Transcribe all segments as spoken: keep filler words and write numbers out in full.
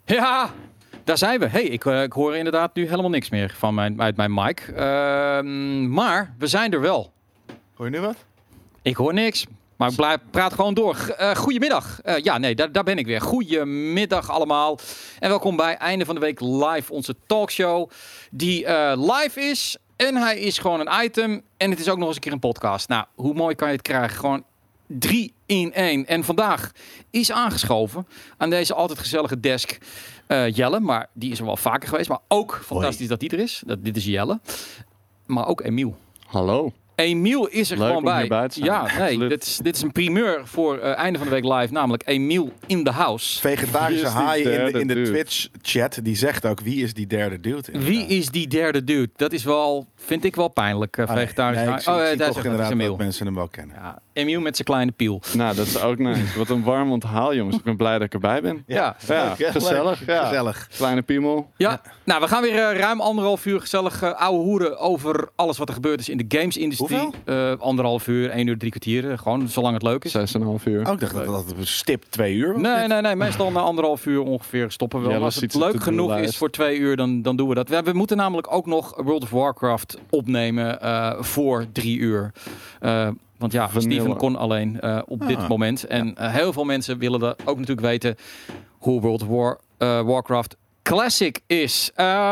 Ja, daar zijn we. Hey, ik, uh, ik hoor inderdaad nu helemaal niks meer van mijn, uit mijn mic. Uh, maar we zijn er wel. Hoor je nu wat? Ik hoor niks. Maar ik blijf, praat gewoon door. Uh, goedemiddag. Uh, ja, nee, daar, daar ben ik weer. Goedemiddag allemaal. En welkom bij einde van de week live. Onze talkshow die uh, live is. En hij is gewoon een item. En het is ook nog eens een keer een podcast. Nou, hoe mooi kan je het krijgen? Gewoon drie in één. En vandaag is aangeschoven aan deze altijd gezellige desk uh, Jelle. Maar die is er wel vaker geweest. Maar ook fantastisch Hoi. dat die er is. Dat, dit is Jelle. Maar ook Emiel. Hallo. Emiel is er Leuk gewoon bij. bij te ja, nee, dit is, dit is een primeur voor uh, einde van de week live, namelijk Emiel in the house. Vegetarische haai in de, in de Twitch-chat, die zegt ook, wie is die derde dude? Inderdaad. Wie is die derde dude? Dat is wel, vind ik wel pijnlijk, uh, ah, nee, vegetarische nee, haai. zie, oh, uh, uh, daar toch is inderdaad Emiel. dat mensen hem wel kennen. Ja, Emiel met zijn kleine piel. Nou, dat is ook nice. Wat een warm onthaal, jongens. Ik ben blij dat ik erbij ben. Ja, ja, ja gezellig. Ja. gezellig. Kleine piemel. Ja. ja, nou, we gaan weer uh, ruim anderhalf uur gezellig uh, ouwe hoeren over alles wat er gebeurd is in de games-industrie. Hoeveel? Uh, anderhalf uur, één uur, drie kwartier. Uh, gewoon, zolang het leuk is. Zes en een half uur. Oh, ik dacht dat dat stip twee uur was. Nee, nee, nee. Meestal na anderhalf uur ongeveer stoppen we wel. Ja, als het leuk genoeg is voor twee uur, dan, dan doen we dat. We, we moeten namelijk ook nog World of Warcraft opnemen uh, voor drie uur. Uh, Want ja, Vanilla. Steven kon alleen uh, op ah, dit moment. En uh, heel veel mensen willen er ook natuurlijk weten hoe World of War, uh, Warcraft Classic is.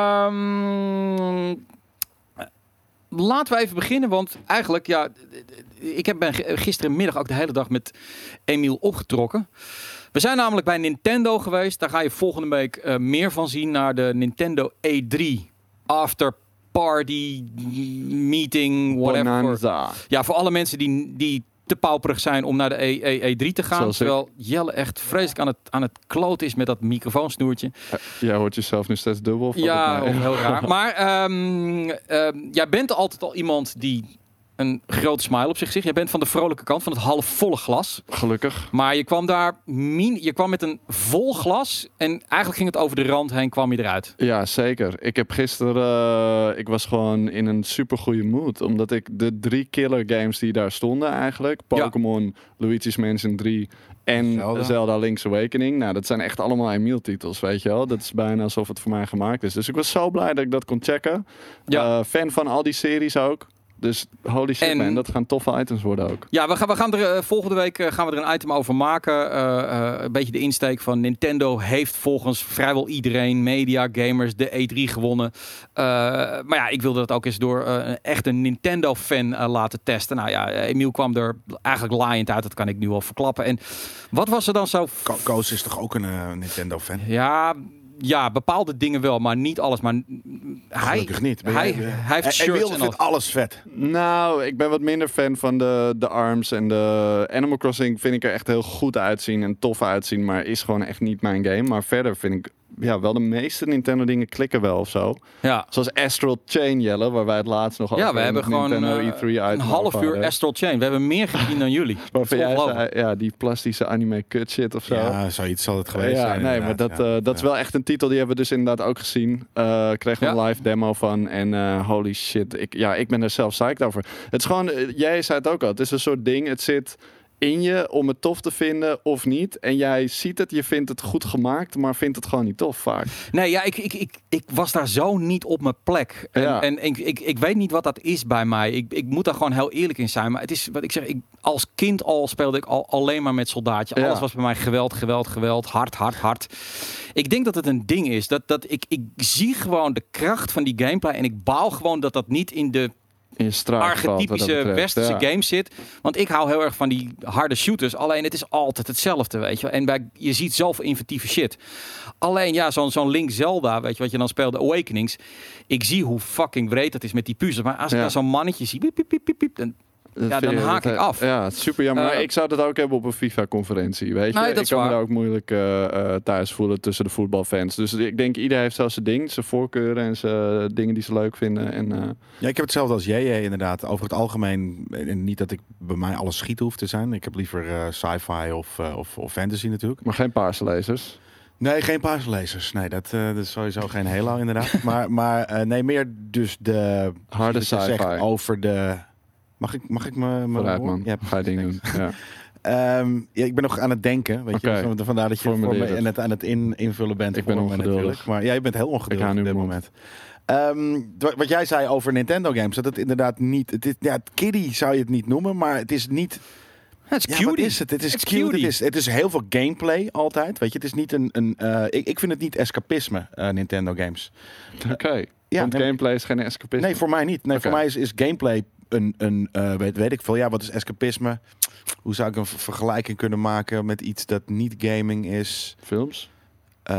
Um, laten we even beginnen, want eigenlijk, ja, ik heb ben gisterenmiddag ook de hele dag met Emiel opgetrokken. We zijn namelijk bij Nintendo geweest. Daar ga je volgende week uh, meer van zien naar de Nintendo E drie After Party, meeting, whatever. Bonanza. Ja, voor alle mensen die, die te pauperig zijn om naar de E, e, E drie te gaan. Zoals terwijl ik. Jelle echt vreselijk aan het, aan het kloten is met dat microfoonsnoertje. Uh, jij hoort jezelf nu steeds dubbel. Ja, heel raar. Maar um, um, jij bent altijd al iemand die een grote smile op zich zit. Jij bent van de vrolijke kant, van het halfvolle glas. Gelukkig. Maar je kwam daar, min, je kwam met een vol glas en eigenlijk ging het over de rand heen, kwam je eruit. Ja, zeker. Ik heb gisteren, uh, ik was gewoon in een supergoeie mood. Omdat ik de drie killer games die daar stonden eigenlijk, Pokémon, ja. Luigi's Mansion drie en Zelda. Zelda Link's Awakening. Nou, dat zijn echt allemaal Emiel-titels, weet je wel. Dat is bijna alsof het voor mij gemaakt is. Dus ik was zo blij dat ik dat kon checken. Ja. Uh, fan van al die series ook. Dus holy shit en, man, dat gaan toffe items worden ook. Ja, we gaan, we gaan er uh, volgende week uh, gaan we er een item over maken. Uh, uh, een beetje de insteek van Nintendo heeft volgens vrijwel iedereen, media, gamers, de E drie gewonnen. Uh, maar ja, ik wilde dat ook eens door uh, echt een Nintendo-fan uh, laten testen. Nou ja, Emiel kwam er eigenlijk laaiend uit, dat kan ik nu al verklappen. En wat was er dan zo... Ko- Koos is toch ook een uh, Nintendo-fan? Ja... Ja, bepaalde dingen wel, maar niet alles. Maar hij, Gelukkig niet. Hij, hij, hij heeft en shirts en vindt alles vet. Nou, ik ben wat minder fan van de, de ARMS en de Animal Crossing vind ik er echt heel goed uitzien en tof uitzien, maar is gewoon echt niet mijn game. Maar verder vind ik ja, wel de meeste Nintendo dingen klikken wel of zo. Ja. Zoals Astral Chain, Jelle, waar wij het laatst nog over ja, we hebben gewoon Nintendo uh, E drie een half uur Astral Chain. We hebben meer gezien dan jullie. Waarvan jij zei, ja, die plastische anime kut shit of zo. Ja, zoiets zal het geweest ja, zijn. Nee, maar dat, uh, dat is wel echt een titel, die hebben we dus inderdaad ook gezien. Uh, kregen we ja. een live demo van en uh, holy shit. Ik, ja, ik ben er zelf psyched over. Het is gewoon, uh, jij zei het ook al, het is een soort ding, het zit in je om het tof te vinden of niet. En jij ziet het, je vindt het goed gemaakt, maar vindt het gewoon niet tof vaak. Nee, ja, ik, ik, ik, ik was daar zo niet op mijn plek. En, ja. en ik, ik, ik weet niet wat dat is bij mij. Ik, ik moet daar gewoon heel eerlijk in zijn. Maar het is wat ik zeg, ik, als kind al speelde ik al alleen maar met soldaatje. Ja. Alles was bij mij geweld, geweld, geweld, hard, hard, hard. Ik denk dat het een ding is. Dat, dat ik, ik zie gewoon de kracht van die gameplay en ik baal gewoon dat dat niet in de in archetypische westerse ja. games zit. Want ik hou heel erg van die harde shooters. Alleen het is altijd hetzelfde, weet je. En bij, je ziet zoveel inventieve shit. Alleen ja, zo'n zo'n Link Zelda, weet je, wat je dan speelde, Awakenings. Ik zie hoe fucking breed dat is met die puzzels. Maar als ik ja. dan zo'n mannetje zie, piep, piep, piep, piep, piep, dan, ja, dan haak ik af. Ja, super jammer. Uh, maar ik zou dat ook hebben op een FIFA-conferentie, weet je. Nee, ik kan me daar ook moeilijk uh, uh, thuis voelen tussen de voetbalfans. Dus ik denk, ieder heeft zelfs zijn ding, zijn voorkeuren en zijn uh, dingen die ze leuk vinden. En, uh... Ja, ik heb hetzelfde als jij inderdaad. Over het algemeen, en niet dat ik bij mij alles schiet hoeft te zijn. Ik heb liever uh, sci-fi of, uh, of, of fantasy natuurlijk. Maar geen paarse lezers? Nee, geen paarse lezers. Nee, dat, uh, dat is sowieso geen Halo inderdaad. maar maar uh, nee, meer dus de... harde sci-fi. Over de... Mag ik, mag ik me... Vooruit, man. Ja, ga je ding doen. Ja. Um, ja, ik ben nog aan het denken. Weet okay. je, vandaar dat je voor me en het aan het in, invullen bent. Ik ben ongeduldig. Maar jij ja, bent heel ongeduldig op dit moment. Um, wat jij zei over Nintendo games, dat het inderdaad niet... Het is, ja, het kiddie zou je het niet noemen, maar het is niet... Het is ja, cutie. Wat is het? Het is It's cute. cutie. Het is, het is heel veel gameplay altijd. Weet je, het is niet een... een uh, ik, ik vind het niet escapisme, uh, Nintendo games. Oké. Okay. Ja, Want nee, gameplay is geen escapisme? Nee, voor mij niet. Nee, okay. Voor mij is, is gameplay een... een uh, weet, weet ik veel. Ja, wat is escapisme? Hoe zou ik een vergelijking kunnen maken met iets dat niet gaming is? Films? Uh,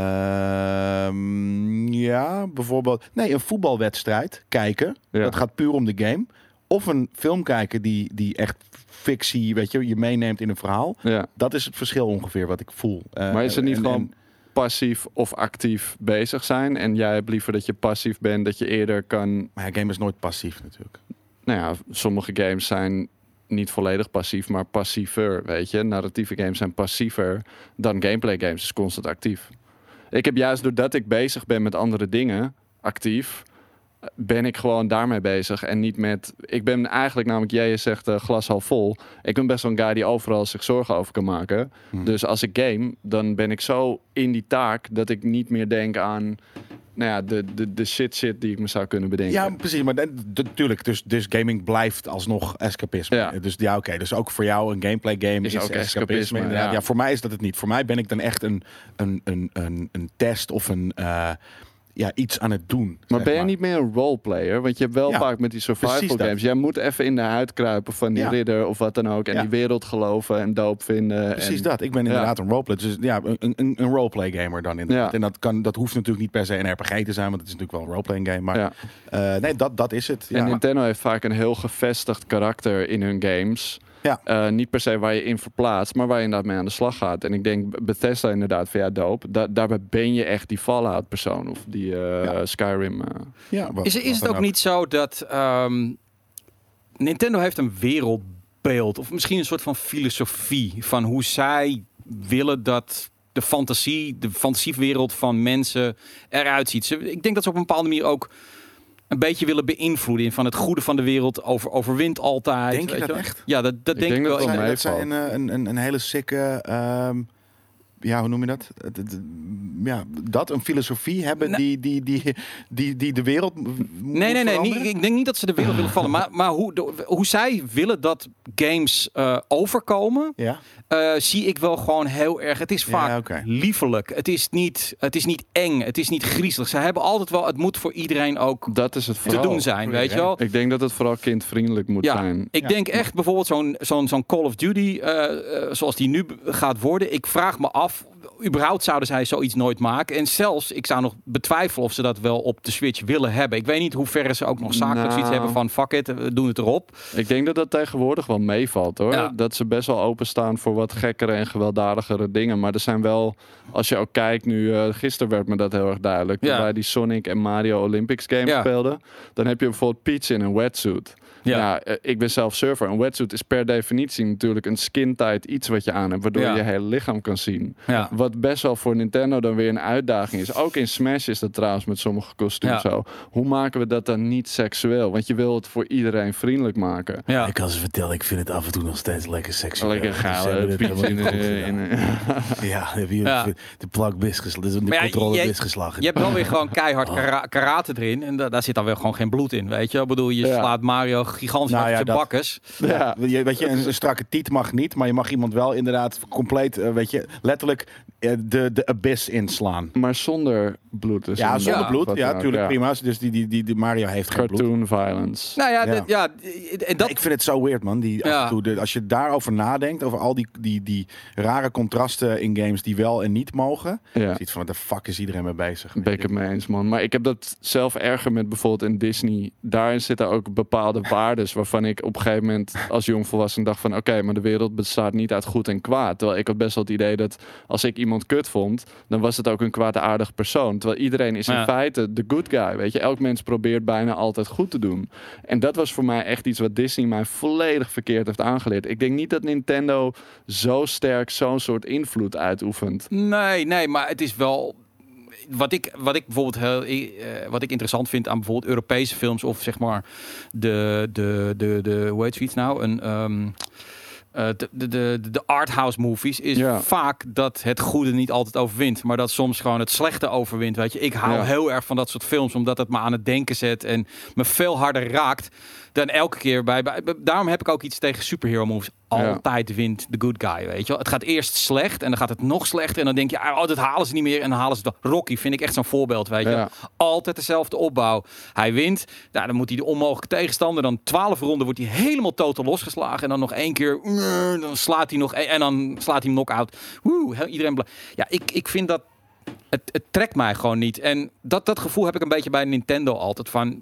ja, bijvoorbeeld... Nee, een voetbalwedstrijd kijken. Ja. Dat gaat puur om de game. Of een film kijken die, die echt fictie, weet je, je meeneemt in een verhaal. Ja. Dat is het verschil ongeveer wat ik voel. Uh, maar is het niet en, gewoon en, passief of actief bezig zijn? En jij hebt liever dat je passief bent, dat je eerder kan... Maar ja, game is nooit passief natuurlijk. Nou ja, sommige games zijn niet volledig passief, maar passiever, weet je. Narratieve games zijn passiever dan gameplay games, dus constant actief. Ik heb juist doordat ik bezig ben met andere dingen, actief, ben ik gewoon daarmee bezig en niet met... Ik ben eigenlijk, namelijk jij zegt uh, glas half vol. Ik ben best wel een guy die overal zich zorgen over kan maken. Hmm. Dus als ik game, dan ben ik zo in die taak dat ik niet meer denk aan... Nou ja, de, de, de shit shit die ik me zou kunnen bedenken. Ja, precies. Maar natuurlijk, dus, dus gaming blijft alsnog escapisme. Ja. Dus ja, oké. Okay, dus ook voor jou een gameplay game is, is ook escapisme. escapisme ja. ja, voor mij is dat het niet. Voor mij ben ik dan echt een, een, een, een, een test of een... Uh, ja, iets aan het doen. Maar ben je maar. niet meer een roleplayer? Want je hebt wel ja, vaak met die survival games. Jij moet even in de huid kruipen van die ja. ridder of wat dan ook. En ja. die wereld geloven en doop vinden. Precies en... dat. Ik ben inderdaad ja. een roleplayer. Dus ja, een, een, een roleplay gamer dan inderdaad. Ja. En dat, kan, dat hoeft natuurlijk niet per se een R P G te zijn. Want het is natuurlijk wel een roleplaying game. Maar ja. uh, nee, dat, dat is het. Ja. En Nintendo heeft vaak een heel gevestigd karakter in hun games. Ja. Uh, niet per se waar je in verplaatst, maar waar je inderdaad mee aan de slag gaat. En ik denk Bethesda inderdaad van ja, dope. Da- daarbij ben je echt die Fallout persoon of die uh, ja. Skyrim. Uh. Ja, wat, is is het ook, ook niet zo dat um, Nintendo heeft een wereldbeeld of misschien een soort van filosofie van hoe zij willen dat de fantasie, de fantasiewereld van mensen eruit ziet. Ze, ik denk dat ze op een bepaalde manier ook een beetje willen beïnvloeden in van het goede van de wereld over, overwint altijd. Denk je weet dat je? echt? Ja, dat, dat ik denk ik denk wel. Dat, zij, dat zij een, een, een, een hele sikke... Um, ja, hoe noem je dat? Ja, dat, een filosofie hebben nou, die, die, die, die, die de wereld Nee, nee, nee. Niet, ik denk niet dat ze de wereld willen vallen. Maar, maar hoe, de, hoe zij willen dat games uh, overkomen... Ja. Uh, zie ik wel gewoon heel erg. Het is vaak ja, okay. liefelijk. Het is, niet, het is niet eng. Het is niet griezelig. Ze hebben altijd wel... Het moet voor iedereen ook dat is het te doen zijn, weet je wel. Ik denk dat het vooral kindvriendelijk moet ja, zijn. Ik ja. denk echt bijvoorbeeld zo'n, zo'n, zo'n Call of Duty... Uh, uh, zoals die nu gaat worden. Ik vraag me af... Überhaupt zouden zij zoiets nooit maken. En zelfs, ik zou nog betwijfelen of ze dat wel op de Switch willen hebben. Ik weet niet hoe ver ze ook nog zakelijk nou, iets hebben van fuck it, we doen het erop. Ik denk dat dat tegenwoordig wel meevalt hoor. Ja. Dat ze best wel openstaan voor wat gekkere en gewelddadigere dingen. Maar er zijn wel, als je ook kijkt nu, uh, gisteren werd me dat heel erg duidelijk. Ja. Toen wij die Sonic en Mario Olympics games ja. speelden. Dan heb je bijvoorbeeld Peach in een wetsuit. Ja. ja, ik ben zelf surfer. Een wetsuit is per definitie natuurlijk een skin-tight iets wat je aan hebt, waardoor ja. je je hele lichaam kan zien. Ja. Wat best wel voor Nintendo dan weer een uitdaging is. Ook in Smash is dat trouwens met sommige kostuums ja. zo. Hoe maken we dat dan niet seksueel? Want je wil het voor iedereen vriendelijk maken. Ja. Ik kan ze vertellen, ik vind het af en toe nog steeds lekker seksueel. Lekker gaal. Ja, heb je ja. de plakbis geslagen. De controlebis geslagen. Je hebt wel weer gewoon keihard kara- karate erin. En da- daar zit dan weer gewoon geen bloed in, weet je. Ik bedoel, je ja. slaat Mario gigantisch nou, ja, dat, bakkes. Ja. Ja. Weet je, een, een strakke tiet mag niet, maar je mag iemand wel inderdaad compleet, uh, weet je, letterlijk uh, de, de abyss inslaan. Maar zonder bloed. Dus ja, zonder ja. bloed. Ja, natuurlijk ja. prima. Dus die, die, die, die Mario heeft geen bloed. Cartoon violence. Nou ja, ja. Dit, ja en dat... ik vind het zo weird, man. Die, ja. af en toe, de, als je daarover nadenkt, over al die, die, die rare contrasten in games die wel en niet mogen. Ja. Ziet van, wat de fuck is iedereen mee bezig? Ben ik het mee eens, man. Maar ik heb dat zelf erger met bijvoorbeeld in Disney. Daarin zitten ook bepaalde waardes waarvan ik op een gegeven moment als jongvolwassen dacht van oké, okay, maar de wereld bestaat niet uit goed en kwaad. Terwijl ik had best wel het idee dat als ik iemand kut vond, dan was het ook een kwaadaardig persoon. Terwijl iedereen is in ja. feite de good guy, weet je. Elk mens probeert bijna altijd goed te doen. En dat was voor mij echt iets wat Disney mij volledig verkeerd heeft aangeleerd. Ik denk niet dat Nintendo zo sterk zo'n soort invloed uitoefent. Nee, nee, maar het is wel... Wat ik, wat ik bijvoorbeeld heel, uh, wat ik interessant vind aan bijvoorbeeld Europese films of zeg maar de, de, de, de hoe heet zoiets nou? Een... Um, uh, de, de, de, de arthouse movies is Ja. vaak dat het goede niet altijd overwint, maar dat soms gewoon het slechte overwint. Weet je, ik hou Ja. heel erg van dat soort films, omdat het me aan het denken zet en me veel harder raakt dan elke keer bij. bij daarom heb ik ook iets tegen superhero movies. Altijd wint de good guy, weet je wel. Het gaat eerst slecht en dan gaat het nog slechter en dan denk je, oh, dat halen ze niet meer en dan halen ze het. Rocky vind ik echt zo'n voorbeeld, weet je. Ja. Altijd dezelfde opbouw. Hij wint, nou, dan moet hij de onmogelijke tegenstander, dan twaalf ronden wordt hij helemaal totaal losgeslagen en dan nog één keer, dan slaat hij nog en dan slaat hij hem knock-out. Woe, iedereen bla- ja, ik, ik vind dat het, het trekt mij gewoon niet. En dat, dat gevoel heb ik een beetje bij Nintendo altijd van.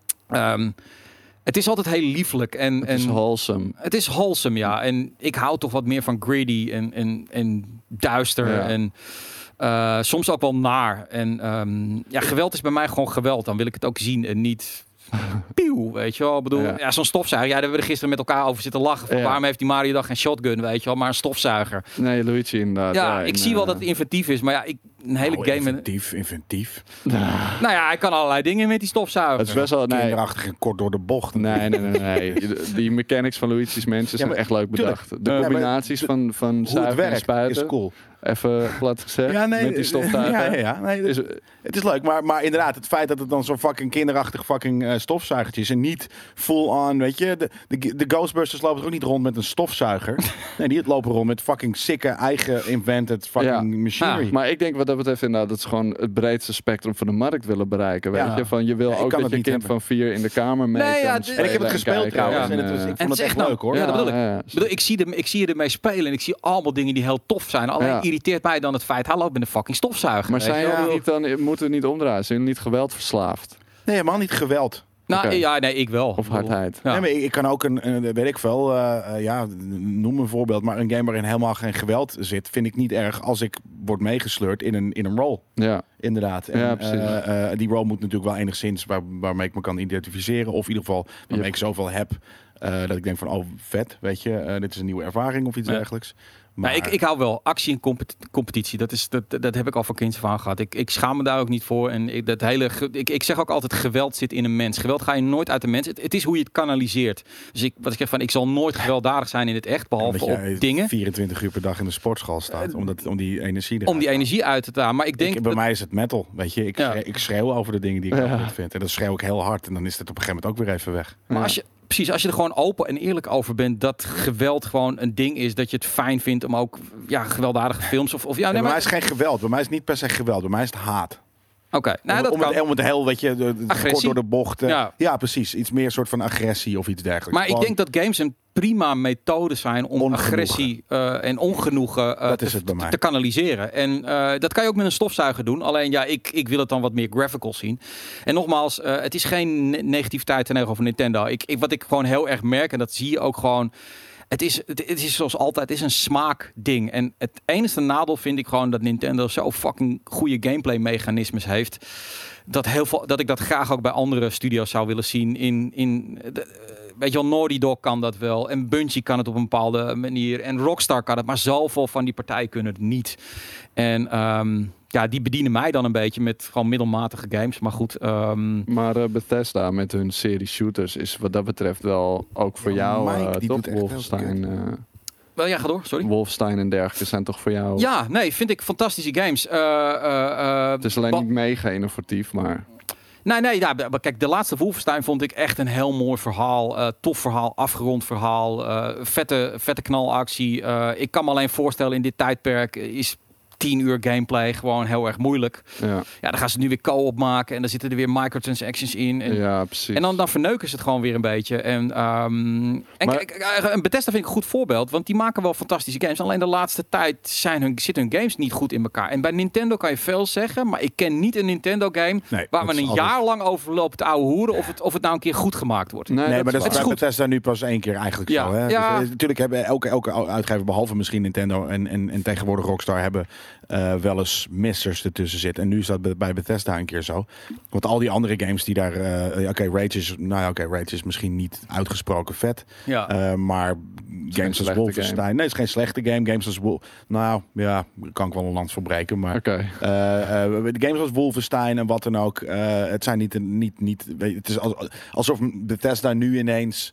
Um, Het is altijd heel lieflijk. En, Het is en wholesome. Het is wholesome, ja. En ik hou toch wat meer van greedy en, en, en duister. Ja. En uh, soms ook wel naar. En um, ja, geweld is bij mij gewoon geweld. Dan wil ik het ook zien en niet pieuw, weet je wel. Ik bedoel, ja, Ja. zo'n stofzuiger. Ja, daar hebben we er gisteren met elkaar over zitten lachen. Van, Ja. waarom heeft die Mario dan geen shotgun, weet je wel, maar een stofzuiger. Nee, Luigi inderdaad. Ja, Ja, ik en, zie wel uh, dat het inventief is. Maar ja, ik, een hele Oh, game... inventief, inventief. Nou ja, hij kan allerlei dingen met die stofzuiger. Het is best wel... Nee, Kinderachtig en kort door de bocht. nee, nee, nee. nee. Die- Die mechanics van Luigi's Mansion zijn maar echt leuk tuurlijk. bedacht. De Ja, maar combinaties de- van, van Hoe het zuigen en werkt spuiten. is cool. Even plat gezegd. Ja, nee, met die stofzuiger. Ja, ja, ja. Nee, Is, het is leuk, maar, maar inderdaad, het feit dat het dan zo'n fucking kinderachtig fucking uh, stofzuigertje is en niet full-on, weet je, de, de, de Ghostbusters lopen er ook niet rond met een stofzuiger. Nee, die lopen rond met fucking sikke eigen invented fucking Ja. machinery. Ah, maar ik denk wat dat betreft inderdaad dat ze gewoon het breedste spectrum van de markt willen bereiken. Weet Ja. je, van je wil Ja, ik ook kan dat het je niet kind hebben. van vier in de kamer mee Nee, kan ja, d- spelen En ik heb het gespeeld kijken. trouwens Ja. en het was, ik En vond het het is echt echt leuk hoor. Ja, dat bedoel ik. ja. Ik bedoel, ik, zie hem, ik zie je ermee spelen en ik zie allemaal dingen die heel tof zijn. Alleen Ja. irriteert mij dan het feit, hallo, ik ben een fucking stofzuiger. Maar weet zijn je wel. jullie niet dan, moeten we niet omdraaien? Zijn jullie niet geweld verslaafd? Nee, helemaal niet geweld. Nou, Oké. ja, nee, ik wel. Of Ik bedoel, hardheid? Ja. Nee, maar ik, ik kan ook een, een weet ik veel, uh, uh, ja, noem een voorbeeld, maar een game waarin helemaal geen geweld zit, vind ik niet erg als ik word meegesleurd in een, in een rol. Ja. Inderdaad. En, Ja, precies. uh, uh, die role moet natuurlijk wel enigszins waar, waarmee ik me kan identificeren. Of in ieder geval waarmee Yep. ik zoveel heb. Uh, dat ik denk van, oh vet, weet je. Uh, dit is een nieuwe ervaring of iets Ja. dergelijks. Maar Maar ik, ik hou wel actie en compet- competitie. Dat, is, dat, dat heb ik al van kinds af aan gehad. Ik, ik schaam me daar ook niet voor. En ik, dat hele, ge- ik, ik zeg ook altijd, geweld zit in een mens. Geweld ga je nooit uit de mens. Het, het is hoe je het kanaliseert. Dus ik, wat ik zeg van, ik zal nooit gewelddadig zijn in het echt. Behalve omdat op jij dingen. vierentwintig uur per dag in de sportschool staat. Om, dat, om die energie eruit Om die te energie uit te halen. Maar ik denk... Ik, bij dat- mij is het metal, weet je. Ik, Ja. schreeuw, ik schreeuw over de dingen die ik Ja. wel goed vind. En dat schreeuw ik heel hard. En dan is het op een gegeven moment ook weer even weg. Maar Ja. als je, precies, als je er gewoon open en eerlijk over bent dat geweld gewoon een ding is, dat je het fijn vindt om ook ja, gewelddadige films of, of ja, En nee, bij maar mij is geen geweld. Bij mij is het niet per se geweld. Bij mij is het haat. oké, nou om, dat om, kan. het, om het heel, weet je, de, de- Agressie? kort door de bocht. eh, Ja. Ja. precies. Iets meer soort van agressie of iets dergelijks. Maar ik Gewoon- denk dat games een prima methode zijn om Ongenoegen. agressie eh, en ongenoegen eh, Dat is te, het bij mij. te kanaliseren. En eh, dat kan je ook met een stofzuiger doen. Alleen ja, ik, ik wil het dan wat meer graphical zien. En nogmaals, eh, het is geen ne- negativiteit tegenover Nintendo. Ik, ik, wat ik gewoon heel erg merk, en dat zie je ook gewoon. Het is, het, het is zoals altijd, het is een smaakding. En het enige nadeel vind ik gewoon dat Nintendo zo fucking goede gameplay mechanismes heeft. Dat, heel veel, dat ik dat graag ook bij andere studio's zou willen zien. In, in, de, eh, weet je wel, Naughty Dog kan dat wel. En Bungie kan het op een bepaalde manier. En Rockstar kan het. Maar zoveel van die partijen kunnen het niet. En ehm, ja, die bedienen mij dan een beetje met gewoon middelmatige games. Maar goed. ehm, Maar uh, Bethesda met hun serie shooters is wat dat betreft wel ook voor Ja, jou Mike, uh, die toch? doet echt heel Wolfenstein, uh, wel, ja, ga door, sorry. Wolfenstein en dergelijke zijn toch voor jou... Ja, nee, vind ik fantastische games. Eh, eh, eh, Het is alleen ba- niet mega innovatief, maar... Nee, nee, ja, maar kijk, de laatste Wolfenstein vond ik echt een heel mooi verhaal. eh, tof verhaal, afgerond verhaal. eh, vette, vette knalactie. Eh, ik kan me alleen voorstellen, in dit tijdperk is tien uur gameplay gewoon heel erg moeilijk. Ja, Ja, dan gaan ze nu weer co-op maken en dan zitten er weer microtransactions in. En, ja precies. en dan, dan verneuken ze het gewoon weer een beetje. En, ehm en Maar- kijk, eh, en Bethesda vind ik een goed voorbeeld, want die maken wel fantastische games. Alleen de laatste tijd zijn hun, zitten hun games niet goed in elkaar. En bij Nintendo kan je veel zeggen, maar ik ken niet een Nintendo game Nee, waar dat we is een altijd- jaar lang over lopen te ouwe hoeren of het, of het nou een keer goed gemaakt wordt. Nee, Nee, dat maar dat is is waar. bij Het is Bethesda nu pas één keer eigenlijk Ja. zo. Hè? Ja. Dus, eh, natuurlijk hebben elke, elke uitgever, behalve misschien Nintendo en, en, en tegenwoordig Rockstar, hebben eh, wel eens missers ertussen zitten. En nu is dat bij- bij Bethesda een keer zo. Want al die andere games die daar... eh, ja, oké, Rage is... Nou ja, oké, Rage is misschien niet uitgesproken vet. Ja. Eh, maar games als slechte Wolfenstein... Nee, het is geen slechte game. Games als... Wol- nou, ja, kan ik wel een land verbreken. Maar Oké. eh, eh, de games als Wolfenstein en wat dan ook. eh, het zijn niet... niet, niet weet je, het is als- alsof Bethesda nu ineens...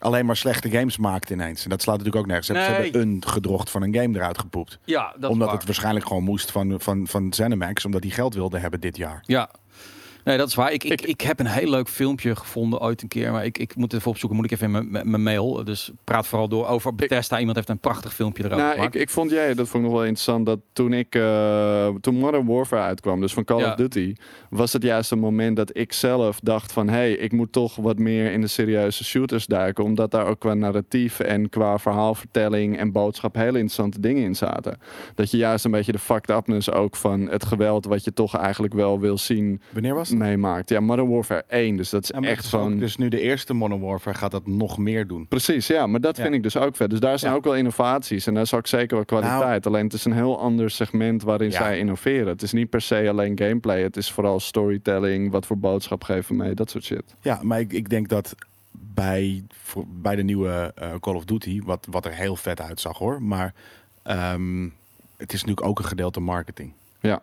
alleen maar slechte games maakt ineens. En dat slaat natuurlijk ook nergens. Nee. Ze hebben een gedrocht van een game eruit gepoept. Ja, dat is Omdat waar. het waarschijnlijk gewoon moest van, van, van ZeniMax, omdat die geld wilde hebben dit jaar. Ja. Nee, dat is waar. Ik, ik, ik heb een heel leuk filmpje gevonden ooit een keer. Maar ik, ik moet het even opzoeken. Moet ik even in mijn- mijn mail. Dus praat vooral door over Bethesda. Iemand heeft een prachtig filmpje erover Nou, ik, gemaakt. ik vond jij, dat vond ik nog wel interessant, dat toen ik, uh, toen Modern Warfare uitkwam, dus van Call Ja. of Duty, was het juist een moment dat ik zelf dacht van, hé, hey, ik moet toch wat meer in de serieuze shooters duiken, omdat daar ook qua narratief en qua verhaalvertelling en boodschap hele interessante dingen in zaten. Dat je juist een beetje de fucked upness ook van het geweld wat je toch eigenlijk wel wil zien Wanneer was het? meemaakt. Ja, Modern Warfare één, dus dat is Ja, maar echt het is ook- van... Dus nu de eerste Modern Warfare gaat dat nog meer doen. Precies, ja, maar dat Ja. vind ik dus ook vet. Dus daar zijn Ja. ook wel innovaties en daar is ook zeker wel kwaliteit. Alleen het is een heel ander segment waarin Ja. zij innoveren. Het is niet per se alleen gameplay, het is vooral storytelling, wat voor boodschap geven mee, dat soort shit. Ja, maar ik, ik denk dat bij, voor, bij de nieuwe eh, Call of Duty, wat, wat er heel vet uitzag hoor, maar ehm, het is natuurlijk ook een gedeelte marketing. Ja.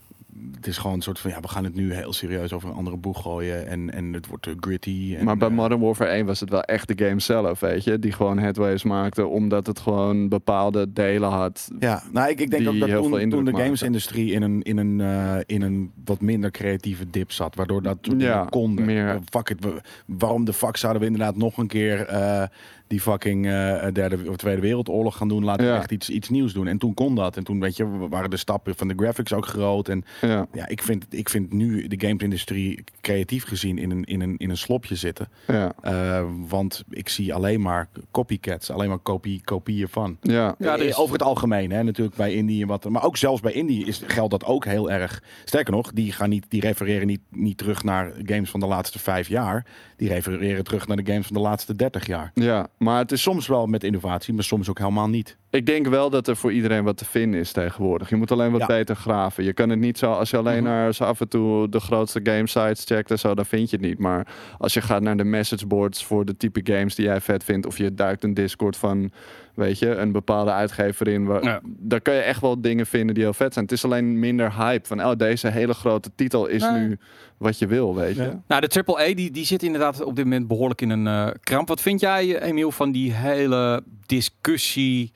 Het is gewoon een soort van, ja, we gaan het nu heel serieus over een andere boeg gooien en, en het wordt uh, gritty. En, Maar bij eh, Modern Warfare één was het wel echt de game zelf, weet je, die gewoon headways maakte, omdat het gewoon bepaalde delen had. Ja, nou, ik, ik denk die ook dat heel veel toen, indruk toen de maakten. gamesindustrie in een, in, een, eh, in een wat minder creatieve dip zat, waardoor dat soort Ja, dingen konden. meer- Eh, fuck it, we- waarom de fuck zouden we inderdaad nog een keer eh, die fucking eh, derde of Tweede Wereldoorlog gaan doen? Laten we Ja. echt iets, iets nieuws doen. En toen kon dat. En toen, weet je, waren de stappen van de graphics ook groot. En Ja, ja, ik vind, ik vind nu de gamesindustrie creatief gezien in een, in een, in een slopje zitten. ja, Eh, want ik zie alleen maar copycats, alleen maar kopie, kopieën van. ja. Ja, Eh, dus- Over het algemeen, hè, natuurlijk bij Indie en wat. Maar ook zelfs bij Indie is, geldt dat ook heel erg. Sterker nog, die, gaan niet, die refereren niet, niet terug naar games van de laatste vijf jaar. Die refereren terug naar de games van de laatste dertig jaar. Ja, maar het is Soms wel met innovatie, maar soms ook helemaal niet. Ik denk wel dat er voor iedereen wat te vinden is tegenwoordig. Je moet alleen wat Ja. beter graven. Je kan het niet zo, als je alleen Mhm. naar zo af en toe de grootste game sites checkt en zo, dan vind je het niet. Maar als je gaat naar de messageboards voor de type games die jij vet vindt, of je duikt een Discord van, weet je, een bepaalde uitgever in, waar, Ja. daar kan je echt wel dingen vinden die heel vet zijn. Het is alleen minder hype van, oh, deze hele grote titel is Nee. nu wat je wil, weet je. Ja. Nou, de triple A die, die zit inderdaad op dit moment behoorlijk in een eh, kramp. Wat vind jij, Emiel, van die hele discussie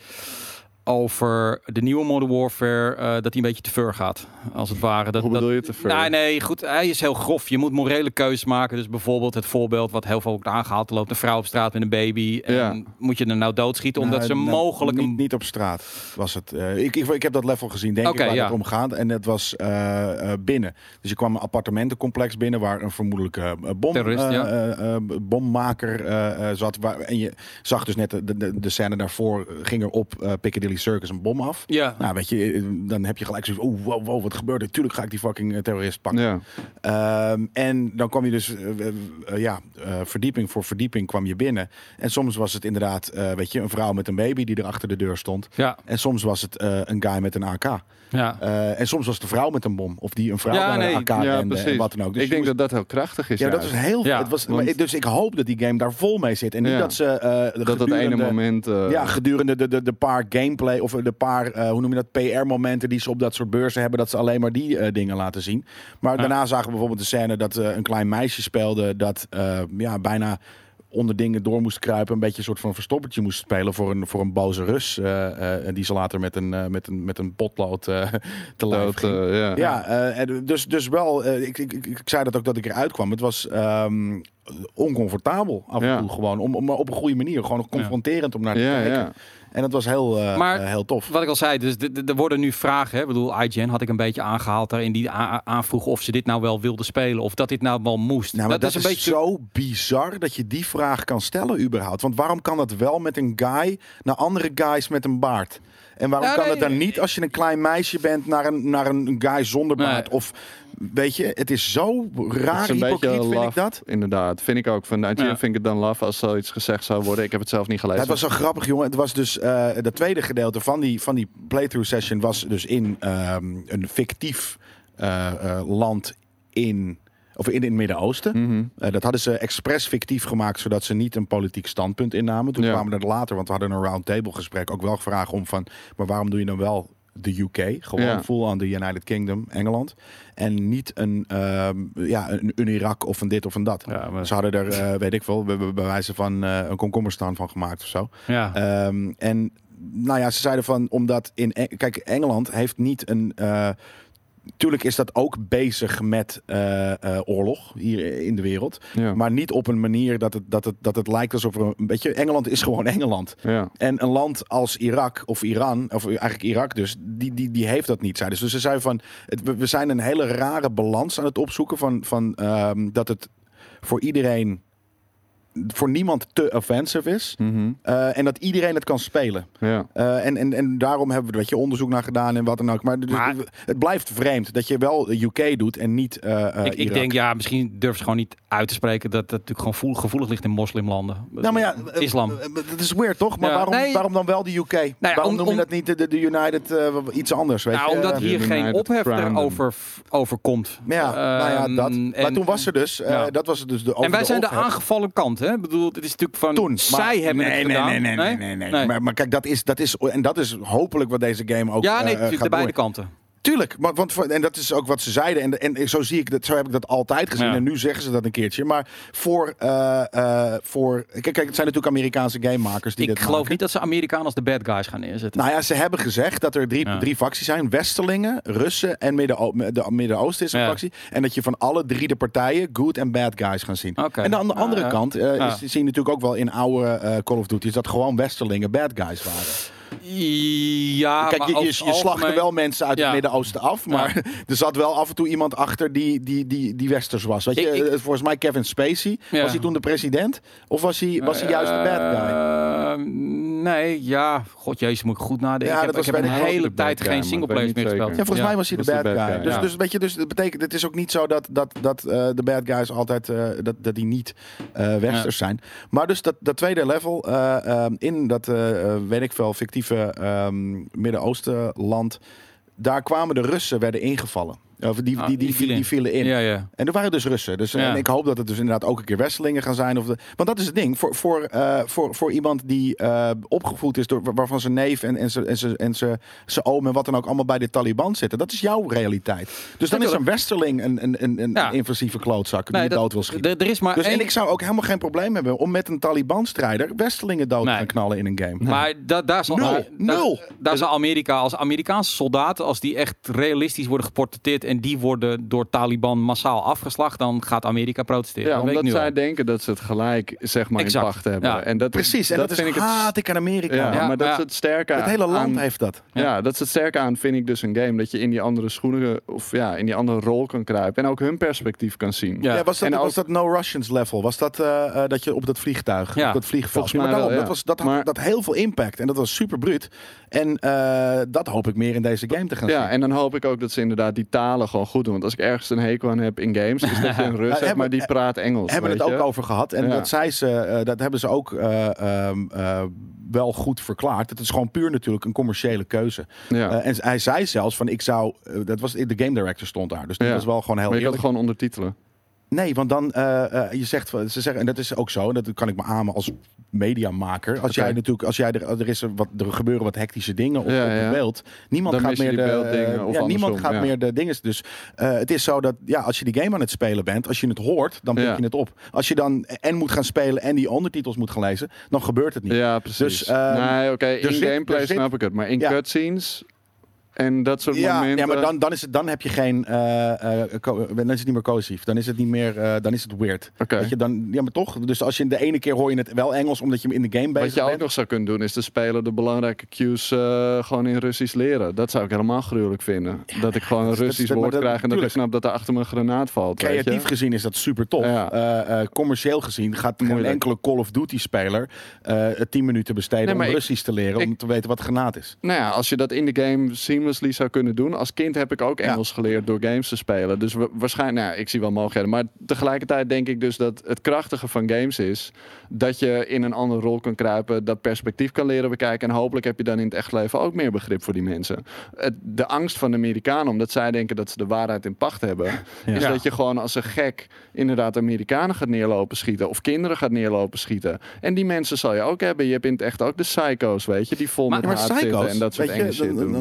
over de nieuwe Modern Warfare, eh, dat die een beetje te ver gaat, als het ware? Dat, Hoe dat, bedoel je te ver? Nee, nee, goed. Hij is heel grof. Je moet morele keuzes maken. Dus bijvoorbeeld het voorbeeld wat heel veel wordt aangehaald. Er loopt een vrouw op straat met een baby. En Ja. moet je er nou doodschieten omdat Nou, ze nou, mogelijk niet, een... niet op straat was het. Eh, ik, ik, ik heb dat level gezien, denk Oké, ik, waar ja. het om gaat. En het was eh, eh, binnen. Dus je kwam een appartementencomplex binnen waar een vermoedelijke eh, bom, Terrorist, eh, ja. eh, eh, bommaker eh, eh, zat. Waar, en je zag dus net de, de, de scène daarvoor, eh, ging er op eh, Piccadilly Circus een bom af. Ja. Nou, weet je, eh, dan heb je gelijk zoiets van, oh, wow, wow, wat gebeurt er? Tuurlijk ga ik die fucking eh, terrorist pakken. Ja. Ehm, en dan kwam je dus, eh, eh, eh, ja, eh, verdieping voor verdieping kwam je binnen. En soms was het inderdaad, eh, weet je, een vrouw met een baby die er achter de deur stond. Ja, En soms was het eh, een guy met een A K. ja. Eh, en soms was het een vrouw met een bom. Of die een vrouw Ja, met nee, een A K Ja, rende precies. en wat dan ook. Dus ik je denk moest- dat dat heel krachtig is. ja, dat juist. is heel Ja, het was, want- maar- Dus ik hoop dat die game daar vol mee zit. En niet Ja. dat ze eh dat dat gedurende- ene moment... eh, Ja, gedurende de, de, de paar gameplay of de paar, eh, hoe noem je dat, P R-momenten die ze op dat soort beurzen hebben, dat ze alleen maar die eh, dingen laten zien. Maar Ja. daarna zagen we bijvoorbeeld de scène dat eh, een klein meisje speelde dat eh, ja, bijna onder dingen door moest kruipen, een beetje een soort van verstoppertje moest spelen voor een, voor een boze Rus. eh, eh, en die ze later met een, eh, met een, met een potlood eh, te lijf dat, ging. eh, ja. Ja, eh, en dus, dus wel, eh, ik, ik, ik, ik zei dat ook dat ik eruit kwam. Het was ehm, oncomfortabel af en Ja. toe gewoon, om, om, maar op een goede manier. Gewoon confronterend om naar te Ja, kijken. ja. En dat was heel, eh, Maar- eh, heel tof. Wat ik al zei, dus d- d- er worden nu vragen. Hè? Ik bedoel, IGN had ik een beetje aangehaald daarin die a- aanvroeg of ze dit nou wel wilden spelen of dat dit nou wel moest. Nou, maar dat, is een is beetje zo bizar dat je die vraag kan stellen überhaupt. Want waarom kan dat wel met een guy naar andere guys met een baard? En waarom Ja, kan nee, het dan niet als je een klein meisje bent naar een, naar een guy zonder Nee. baard? Of weet je, het is zo Het raar is een hypocriet, beetje vind laf, ik dat. inderdaad. Vind ik ook. Van I G N Ja. vind ik het dan laf als zoiets gezegd zou worden. Ik heb het zelf niet gelezen. Het was zo grappig, jongen. Het was dus uh, het tweede gedeelte van die, van die playthrough session was dus in um, een fictief uh, uh, land in, of in, in het Midden-Oosten. Mhm. Uh, dat hadden ze expres fictief gemaakt, zodat ze niet een politiek standpunt innamen. Toen Ja. kwamen we er later, want we hadden een roundtable gesprek, ook wel gevraagd om van, maar waarom doe je dan wel de U K. Gewoon Ja. full on de United Kingdom, Engeland. En niet een, um, ja, een, een Irak of een dit of een dat. Ja, maar... Ze hadden er, uh, weet ik veel, bij wijze van uh, een komkommerstaan van gemaakt of zo. Ja. Um, en nou ja, ze zeiden van, omdat in... Kijk, Engeland heeft niet een... Uh, Tuurlijk is dat ook bezig met uh, uh, oorlog hier in de wereld. Ja. Maar niet op een manier dat het, dat het, dat het lijkt alsof er een beetje... Engeland is gewoon Engeland. Ja. En een land als Irak of Iran, of eigenlijk Irak dus, die, die, die heeft dat niet. Zeiden ze. Dus ze zeiden van, het, we zijn een hele rare balans aan het opzoeken van, van um, dat het voor iedereen... voor niemand te offensive is. Mm-hmm. Uh, en dat iedereen het kan spelen. Ja. Uh, en, en, en daarom hebben we er weet je, onderzoek naar gedaan en wat dan ook. Maar, dus, Maar het blijft vreemd dat je wel U K doet en niet uh, uh, ik, ik denk, ja, misschien durven ze gewoon niet uit te spreken dat het natuurlijk gewoon gevoelig, gevoelig ligt in moslimlanden. Nou, maar ja, Islam. Dat is weird, toch? Maar ja, waarom, nee. waarom dan wel de U K? Nou ja, waarom om, noem je om, dat niet de, de United uh, iets anders? Weet nou, je? omdat hier uh, geen United ophef Crown. erover over komt. Ja, uh, nou ja, dat. En, maar toen was er dus, uh, ja. dat was het dus de over En wij de zijn de ophef. aangevallen kant, hè? Ik bedoel, het is natuurlijk van, Toen, zij maar, hebben nee, het nee, gedaan. Nee, nee, nee, nee, nee. nee. Maar, maar kijk, dat is, dat is, en dat is hopelijk wat deze game ook Ja, nee, uh, natuurlijk gaat de beide doen. kanten. Tuurlijk, maar, want, en dat is ook wat ze zeiden. En, en zo zie ik dat, zo heb ik dat altijd gezien. Ja. En nu zeggen ze dat een keertje. Maar voor, uh, uh, voor kijk, kijk, het zijn natuurlijk Amerikaanse gamemakers die Ik dit geloof maken. niet dat ze Amerikanen als de bad guys gaan neerzetten. Nou ja, ze hebben gezegd dat er drie, Ja. drie facties zijn. Westerlingen, Russen en Midden- de Midden-Oosten is een Ja. factie. En dat je van alle drie de partijen good en bad guys gaan zien. Okay. En dan aan de Ah, andere ja. kant uh, Ja. is, zie je natuurlijk ook wel in oude uh, Call of Duty's dat gewoon Westerlingen bad guys waren. Ja, Kijk, maar je, je, over je het slachtte algemeen- wel mensen uit Ja. het Midden-Oosten af. Maar er zat wel af en toe iemand achter die, die, die, die Westers was. Weet je, Ik- ik- volgens mij Kevin Spacey. Ja. Was hij toen de president? Of was hij, was hij juist de bad guy? Uh, nee, ja. God jezus, moet ik goed nadenken. Ja, ik heb, dat was ik heb bij een de hele grote tijd bad guy, geen maar singleplayers ik weet meer niet gespeeld. Ja, volgens Ja. mij was hij de was bad, de bad guy. guy, Dus, ja. dus, weet je, dus dat betekent, het is ook niet zo dat, dat, dat uh, de bad guys altijd uh, dat, dat die niet uh, Westers Ja. zijn. Maar dus dat, dat tweede level uh, um, in dat, uh, uh, weet ik veel, fictieve um, Midden-Oosten land, daar kwamen de Russen, werden ingevallen. Of die, Ah, die, die, die die, die vielen in. Ja, ja. En er waren dus Russen. Dus, Ja. En ik hoop dat het dus inderdaad ook een keer Westerlingen gaan zijn. Of de, want dat is het ding. Voor, voor, uh, voor, voor iemand die uh, opgevoed is, door, waarvan zijn neef en, en zijn en zijn en zijn zijn oom en wat dan ook allemaal bij de Taliban zitten. Dat is jouw realiteit. Dus dan is een Westerling een, een, een, een Ja. invasieve klootzak die Nee, je dat- dood wil schieten. Er er is maar Dus, één... en ik zou ook helemaal geen probleem hebben om met een Taliban-strijder Westerlingen dood Nee. te gaan knallen in een game. Maar da, daar zal, Nul. daar- Nul. Daar, daar zal Amerika, als Amerikaanse soldaten, als die echt realistisch worden geportretteerd en die worden door Taliban massaal afgeslacht, dan gaat Amerika protesteren. Ja, dat weet ik omdat nu zij al. denken dat ze het gelijk zeg maar Exact. in pacht hebben. Ja. En dat, Precies, en dat, vind is ik het. haat ik aan Amerika. Ja, Ja, maar dat ja. is het sterke Het hele land aan, heeft dat. Ja. Ja. dat is het sterke aan, vind ik dus een game. Dat je in die andere schoenen of ja, in die andere rol kan kruipen. En ook hun perspectief kan zien. Ja. Ja, was dat, En ook- was dat No Russians level? Was dat uh, uh, dat je op dat vliegtuig, Ja, op dat vliegveld? volgens Ja, maar mij daarom, wel, dat, ja. was, dat had Maar- dat heel veel impact en dat was super bruut. En uh, dat hoop ik meer in deze game te gaan Ja, zien. en dan hoop ik ook dat ze inderdaad die talen gewoon goed doen. Want als ik ergens een hekel aan heb in games, is dat je een Rus hebt, hebben- maar die praat Engels. hebben we weet het ook je? over gehad. En Ja. dat, zei ze, uh, dat hebben ze ook uh, um, uh, wel goed verklaard. Het is gewoon puur natuurlijk een commerciële keuze. Ja. Uh, en hij zei zelfs van ik zou... Uh, dat was, de game director stond daar. Dus dat Ja. was wel gewoon heel Maar je kan eerlijk. het gewoon ondertitelen. Nee, want dan, uh, uh, je zegt, ze zeggen, en dat is ook zo, dat kan ik me amen als mediamaker. Als Oké. jij natuurlijk, als jij er, er is er wat, er gebeuren wat hectische dingen op, Ja, op het ja. beeld. Niemand Dan gaat mis je meer die de, beelddingen of ja, niemand andersom, gaat ja. meer de dingen. Dus uh, het is zo dat, ja, als je die game aan het spelen bent, als je het hoort, dan pik Ja. je het op. Als je dan en moet gaan spelen en die ondertitels moet gaan lezen, dan gebeurt het niet. Ja, precies. Dus, ehm, nee, oké, er in zit- gameplay er zit- snap ik het. Maar in Ja. cutscenes en dat soort Ja, momenten... ja, maar dan, dan, is het, dan heb je geen. Uh, uh, co- dan is het niet meer cohesief. Dan is het niet meer. Uh, dan is het weird. Oké. Weet je, dan, ja, maar toch. Dus als je de ene keer hoor je het wel Engels omdat je in de game bezig Wat je ook bent. nog zou kunnen doen, is de speler de belangrijke cues uh, gewoon in Russisch leren. Dat zou ik helemaal gruwelijk vinden. dat ik gewoon een dat is- Russisch dat- maar woord dat- krijg en dat ik tuurlijk. snap dat er achter mijn granaat valt. weet Creatief je? gezien is dat super tof. Ja. Uh, uh, commercieel gezien gaat geen Moeilijk. enkele Call of Duty speler uh, tien minuten besteden Nee, om maar ik- Russisch te leren. om ik- te weten wat granaat is. Nou ja, als je dat in de game seamlessly zou kunnen doen. Als kind heb ik ook Ja. Engels geleerd door games te spelen. Dus wa- waarschijnlijk, nou ja, ik zie wel mogelijkheden. Maar tegelijkertijd denk ik dus dat het krachtige van games is dat je in een andere rol kan kruipen, dat perspectief kan leren bekijken. En hopelijk heb je dan in het echt leven ook meer begrip voor die mensen. Het, de angst van de Amerikanen, omdat zij denken dat ze de waarheid in pacht hebben, Ja. is Ja. dat je gewoon als een gek inderdaad Amerikanen gaat neerlopen schieten. Of kinderen gaat neerlopen schieten. En die mensen zal je ook hebben. Je hebt in het echt ook de psycho's, weet je, die vol Maar- met Maar haat psycho's, zitten en dat soort weet je, enge shit n- n- doen. nogmaals,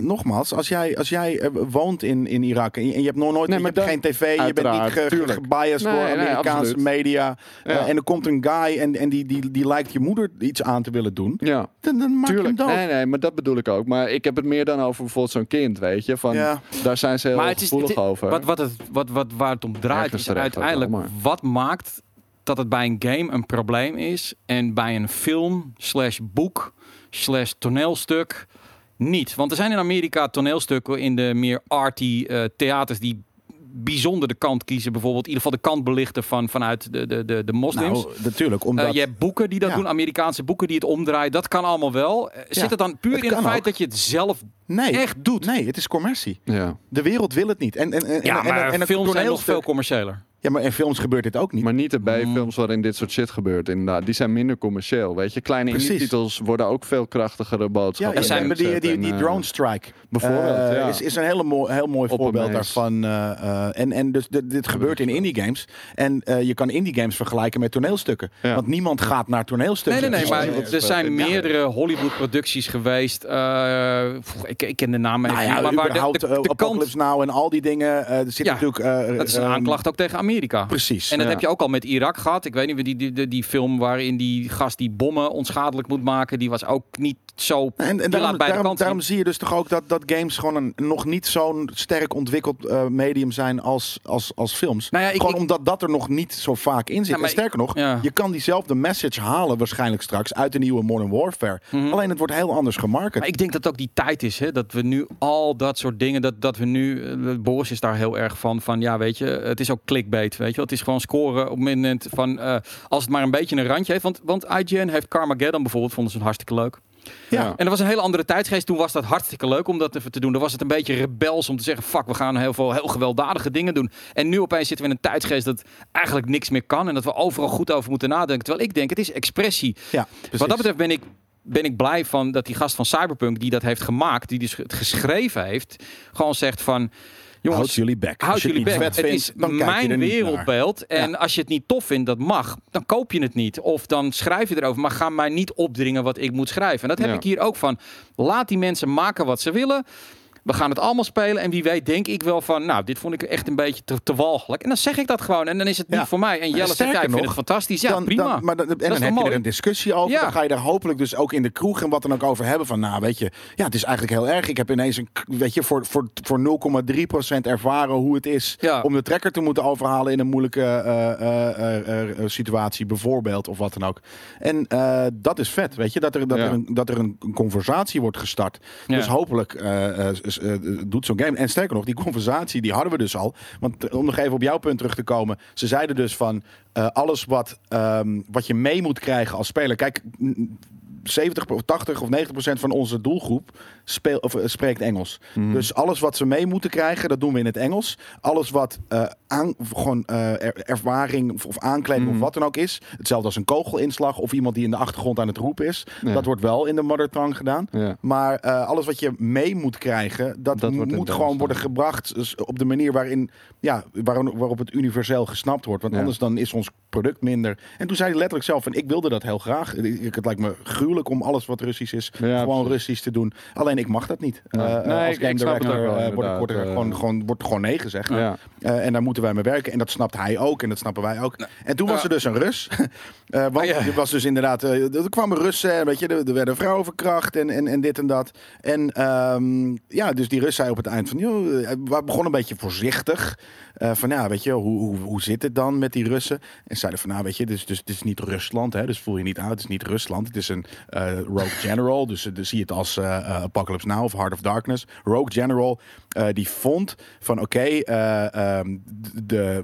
als, als jij, als jij uh, woont in, in Irak en je, en je hebt nog nooit, nee, je hebt dan, geen tv, je bent niet ge, ge, gebiased nee, door Amerikaanse nee, media. Ja. Uh, en er komt een guy en, en die, die, die lijkt je moeder iets aan te willen doen. Ja. Dan, dan maak tuurlijk. je hem dood. Nee, nee, maar dat bedoel ik ook. Maar ik heb het meer dan over bijvoorbeeld zo'n kind, weet je. Van, ja. Daar zijn ze heel maar het is, gevoelig het is, over. Wat, wat, het, wat, wat, waar het om draait is uiteindelijk wat maakt dat het bij een game een probleem is en bij een film slash boek slash toneelstuk niet. Want er zijn in Amerika toneelstukken in de meer arty uh, theaters die bijzonder de kant kiezen. Bijvoorbeeld in ieder geval de kant belichten van, vanuit de, de, de, de moslims. Nou, natuurlijk. Omdat... Uh, je hebt boeken die dat ja. doen, Amerikaanse boeken die het omdraaien. Dat kan allemaal wel. Zit ja. het dan puur het in het feit ook. dat je het zelf nee. echt doet? Nee, het is commercie. Ja. De wereld wil het niet. En, en, en, ja, en, maar en, en films zijn nog veel commerciëler. Ja, maar in films gebeurt dit ook niet. Maar niet de B-films waarin dit soort shit gebeurt, inderdaad. Die zijn minder commercieel, weet je. Kleine indie-titels worden ook veel krachtigere boodschappen. Ja, er zijn die, die, die Drone Strike bijvoorbeeld uh, ja. is, is een hele mooi, heel mooi Op voorbeeld daarvan. Uh, uh, en, en dus de, dit gebeurt in indie games. En uh, je kan indie games vergelijken met toneelstukken. Ja. Want niemand gaat naar toneelstukken. Nee, nee, nee. Maar er zijn meerdere Hollywood-producties geweest. Uh, ik, ik ken de naam even nou ja, niet. Maar waar de, de, de, de Apocalypse kant... Now en al die dingen. Uh, er zit ja, natuurlijk. Uh, dat is een aanklacht ook tegen Amerika. Precies. En dat ja. heb je ook al met Irak gehad. Ik weet niet, die, die, die, die film waarin die gast die bommen onschadelijk moet maken, die was ook niet zo... En, en daarom, daarom, daarom zie je dus toch ook dat, dat games gewoon een nog niet zo'n sterk ontwikkeld uh, medium zijn als, als, als films. Nou ja, ik, gewoon ik, omdat dat er nog niet zo vaak in zit. Ja, en sterker nog, ja. je kan diezelfde message halen waarschijnlijk straks uit de nieuwe Modern Warfare. Mm-hmm. Alleen het wordt heel anders gemarket. Maar ik denk dat het ook die tijd is, hè, dat we nu al dat soort dingen, dat, dat we nu... Uh, Boris is daar heel erg van, van ja, weet je, het is ook clickbait, weet je wel. Het is gewoon scoren op het moment van, uh, als het maar een beetje een randje heeft. Want, want I G N heeft Carmageddon bijvoorbeeld, vonden ze het hartstikke leuk. Ja. En dat was een hele andere tijdsgeest. Toen was dat hartstikke leuk om dat even te doen. Dan was het een beetje rebels om te zeggen, fuck, we gaan heel veel heel gewelddadige dingen doen. En nu opeens zitten we in een tijdsgeest dat eigenlijk niks meer kan en dat we overal goed over moeten nadenken. Terwijl ik denk, het is expressie. Ja, wat dat betreft ben ik ben ik blij van dat die gast van Cyberpunk die dat heeft gemaakt, die dus het geschreven heeft, gewoon zegt van, jongens, houd jullie bek. Houd jullie bek. Het vindt, is mijn wereldbeeld. En ja. als je het niet tof vindt, dat mag. Dan koop je het niet. Of dan schrijf je erover. Maar ga mij niet opdringen wat ik moet schrijven. En dat heb ja. ik hier ook van. Laat die mensen maken wat ze willen. We gaan het allemaal spelen. En wie weet denk ik wel van, nou, dit vond ik echt een beetje te, te walgelijk. En dan zeg ik dat gewoon. En dan is het niet ja. voor mij. En Jelle zegt, ja, ik vind het fantastisch. Ja, dan, prima. Dan, maar dan, en dan heb mooi. je er een discussie over. Ja. Dan ga je daar hopelijk dus ook in de kroeg en wat dan ook over hebben. Van, nou, weet je, ja, het is eigenlijk heel erg. Ik heb ineens een, weet je, voor, voor, voor nul komma drie procent ervaren hoe het is ja. om de trekker te moeten overhalen in een moeilijke uh, uh, uh, uh, situatie, bijvoorbeeld, of wat dan ook. En uh, dat is vet, weet je, dat er, dat ja. er, een, dat er een, een conversatie wordt gestart. Ja. Dus hopelijk uh, uh, uh, doet zo'n game. En sterker nog, die conversatie, die hadden we dus al. Want om nog even op jouw punt terug te komen. Ze zeiden dus van, uh, alles wat, um, wat je mee moet krijgen als speler. Kijk, zeventig, tachtig of negentig procent van onze doelgroep speel, of, uh, spreekt Engels. Mm. Dus alles wat ze mee moeten krijgen, dat doen we in het Engels. Alles wat uh, aan, gewoon uh, er, ervaring of, of aankleding mm. of wat dan ook is. Hetzelfde als een kogelinslag of iemand die in de achtergrond aan het roepen is. Ja. Dat wordt wel in de mother tongue gedaan. Ja. Maar uh, alles wat je mee moet krijgen, dat, dat moet gewoon worden gebracht dus op de manier waarin, ja, waar, waarop het universeel gesnapt wordt. Want ja. anders dan is ons product minder. En toen zei hij letterlijk zelf, en ik wilde dat heel graag. Ik, het lijkt me gruwelijk om alles wat Russisch is, ja, gewoon precies. Russisch te doen. Alleen ik mag dat niet. Uh, nee, als game director uh, wordt, wordt er gewoon, gewoon, wordt gewoon nee gezegd. Ja. Uh, en daar moeten wij mee werken. En dat snapt hij ook. En dat snappen wij ook. Nou, en toen was er dus een Rus. uh, want ja. er was dus inderdaad, uh, er kwamen Russen, weet je, er, er werden vrouwen verkracht en, en, en dit en dat. En um, ja, dus die Rus zei op het eind van, joh, we begonnen een beetje voorzichtig. Uh, van ja, weet je, hoe, hoe, hoe zit het dan met die Russen? En zeiden van, nou, weet je, dus, dus, het is niet Rusland, hè, dus voel je niet uit, het is niet Rusland. Het is een uh, Rogue General, dus, dus zie je het als uh, uh, Apocalypse Now of Heart of Darkness. Rogue General, uh, die vond van, oké, okay, uh, um, de,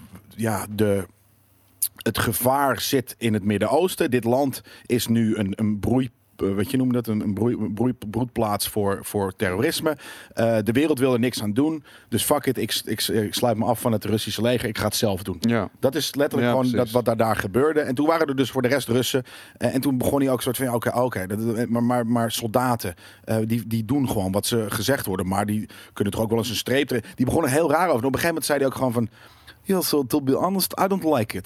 ja, de... het gevaar zit in het Midden-Oosten. Dit land is nu een, een broei wat je noemde dat, een, een, broei, een broei, broedplaats voor, voor terrorisme. Uh, de wereld wil er niks aan doen. Dus fuck it, ik, ik, ik sluit me af van het Russische leger. Ik ga het zelf doen. Ja. Dat is letterlijk ja, gewoon dat, wat daar, daar gebeurde. En toen waren er dus voor de rest Russen. Uh, en toen begon hij ook soort van, oké, okay, oké, okay, maar, maar, maar soldaten, uh, die, die doen gewoon wat ze gezegd worden. Maar die kunnen er ook wel eens een streep trekken. Die begonnen heel raar over. En op een gegeven moment zei hij ook gewoon van, yeah, so to be honest, I don't like it.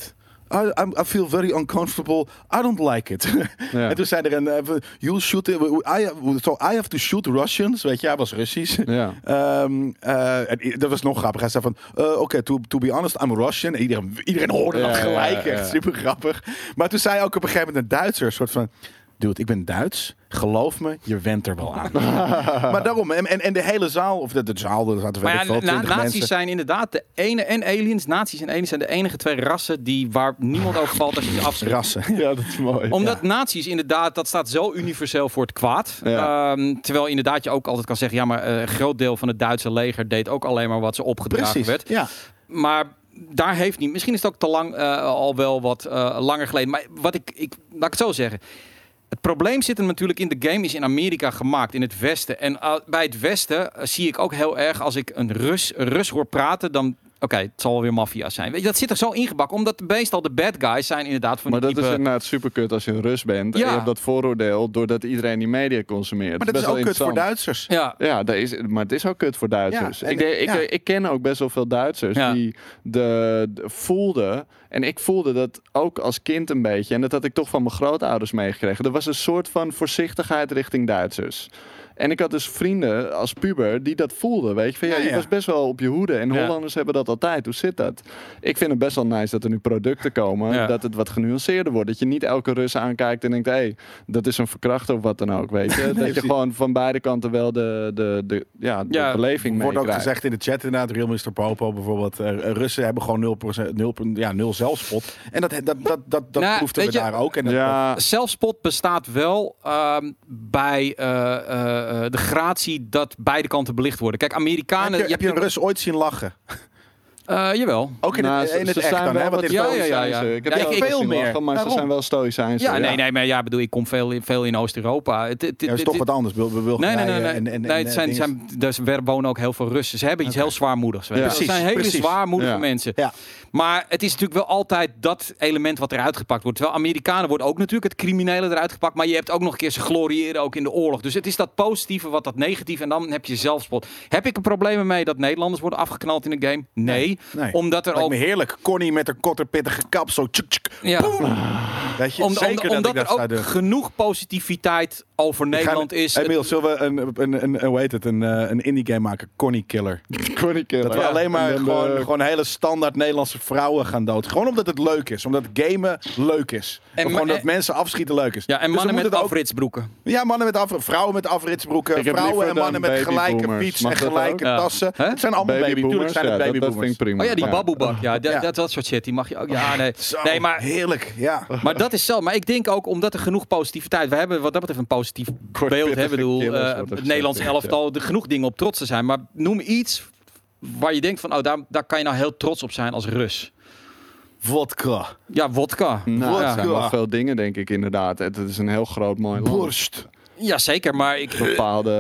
I, I'm, I feel very uncomfortable. I don't like it. Ja. En toen zei er een, uh, you'll shoot, I, so I have to shoot Russians. Weet je, hij was Russisch. Ja. um, uh, en dat was nog grappig. Hij zei van, uh, oké, okay, to, to be honest, I'm Russian. En iedereen, iedereen hoorde ja, dat gelijk. Ja, ja, ja. Echt super grappig. Maar toen zei ook op een gegeven moment een Duitser, een soort van, dude, ik ben Duits. Geloof me, je went er wel aan. Maar daarom, en, en, en de hele zaal, of de, de zaal, er zaten maar ja, na, nazi's zijn inderdaad de ene, en aliens, nazi's en aliens zijn de enige twee rassen die waar niemand over valt als je ze afschrikt. Rassen. Ja, dat is mooi. Omdat ja. nazi's inderdaad, dat staat zo universeel voor het kwaad. Ja. Um, terwijl inderdaad je ook altijd kan zeggen, ja, maar uh, een groot deel van het Duitse leger deed ook alleen maar wat ze opgedragen Precies, werd. Ja. Maar daar heeft niet, misschien is het ook te lang, uh, al wel wat uh, langer geleden. Maar wat ik, ik, laat ik het zo zeggen. Het probleem zit er natuurlijk in, de game is in Amerika gemaakt, in het Westen. En uh, bij het Westen uh, zie ik ook heel erg, als ik een Rus, een Rus hoor praten, dan... Oké, okay, het zal wel weer maffia zijn. Weet je, dat zit er zo ingebakken, omdat meestal de bad guys zijn inderdaad van maar die dat type... is inderdaad super kut als je een Rus bent. Ja. En je hebt dat vooroordeel doordat iedereen die media consumeert. Maar dat is, is ook kut voor Duitsers. Ja, ja dat is, maar het is ook kut voor Duitsers. Ja, en, ik, de, ja. ik, ik ken ook best wel veel Duitsers ja. die de, de voelden... En ik voelde dat ook als kind een beetje. En dat had ik toch van mijn grootouders meegekregen. Er was een soort van voorzichtigheid richting Duitsers. En ik had dus vrienden als puber die dat voelden, weet je. Van, ja, ja, ja. Je was best wel op je hoede. En ja. Hollanders hebben dat altijd. Hoe zit dat? Ik vind het best wel nice dat er nu producten komen. Ja. Dat het wat genuanceerder wordt. Dat je niet elke Rus aankijkt en denkt... hé, hey, dat is een verkrachter of wat dan ook, weet je. Nee, dat je gewoon van beide kanten wel de, de, de, ja, de ja, beleving mee wordt ook krijgt. gezegd in de chat inderdaad. Real mister Popo bijvoorbeeld. Uh, Russen hebben gewoon nul procent, nul, ja, nul zelfspot. En dat, dat, dat, dat, dat nou, proefden we je, daar ook. En dat, ja. dat... Zelfspot bestaat wel um, bij... Uh, uh, Uh, de gratie dat beide kanten belicht worden. Kijk, Amerikanen... Heb je, heb je een Rus ooit zien lachen? Uh, jawel. Ook in het, in het echt dan, hè? Want ja, ja, ja, ja. Ik heb ja, ik, veel meer. Lachen, maar Daarom. Ze zijn wel stoïcijns. Ja, nee, nee, maar ja, bedoel, ik kom veel, veel in Oost-Europa. Het, het, ja, het is toch wat anders. We, we, we nee, nee, nee, nee. En, en, nee het zijn, zijn, dus er wonen ook heel veel Russen. Ze hebben iets okay. heel zwaarmoedigs. Ja. Precies, het zijn hele precies. zwaarmoedige ja. mensen. Ja. Maar het is natuurlijk wel altijd dat element wat eruit gepakt wordt. Terwijl Amerikanen wordt ook natuurlijk het criminele eruit gepakt. Maar je hebt ook nog een keer, ze gloriëren ook in de oorlog. Dus het is dat positieve wat dat negatieve. En dan heb je zelfspot. Heb ik er problemen mee dat Nederlanders worden afgeknald in de game? Nee. nee. nee. Omdat er Lijkt me heerlijk. Connie met een kotterpittige kap. Zo tjuk, tjuk, ja. Weet je, om, zeker om, dat omdat er ook doen. genoeg positiviteit over ik Nederland ga, is. Emiel, zullen we een, een, een, hoe heet het, een, een indie game maken? Connie Killer. Connie Killer. Dat we ja. alleen maar gewoon, uh, gewoon hele standaard Nederlandse vrouwen gaan dood. Gewoon omdat het leuk is. Omdat gamen leuk is. En gewoon dat mensen afschieten leuk is. Ja, en mannen dus met afritsbroeken. Ook, ja, mannen met af, vrouwen met afritsbroeken. Vrouwen en mannen met gelijke fiets en gelijke ja. tassen. Huh? Het zijn allemaal baby boomers. Ja, babyboomers. Oh ja, die baboebak. Ja, dat, ja. dat, dat soort shit. Die mag je ook. Ja, nee. Zo, nee, maar heerlijk. Ja. Maar dat is zo. Maar ik denk ook omdat er genoeg positiviteit. We hebben wat dat betreft een positief beeld. Hè, bedoel, uh, het Nederlands elftal. Ja. Er genoeg dingen op trots te zijn. Maar noem iets waar je denkt van, oh, daar, daar kan je nou heel trots op zijn als Rus. Vodka. Ja, vodka. Nou, vodka. Er zijn wel veel dingen, denk ik, inderdaad. Het is een heel groot mooi land. Borst. Ja, zeker. Maar ik... Bepaalde...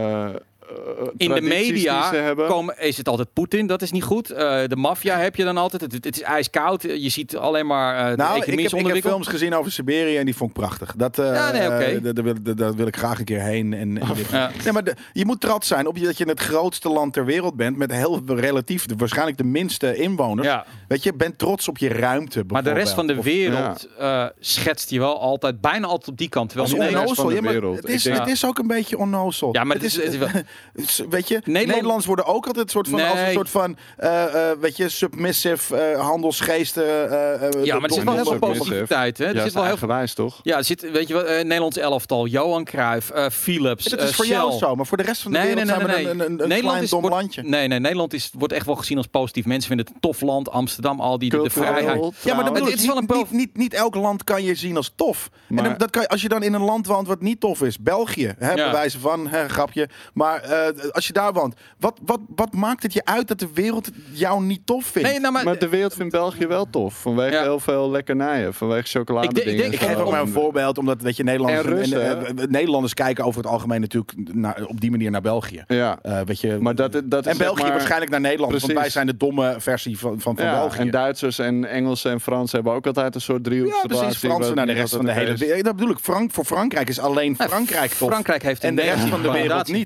Uh, in de media komen, is het altijd Poetin, dat is niet goed. Uh, de maffia heb je dan altijd. Het, het is ijskoud. Je ziet alleen maar uh, nou, de economie ik heb, ik heb films gezien over Siberië en die vond ik prachtig. Dat, uh, ja, nee, okay. uh, daar, wil, daar wil ik graag een keer heen. En, en ja. nee, maar de, je moet trots zijn op je, dat je het grootste land ter wereld bent met heel relatief, de, waarschijnlijk de minste inwoners. Ja. Weet je, bent trots op je ruimte. Maar de rest van de wereld of, ja. uh, schetst je wel altijd, bijna altijd op die kant. Terwijl het, onnozel, ja, het, is, het is ook een beetje onnozel. Ja, maar het is, het is, het is weet je, Nederland... Nederlands worden ook altijd soort van, nee. als een soort van, uh, uh, weet je, submissive uh, handelsgeesten. Uh, ja, maar er zit wel heel veel positiviteit, hè? Er ja, zit wel heel gewijs, toch? Ja, er zit, weet je wat, uh, Nederlands elftal, Johan Cruijff, uh, Philips, ja, dat is uh, voor Shell. jou zo, maar voor de rest van de nee, wereld nee, nee, zijn nee, we nee. een, een, een Nederland klein is, dom wordt, landje. Nee, nee, Nederland is, wordt echt wel gezien als positief. Mensen vinden het een tof land, Amsterdam, al die, de vrijheid. Ja, maar dat het is wel een niet, niet, niet elk land kan je zien als tof. Maar, en dan, dat kan je, als je dan in een land woont wat niet tof is, België, hè, ja. bij wijze van, hè, grapje. Maar uh, als je daar woont, wat, wat, wat maakt het je uit dat de wereld jou niet tof vindt? Nee, nou, maar, maar de wereld vindt België wel tof. Vanwege ja. heel veel lekkernijen. Vanwege chocolade dingen. Ik, ik, ik geef ook maar een voorbeeld. Omdat weet je, Nederlanders, en en, uh, Nederlanders kijken over het algemeen natuurlijk naar, op die manier naar België. Ja. Uh, weet je, maar dat, dat is en België maar, waarschijnlijk naar Nederland. Precies. Want wij zijn de domme versie van, van, van ja, België. En Duitsers en Engelsen en Fransen hebben ook altijd een soort driehoekse Ja, precies. Fransen naar de rest van de hele wereld. Dat bedoel ik. Frank, voor Frankrijk is alleen Frankrijk tof. Frankrijk heeft en de rest van de wereld niet. Nee, daar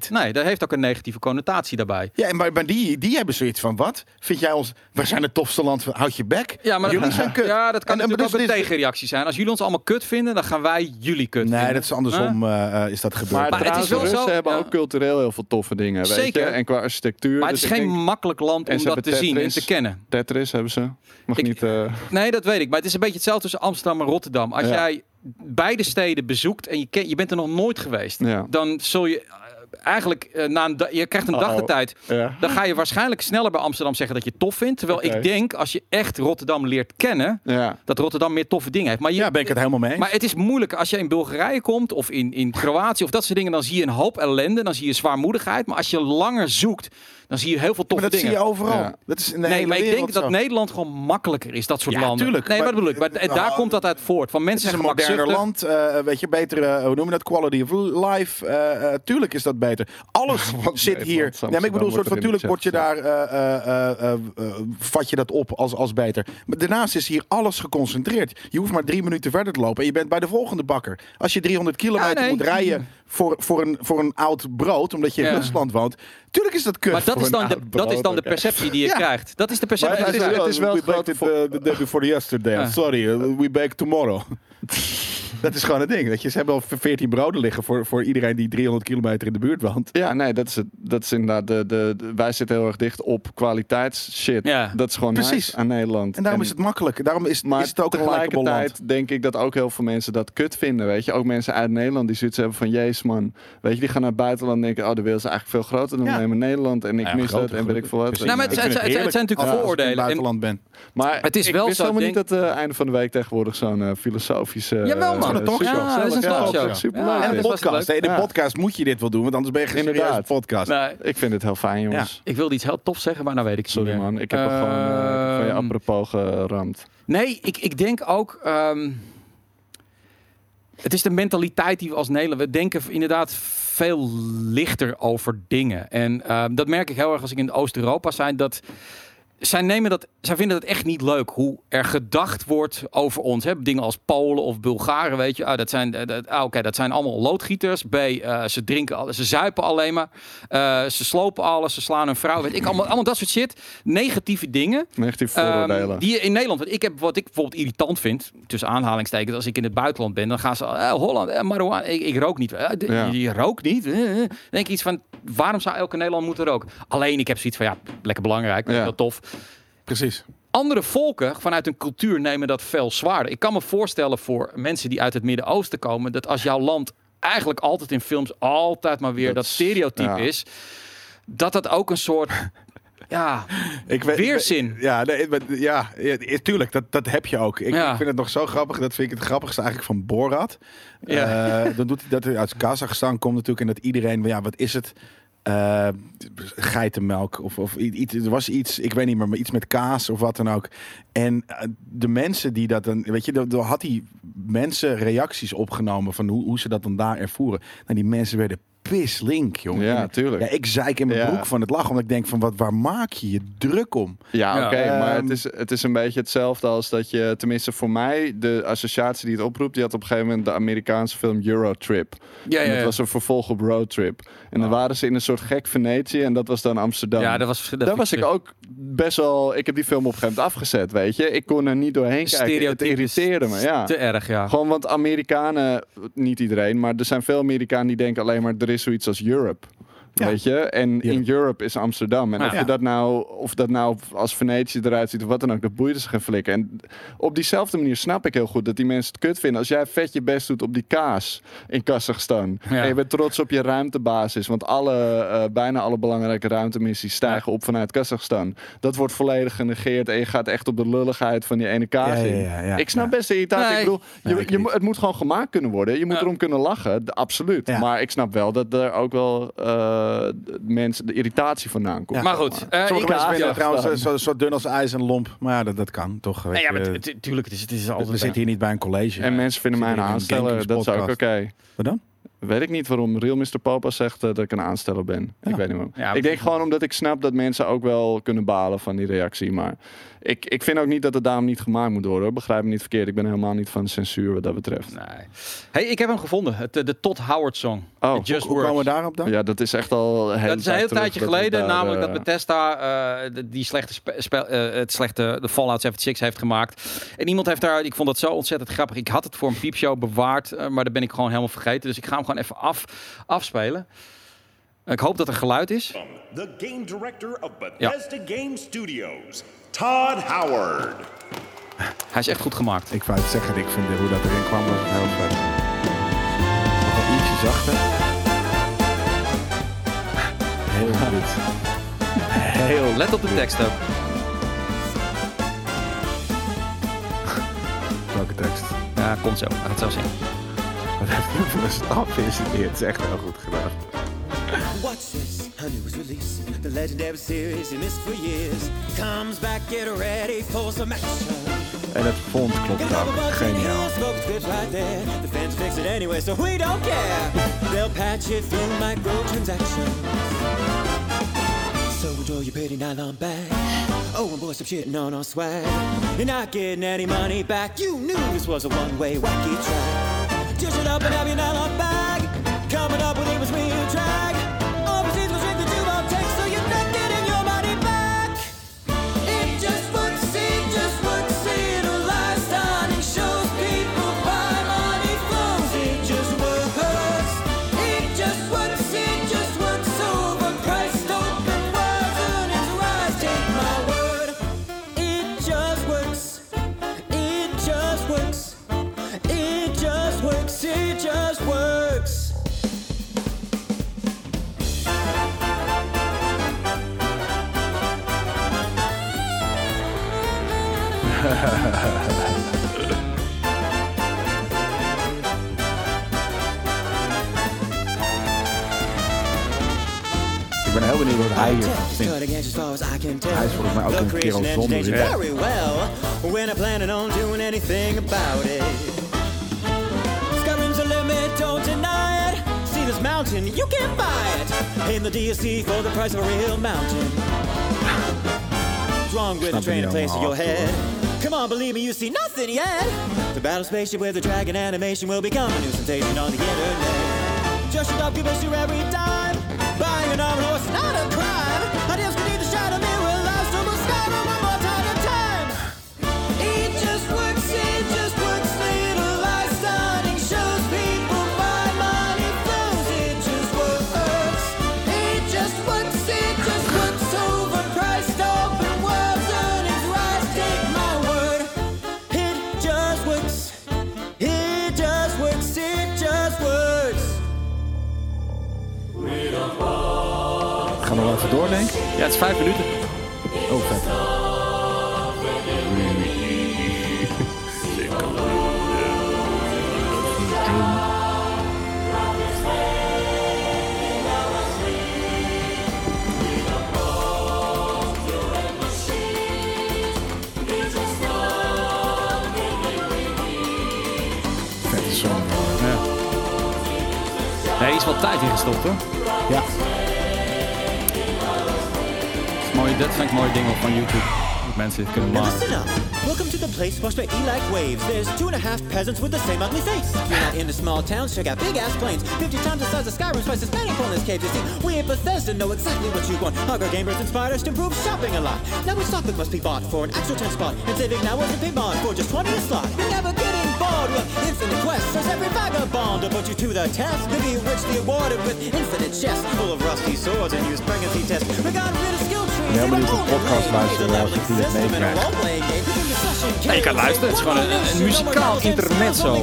heeft ook een negatieve connotatie daarbij. Ja, maar, maar die, die hebben zoiets van, wat? Vind jij ons, we zijn het tofste land, van, houd je bek? Ja, maar jullie zijn kut. Ja, dat kan En- en natuurlijk ook dus een dit- tegenreactie zijn. Als jullie ons allemaal kut vinden, dan gaan wij jullie kut Nee, vinden. dat is andersom, uh, uh, is dat gebeurd. Maar, Maar het trouwens, is wel de Russen zo, hebben ja. ook cultureel heel veel toffe dingen. Weet Zeker. je? En qua architectuur. Maar het is dus ik geen denk, makkelijk land en om ze dat te hebben zien en Tetris. te kennen. Tetris hebben ze. Mag Ik- niet... Uh, Nee, dat weet ik. Maar het is een beetje hetzelfde tussen Amsterdam en Rotterdam. Als Ja. jij beide steden bezoekt en je, ken, je bent er nog nooit geweest, Ja. dan zul je uh, eigenlijk uh, na een da- je krijgt een dag de Uh-oh. tijd. ja. Dan ga je waarschijnlijk sneller bij Amsterdam zeggen dat je het tof vindt. Terwijl Oké. ik denk, als je echt Rotterdam leert kennen, ja. dat Rotterdam meer toffe dingen heeft. Maar je, Ja, ben ik het helemaal mee eens. Maar het is moeilijk als je in Bulgarije komt of in, in Kroatië of dat soort dingen. Dan zie je een hoop ellende, dan zie je zwaarmoedigheid. Maar als je langer zoekt, dan zie je heel veel toffe maar dat dingen. zie je overal. Ja. Dat is in de Nee, hele maar ik wereld denk dat zo. Nederland gewoon makkelijker is, dat soort Ja, landen. tuurlijk, Nee, maar- wat bedoel ik? Maar d- daar Ah, komt dat uit voort. Van Het mensen is een zijn moderner gemakzuchtig. land, uh, weet je, betere, uh, hoe noem je dat, quality of life. Uh, uh, tuurlijk is dat beter. Alles Want zit hier. Nederland, Ja, maar ik bedoel, soort van, Amsterdam tuurlijk word je daar, uh, uh, uh, uh, uh, vat je dat op als, als beter. Maar daarnaast is hier alles geconcentreerd. Je hoeft maar drie minuten verder te lopen en je bent bij de volgende bakker. Als je driehonderd kilometer Ja, nee. moet rijden voor, voor, een, voor een oud brood, omdat je in Ja. Rusland woont, tuurlijk is dat kut. Maar dat voor is, een dan de, oud dat is brood dan de ook, hè. perceptie die je Ja. krijgt. Dat is de perceptie. Maar die het je is- krijgt. het is wel we groot baked it voor- uh, the day before yesterday. Ja. Sorry, uh, we bake tomorrow. Dat is gewoon het ding. Dat je, ze hebben al veertien broden liggen voor, voor iedereen die driehonderd kilometer in de buurt woont. Ja, nee, dat is, het, dat is inderdaad... De, de, de- wij zitten heel erg dicht op kwaliteitsshit. Ja. Dat is gewoon Precies. nice aan Nederland. En daarom is het makkelijk. Daarom is, Maar is het ook een likable land. tegelijkertijd denk ik dat ook heel veel mensen dat kut vinden, weet je. Ook mensen uit Nederland die zoiets hebben van, jezus man, weet je, die gaan naar het buitenland en denken, oh, de wereld is eigenlijk veel groter dan Ja. alleen maar Nederland en ik Ja, mis groter, dat en weet ik veel wat. precies. Nou, maar het, Ik het, vind het, het, heerlijk zijn natuurlijk als ik in het vooroordelen. En- buitenland ben. Maar Het is ik wel wist zo, helemaal denk- niet dat het einde van de week tegenwoordig zo'n eh, filosofische... Jawel, man. eh, Het is een talkshow. super Ja, het is een gezellig. talkshow. Ja, super Ja, leuk. En dat een is best podcast. leuk. In de Ja. podcast moet je dit wel doen, want anders ben je geen serieuze Inderdaad. podcast. Nee, Ik vind het heel fijn, jongens. ik wilde iets heel tof zeggen, maar nou weet ik het Sorry niet meer. man, ik heb er gewoon eh, van je Ehm, apropos geramd. Nee, ik, ik denk ook... ehm, het is de mentaliteit die we als Nederland... We denken inderdaad veel lichter over dingen. En ehm, dat merk ik heel erg als ik in Oost-Europa zijn. Dat zij nemen dat... Zij vinden het echt niet leuk hoe er gedacht wordt over ons. Hè? Dingen als Polen of Bulgaren, weet je. Ah, dat zijn, eh, dat, ah, oké, dat zijn allemaal loodgieters. B, eh, ze drinken alles, ze zuipen alleen maar. Eh, ze slopen alles, ze slaan hun vrouw. Weet ik, allemaal, allemaal dat soort shit. Negatieve dingen. Negatieve Ehm, vooroordelen. die je in Nederland, want ik heb wat ik bijvoorbeeld irritant vind, tussen aanhalingstekens, als ik in het buitenland ben, dan gaan ze, eh, Holland, eh, marijuana, ik, ik rook niet. Eh, d- Ja. je, je rookt niet? Eh, eh. Dan denk ik iets van, waarom zou elke Nederland moeten roken? Alleen, ik heb zoiets van, ja, lekker belangrijk, Ja. heel tof. Precies. Andere volken vanuit hun cultuur nemen dat veel zwaarder. Ik kan me voorstellen voor mensen die uit het Midden-Oosten komen, dat als jouw land eigenlijk altijd in films altijd maar weer dat, Dat is- stereotype ja. is, dat dat ook een soort, ja, Ik weet, weerzin. ik weet- ja, nee, maar- ja, ja, tuurlijk, dat, dat heb je ook. Ik, Ja. ik vind het nog zo grappig. Dat vind ik het grappigste eigenlijk van Borat. Ja. Eh, dan doet hij dat hij uit Kazachstan komt natuurlijk. En dat iedereen, ja, wat is het? Eh, geitenmelk of, of iets. Er was iets, ik weet niet meer, maar iets met kaas of wat dan ook. En eh, de mensen die dat dan, weet je, dan dan had hij mensen reacties opgenomen van hoe, hoe ze dat dan daar ervoeren. Nou, die mensen werden pislink, jongen. Ja, En, tuurlijk. ja, ik zeik in mijn Ja. broek van het lachen, omdat ik denk van, wat, waar maak je je druk om? Ja, Ja. oké, maar Ehm, het is, het is een beetje hetzelfde als dat je, tenminste voor mij, de associatie die het oproept, die had op een gegeven moment de Amerikaanse film Eurotrip. Ja, En ja, dat ja. was een vervolg op Roadtrip. En dan waren ze in een soort gek Venetië en dat was dan Amsterdam. Ja, dat was dat Daar was ik ook best wel... Ik heb die film op een gegeven moment afgezet, weet je. Ik kon er niet doorheen kijken. Het Stereotypisch irriteerde me, ja. te erg, ja. Gewoon, want Amerikanen, niet iedereen, maar er zijn veel Amerikanen die denken alleen maar er is zoiets als Europe. Ja. Weet je? En Ja. in Europe is Amsterdam. En Ja. of, je dat nou, of dat nou als Venetië eruit ziet of wat dan ook, dat boeit ze geen flikken. En op diezelfde manier snap ik heel goed dat die mensen het kut vinden. Als jij vet je best doet op die kaas in Kazachstan. Ja. En je bent trots op je ruimtebasis. Want alle, eh, bijna alle belangrijke ruimtemissies stijgen op vanuit Kazachstan. Dat wordt volledig genegeerd. En je gaat echt op de lulligheid van die ene kaas Ja, ja, in. ja, ja. ik snap Ja. best de irritatie. Nee. Ik bedoel, je, Nee, ik je, niet. mo- het moet gewoon gemaakt kunnen worden. Je moet Ja. erom kunnen lachen. de- absoluut. Ja. Maar ik snap wel dat er ook wel eh, mensen de irritatie vandaan komt. Ja. Maar goed, eh, Sommige ik, mensen ja, vinden het trouwens ja. eh, zo, zo dun als ijs en lomp. Maar ja, dat, dat kan toch. weet nee, ja, je. maar t- t- tuurlijk, het is, het is we altijd... zitten hier niet bij een college. En mensen vinden mij een Zitten hier in aansteller. een Dat is ook oké. Wat dan? weet ik niet waarom Real mister Popa zegt uh, dat ik een aansteller ben. Ja. Ik weet niet waarom. Ja, ik denk gewoon omdat ik snap dat mensen ook wel kunnen balen van die reactie. Maar ik, ik vind ook niet dat het daarom niet gemaakt moet worden. Hoor. Begrijp me niet verkeerd. Ik ben helemaal niet van de censuur wat dat betreft. Nee. Hey, ik heb hem gevonden. Het, de Todd Howard song. Oh, Just hoe, hoe komen we daarop dan? Ja, dat is echt al een Dat is een heel tijdje geleden. daar, namelijk uh, dat Bethesda uh, die slechte spel, uh, het slechte de Fallout zevenenzeventig heeft gemaakt. En iemand heeft daar, ik vond dat zo ontzettend grappig. Ik had het voor een piepshow bewaard, uh, maar daar ben ik gewoon helemaal vergeten. Dus ik ga hem gewoon even af, afspelen. Ik hoop dat er geluid is. The game director of Bethesda ja. Game Studios, Todd Howard. Hij is echt goed gemaakt. Ik wou het zeggen, ik vind hoe dat erin kwam was het heel vet. Nog wel ietsje zachter. Heel goed. Heel. Let op de tekst ook. Welke tekst? Ja, komt zo. Hij gaat zo zingen. Wat heeft hij voor een stap is het hier? Het is echt heel goed gedaan. Watch this, a news release. The legendary series you missed for years comes back, get ready for some action. En het font klopt ook. Geniaal. The fans fix it anyway, so we don't care. They'll patch it through microtransactions. So enjoy your pretty nylon bag. Oh, and boy, stop shitting on our swag. You're not getting any money back. You knew this was a one-way wacky track. Dish it up and have your nylon bag. Coming up with it was real drag. Overseas was drink the two all take, so you're not getting your money back. It just works, it just works. It lies down and shows people buy money flows. It just works. It just works, it just works. Overpriced open words earnings rise. Take my word. It just works. It just works. It just works. It just works. Ik ben heel benieuwd wat hij hier vindt. Hij is volgens mij ook een kerel zonder zin. Very well, we're not planning on doing anything about it. Skyrim's a limit, don't deny it. See this mountain, you can buy it. In the D L C for the price of a real mountain. What's wrong with the train and place in your head? Come on, believe me, you see nothing yet. The battle spaceship with the dragon animation will become a new sensation on the internet. Just shut up, give us your every dime. Buying an armored horse, not a crime. Ideas can either shadow me with life, so we'll start one more time at a time. It just works, it just works. Little lies stunning shows people buy money flows. It just works. It just works, it just works. Overpriced open worlds, earnings rise. Take my word. It just works. It just works, it just works. Gaan we nog even door, denk ik? Ja, het is vijf minuten. Oh, vet. Vette song. Ja. Nee, is wel tijd ingestopt, hoor. Ja. Mooi, dat vind ik mooie dingen van YouTube. Dat mensen dit kunnen Now maken. listen up. Welcome to the place where straight E like waves. There's two and a half peasants with the same ugly face. You're not into small towns, check out big ass planes. Fifty times the size of Skyrim, twice as many bonus caves. You see, we at Bethesda know exactly what you want. Hunger gamers inspired us to improve shopping a lot. Now we stock that must be bought for an extra ten spot. And saving now is a pay bond for just twenty a slot. You're never getting bored with infinite quests. There's every vagabond to put you to the test. Maybe you richly awarded with infinite chests full of rusty swords and use pregnancy tests. We got rid of skill trees. Ja, maar dit is een podcast luisteren als je het meekrijgt. Ja, je kan luisteren, het is gewoon een, een muzikaal intermezzo.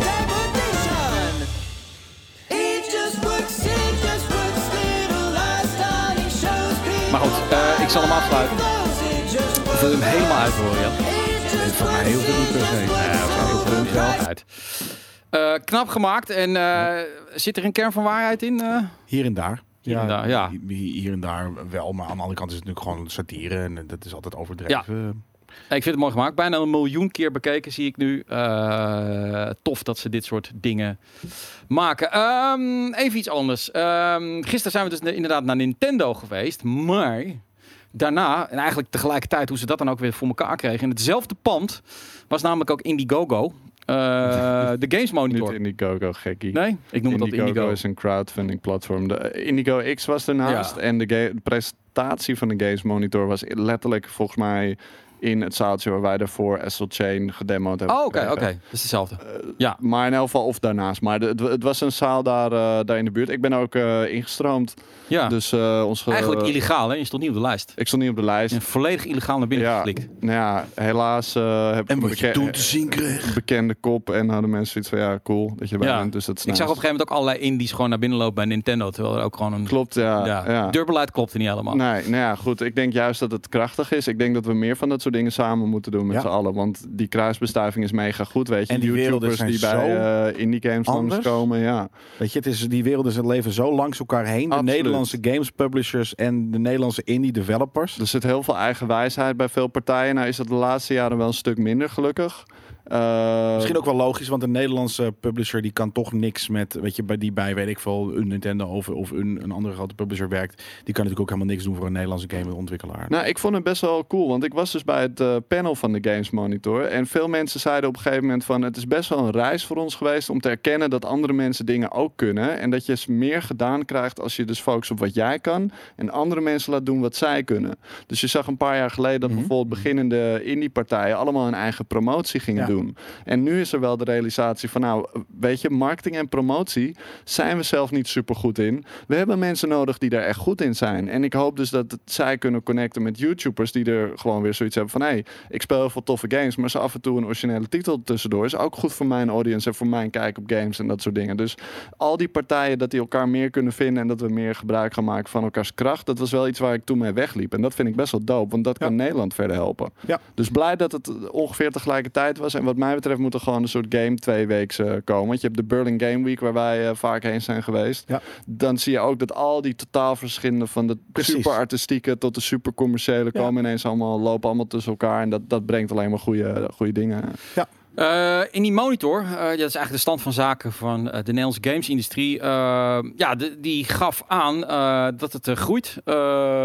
Maar goed, uh, ik zal hem afsluiten. Of wil je hem helemaal uit horen, Jan? Nee, van mij heel veel niet per se. Ja, voor hem zelf. uit. Uh, knap gemaakt en uh, zit er een kern van waarheid in? Uh? Hier en daar. Hier ja, en daar, ja. Hier, hier en daar wel, maar aan de andere kant is het natuurlijk gewoon satire en dat is altijd overdreven. Ja. vind het mooi gemaakt. Bijna een miljoen keer bekeken, zie ik nu. Uh, tof dat ze dit soort dingen maken. Um, even iets anders. Um, gisteren zijn we dus inderdaad naar Nintendo geweest. Maar daarna, en eigenlijk tegelijkertijd hoe ze dat dan ook weer voor elkaar kregen. In hetzelfde pand was namelijk ook Indiegogo. Uh, de Games Monitor. Niet Indiegogo, gekkie. Nee, ik noem het altijd Indigo. Indiegogo is een crowdfunding platform. De Indigo X was ernaast. Ja. En de, de presentatie van de Games Monitor was letterlijk volgens mij in het zaaltje waar wij daarvoor Astral Chain gedemoed hebben. Oh, oké, okay, oké. Okay. Dat is hetzelfde. Uh, ja. Maar in elk geval of daarnaast. Maar de, het, het was een zaal daar, uh, daar in de buurt. Ik ben ook uh, ingestroomd. Ja. Dus, uh, ons, uh, eigenlijk illegaal, hè? Je stond niet op de lijst. Ik stond niet op de lijst. En volledig illegaal naar binnen ja, geklikt. Nou ja, helaas uh, heb en ik wat je toen te zien kreeg. Bekende kop. En hadden mensen zoiets van, ja, cool dat je erbij ja. bent. Dus dat is ik nice. Zag op een gegeven moment ook allerlei indies gewoon naar binnen lopen bij Nintendo. Terwijl er ook gewoon een... Klopt, ja. ja, ja. Duurbeleid klopte niet helemaal. Nee, nou ja, goed. Ik denk juist dat het krachtig is. Ik denk dat we meer van dat soort dingen samen moeten doen met ja. z'n allen. Want die kruisbestuiving is mega goed, weet je. En die YouTubers die bij uh, indie games langskomen, ja. Weet je, het is, die werelden zijn leven zo langs elkaar heen. Absoluut. De Nederlandse games publishers en de Nederlandse indie developers. Er zit heel veel eigen wijsheid bij veel partijen. Nou is dat de laatste jaren wel een stuk minder, gelukkig. Uh, Misschien ook wel logisch, want een Nederlandse publisher die kan toch niks met, weet je, bij die bij, weet ik veel, een Nintendo of, of een, een andere grote publisher werkt. Die kan natuurlijk ook helemaal niks doen voor een Nederlandse gameontwikkelaar. Nou, ik vond het best wel cool, want ik was dus bij het uh, panel van de Games Monitor en veel mensen zeiden op een gegeven moment van, het is best wel een reis voor ons geweest om te erkennen dat andere mensen dingen ook kunnen en dat je meer gedaan krijgt als je dus focust op wat jij kan en andere mensen laat doen wat zij kunnen. Dus je zag een paar jaar geleden dat mm-hmm. bijvoorbeeld beginnende indie partijen allemaal hun eigen promotie gingen ja. doen. En nu is er wel de realisatie van, nou, weet je, marketing en promotie zijn we zelf niet super goed in. We hebben mensen nodig die daar echt goed in zijn. En ik hoop dus dat het, zij kunnen connecten met YouTubers die er gewoon weer zoiets hebben van, hé, hey, ik speel heel veel toffe games, maar zo af en toe een originele titel tussendoor is ook goed voor mijn audience en voor mijn kijk op games en dat soort dingen. Dus al die partijen, dat die elkaar meer kunnen vinden en dat we meer gebruik gaan maken van elkaars kracht, dat was wel iets waar ik toen mee wegliep. En dat vind ik best wel dope, want dat kan ja. Nederland verder helpen. Ja. Dus blij dat het ongeveer tegelijkertijd was. En wat mij betreft moet er gewoon een soort game twee weeks uh, komen. Want je hebt de Berlin Game Week waar wij uh, vaak heen zijn geweest. Ja. Dan zie je ook dat al die totaal verschillende van de Precies. super artistieke tot de super commerciële ja. komen ineens allemaal, lopen allemaal tussen elkaar. En dat, dat brengt alleen maar goede, goede dingen. Ja. Uh, in die monitor, uh, dat is eigenlijk de stand van zaken van uh, de Nederlandse gamesindustrie. Uh, ja, de, die gaf aan uh, dat het uh, groeit. Uh, uh,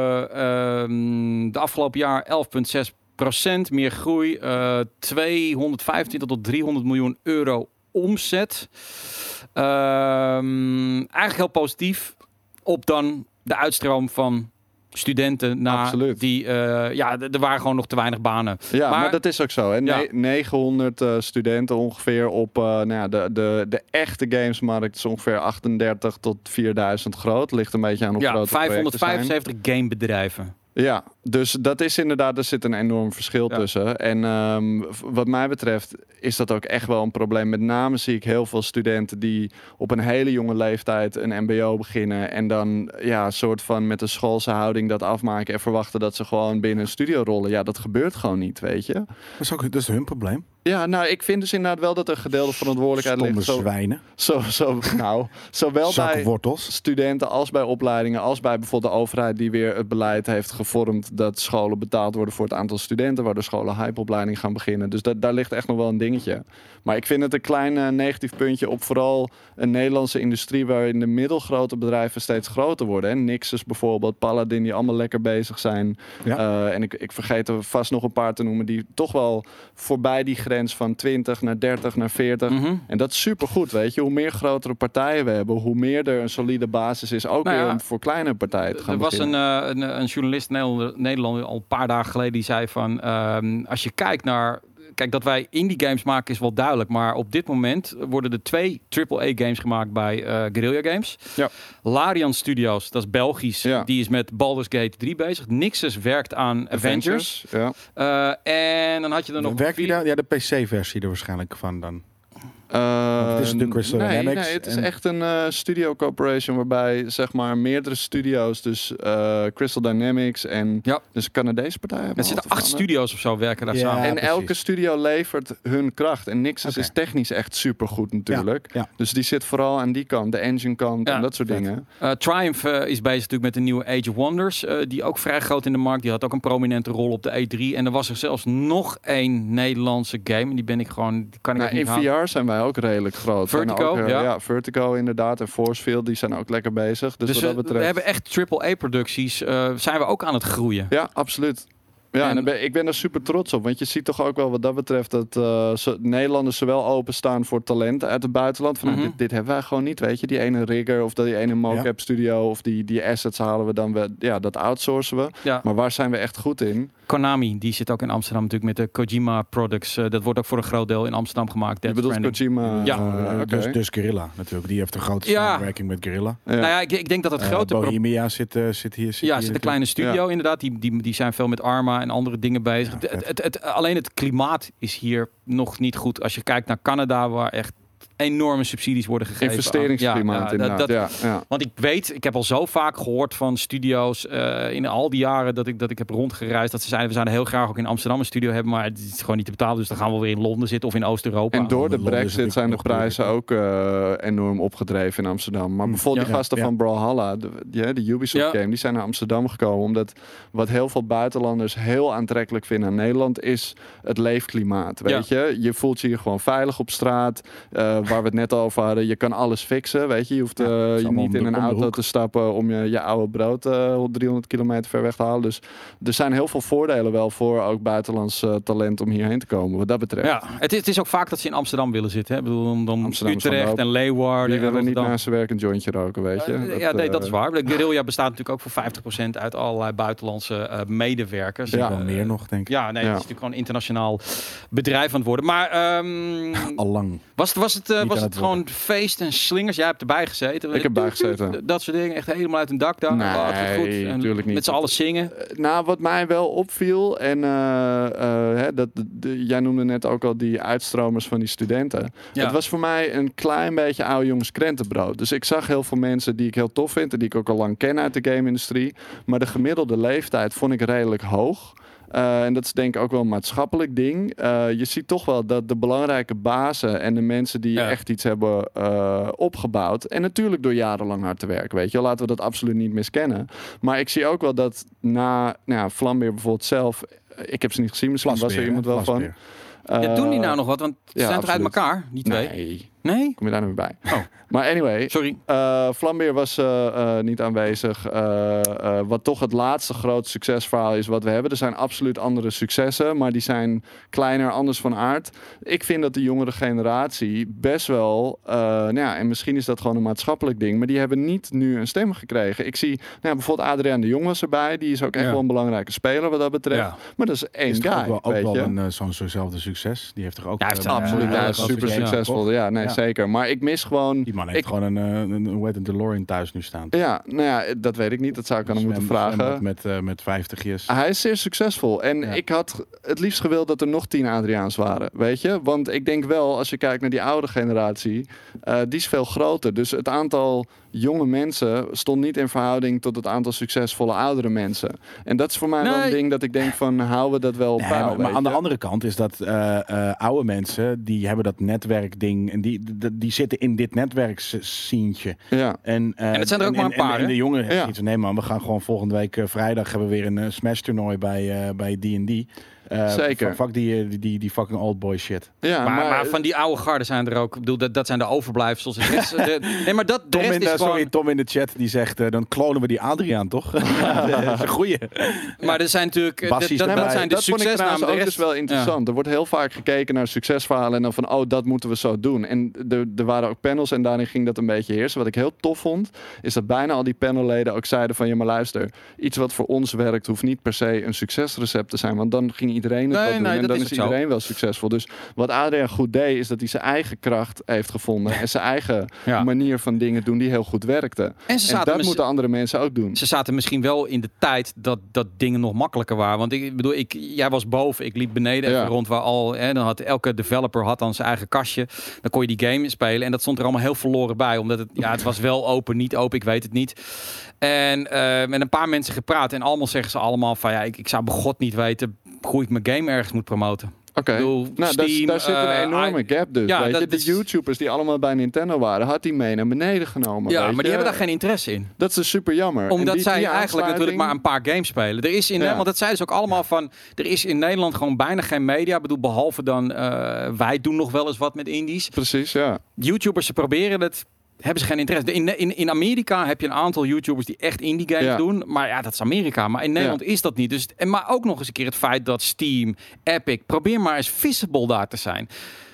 de afgelopen jaar elf komma zes procent meer groei. Uh, tweehonderdvijfentwintig tot driehonderd miljoen euro omzet. Uh, eigenlijk heel positief op dan de uitstroom van studenten naar Absoluut. die uh, ja, er waren gewoon nog te weinig banen. Ja, maar, maar dat is ook zo. Hè? Ja. negenhonderd uh, studenten ongeveer op uh, nou ja, de, de, de echte gamesmarkt is ongeveer achtendertig tot vierduizend groot. Ligt een beetje aan hoe ja, groot het vijfhonderdvijfenzeventig gamebedrijven. Ja, dus dat is inderdaad, er zit een enorm verschil ja. tussen. En um, wat mij betreft is dat ook echt wel een probleem. Met name zie ik heel veel studenten die op een hele jonge leeftijd een mbo beginnen en dan ja, soort van met een schoolse houding dat afmaken en verwachten dat ze gewoon binnen een studio rollen. Ja, dat gebeurt gewoon niet, weet je. Dat is ook dat is hun probleem. Ja, nou, ik vind dus inderdaad wel dat er gedeelde verantwoordelijkheid Stomme ligt. Zo, zwijnen. Zo, zo, nou, zowel bij wortels. studenten als bij opleidingen, als bij bijvoorbeeld de overheid die weer het beleid heeft gevormd dat scholen betaald worden voor het aantal studenten, waardoor scholen hypeopleiding gaan beginnen. Dus dat, daar ligt echt nog wel een dingetje. Maar ik vind het een klein uh, negatief puntje op vooral een Nederlandse industrie waarin de middelgrote bedrijven steeds groter worden. Hè? Nixus bijvoorbeeld, Paladin, die allemaal lekker bezig zijn. Ja. Uh, en ik, ik vergeet er vast nog een paar te noemen die toch wel voorbij die grens van twintig naar dertig naar veertig. Mm-hmm. En dat is supergoed, weet je. Hoe meer grotere partijen we hebben, hoe meer er een solide basis is, ook nou weer ja, om voor kleine partijen te gaan Er was een, uh, een, een journalist in Nederland, Nederland al een paar dagen geleden die zei van, um, als je kijkt naar Kijk, dat wij indie games maken is wel duidelijk. Maar op dit moment worden er twee triple A games gemaakt bij uh, Guerrilla Games. Ja. Larian Studios, dat is Belgisch. Ja. Die is met Baldur's Gate drie bezig. Nixus werkt aan Avengers. Avengers ja. uh, en dan had je er nog... Werkt die daar? Ja, de P C-versie er waarschijnlijk van dan. Uh, het is de Crystal nee, Dynamics. Nee, het is en... echt een uh, studio corporation waarbij zeg maar meerdere studio's, dus uh, Crystal Dynamics en ja. dus een Canadese partij hebben. Er zitten acht studio's of zo werken daar ja, samen. En precies. elke studio levert hun kracht. En Nixxes okay. is technisch echt supergoed natuurlijk. Ja, ja. Dus die zit vooral aan die kant, de engine kant ja, en dat soort vet. dingen. Uh, Triumph uh, is bezig natuurlijk met de nieuwe Age of Wonders, uh, die ook vrij groot in de markt. Die had ook een prominente rol op de E drie. En er was er zelfs nog één Nederlandse game. En die ben ik gewoon, die kan ik nou, niet in houden. V R zijn wij ook redelijk groot. Vertigo, ook, uh, ja. ja. Vertigo inderdaad. En Forcefield, die zijn ook lekker bezig. Dus, dus wat dat betreft... we hebben echt triple A-producties. Uh, zijn we ook aan het groeien. Ja, absoluut. Ja, en, en ben, ik ben er super trots op. Want je ziet toch ook wel wat dat betreft dat uh, zo, Nederlanders zowel openstaan voor talenten uit het buitenland. Van, mm-hmm. nou, dit, dit hebben wij gewoon niet, weet je. Die ene rigger of die ene mocap ja. studio of die, die assets halen we dan. We, ja, dat outsourcen we. Ja. Maar waar zijn we echt goed in? Konami, die zit ook in Amsterdam natuurlijk met de Kojima Products. Uh, dat wordt ook voor een groot deel in Amsterdam gemaakt. Je bedoelt Kojima? Ja. Uh, okay. dus, dus Guerrilla natuurlijk. Die heeft een grote ja. samenwerking met Guerrilla. Ja. Nou ja, ik, ik denk dat het uh, grote... Bohemia zit, uh, zit hier. Zit ja, hier zit een kleine studio ja. inderdaad. Die, die, die zijn veel met Arma en andere dingen bezig. Ja, het, het, het, alleen het klimaat is hier nog niet goed. Als je kijkt naar Canada, waar echt enorme subsidies worden gegeven. Investeringsklimaat ja, inderdaad. Dat, ja, ja. Want ik weet, ik heb al zo vaak gehoord van studio's uh, in al die jaren dat ik, dat ik heb rondgereisd, dat ze zeiden, we zouden heel graag ook in Amsterdam een studio hebben, maar het is gewoon niet te betalen. Dus dan gaan we weer in Londen zitten of in Oost-Europa. En door de Brexit zijn de prijzen ook uh, enorm opgedreven in Amsterdam. Maar bijvoorbeeld ja, die gasten ja. van Brawlhalla, de, de, de Ubisoft ja. game, die zijn naar Amsterdam gekomen. Omdat wat heel veel buitenlanders heel aantrekkelijk vinden aan Nederland is het leefklimaat. Weet ja. je? Je voelt je hier gewoon veilig op straat. Uh, waar we het net over hadden, je kan alles fixen. Weet je, je hoeft uh, ja, je niet in een auto te stappen om je, je oude brood uh, driehonderd kilometer ver weg te halen. Dus er zijn heel veel voordelen wel voor ook buitenlands uh, talent om hierheen te komen, wat dat betreft. Ja, het is, het is ook vaak dat ze in Amsterdam willen zitten. Hè? Ik bedoel, dan, dan Utrecht en Leeuwarden. Die willen niet naast zijn werk een jointje roken, weet je. Uh, dat, ja, nee, uh, dat is waar. De Guerrilla bestaat natuurlijk ook voor vijftig procent uit allerlei buitenlandse uh, medewerkers. Ja, uh, wel meer nog, denk ik. Ja, nee, ja. het is natuurlijk gewoon een internationaal bedrijf aan het worden. Maar um, allang. Was het, was het, uh, was het gewoon feest en slingers? Jij hebt erbij gezeten. Ik heb bij gezeten. Dat soort dingen, echt helemaal uit een dak daar. Nee, oh, goed. En natuurlijk niet. Met z'n allen zingen. Uh, nou, wat mij wel opviel, en uh, uh, hè, dat, de, de, jij noemde net ook al die uitstromers van die studenten. Ja. Het was voor mij een klein beetje oude jongens krentenbrood. Dus ik zag heel veel mensen die ik heel tof vind en die ik ook al lang ken uit de game-industrie. Maar de gemiddelde leeftijd vond ik redelijk hoog. Uh, en dat is denk ik ook wel een maatschappelijk ding. Uh, je ziet toch wel dat de belangrijke bazen en de mensen die ja. echt iets hebben uh, opgebouwd. En natuurlijk door jarenlang hard te werken, weet je. Laten we dat absoluut niet miskennen. Maar ik zie ook wel dat na nou ja, Vlambeer bijvoorbeeld zelf. Ik heb ze niet gezien, misschien Vlasbeer, was er iemand wel van. Uh, ja, doen die nou nog wat? Want ze ja, zijn absoluut. toch uit elkaar, die twee? Nee. Nee? Kom je daar niet bij. Oh. Maar anyway. Sorry. Uh, Vlambeer was uh, uh, niet aanwezig. Uh, uh, wat toch het laatste grote succesverhaal is wat we hebben. Er zijn absoluut andere successen. Maar die zijn kleiner, anders van aard. Ik vind dat de jongere generatie best wel... Uh, nou ja, en misschien is dat gewoon een maatschappelijk ding. Maar die hebben niet nu een stem gekregen. Ik zie nou ja, bijvoorbeeld Adriaan de Jong was erbij. Die is ook echt ja. wel een belangrijke speler wat dat betreft. Ja. Maar dat is één is guy. Ook wel, ook weet wel je? een, uh, zo'n zo'nzelfde succes. Die heeft toch ook... Ja, heeft uh, absoluut. Ja, ja, super succesvol. succesvol. Ja, nee, ja. zeker. Maar ik mis gewoon... Die man heeft ik, gewoon een, een, een, een, een DeLorean thuis nu staan. Ja, nou ja, dat weet ik niet. Dat zou ik aan hem moeten vragen. Met, uh, met vijftigjes. Hij is zeer succesvol. En ja. ik had het liefst gewild dat er nog tien Adriaans waren. Weet je? Want ik denk wel, als je kijkt naar die oude generatie, uh, die is veel groter. Dus het aantal jonge mensen stond niet in verhouding tot het aantal succesvolle oudere mensen. En dat is voor mij nee. wel een ding dat ik denk van, houden we dat wel op nee, peil, Maar, maar aan de andere kant is dat uh, uh, oude mensen, die hebben dat netwerkding en die, die, die zitten in dit netwerksientje. Ja. En, uh, en het zijn er ook en, maar een paar. En, en de jongen ja. iets van, nee man, we gaan gewoon volgende week uh, vrijdag hebben we weer een uh, Smash toernooi bij, uh, bij D and D. Uh, Zeker. Fuck die, die, die, die fucking old boy shit. Ja, maar, maar, maar van die oude garden zijn er ook. Ik bedoel, dat, dat zijn de overblijfsels. Nee, maar dat de Tom rest in de, is gewoon... Sorry, Tom in de chat die zegt, uh, dan klonen we die Adriaan, toch? Dat is een goeie. Maar er zijn natuurlijk... Bassies dat, dat, nee, dat zijn de dat succesnamen. Dat is dus wel interessant. Ja. Er wordt heel vaak gekeken naar succesverhalen en dan van, oh, dat moeten we zo doen. En er, er waren ook panels en daarin ging dat een beetje heersen. Wat ik heel tof vond, is dat bijna al die panelleden ook zeiden van, ja, maar luister, iets wat voor ons werkt hoeft niet per se een succesrecept te zijn. Want dan ging iedereen iedereen het Nee, wel doen. nee, en dat dan is is ook zo. iedereen wel succesvol. Dus wat Adriaan goed deed, is dat hij zijn eigen kracht heeft gevonden. En zijn eigen Ja. manier van dingen doen die heel goed werkte. En ze En zaten dat mis- moeten andere mensen ook doen. Ze zaten misschien wel in de tijd dat, dat dingen nog makkelijker waren. Want ik bedoel, ik, jij was boven, ik liep beneden even Ja. rond waar al... Hè, dan had elke developer had dan zijn eigen kastje. Dan kon je die game spelen. En dat stond er allemaal heel verloren bij. Omdat het, ja, het was wel open, niet open, ik weet het niet. En uh, met een paar mensen gepraat. En allemaal zeggen ze allemaal van... Ja, ik, ik zou bij God niet weten hoe ik mijn game ergens moet promoten. Oké, Ik bedoel, nou, daar, Steam, daar zit een eh, enorme I- gap dus. Ja, weet je? dat De is- YouTubers die allemaal bij Nintendo waren, had hij mee naar beneden genomen. Ja, weet maar die je? hebben daar geen interesse in. Dat is super jammer. En Omdat die- zij die eigenlijk natuurlijk maar aansluiting- een paar games spelen. Er is in Ja. Nederland, dat zeiden ze ook allemaal van... Er is in Nederland gewoon bijna geen media. Ik bedoel, behalve dan... eh, wij doen nog wel eens wat met indies. Precies, ja. YouTubers, ze proberen het... Hebben ze geen interesse. In, in, in Amerika heb je een aantal YouTubers die echt indie games Ja. doen. Maar ja, dat is Amerika. Maar in Nederland is dat niet. Dus, en maar ook nog eens een keer het feit dat Steam, Epic... Probeer maar eens visible daar te zijn.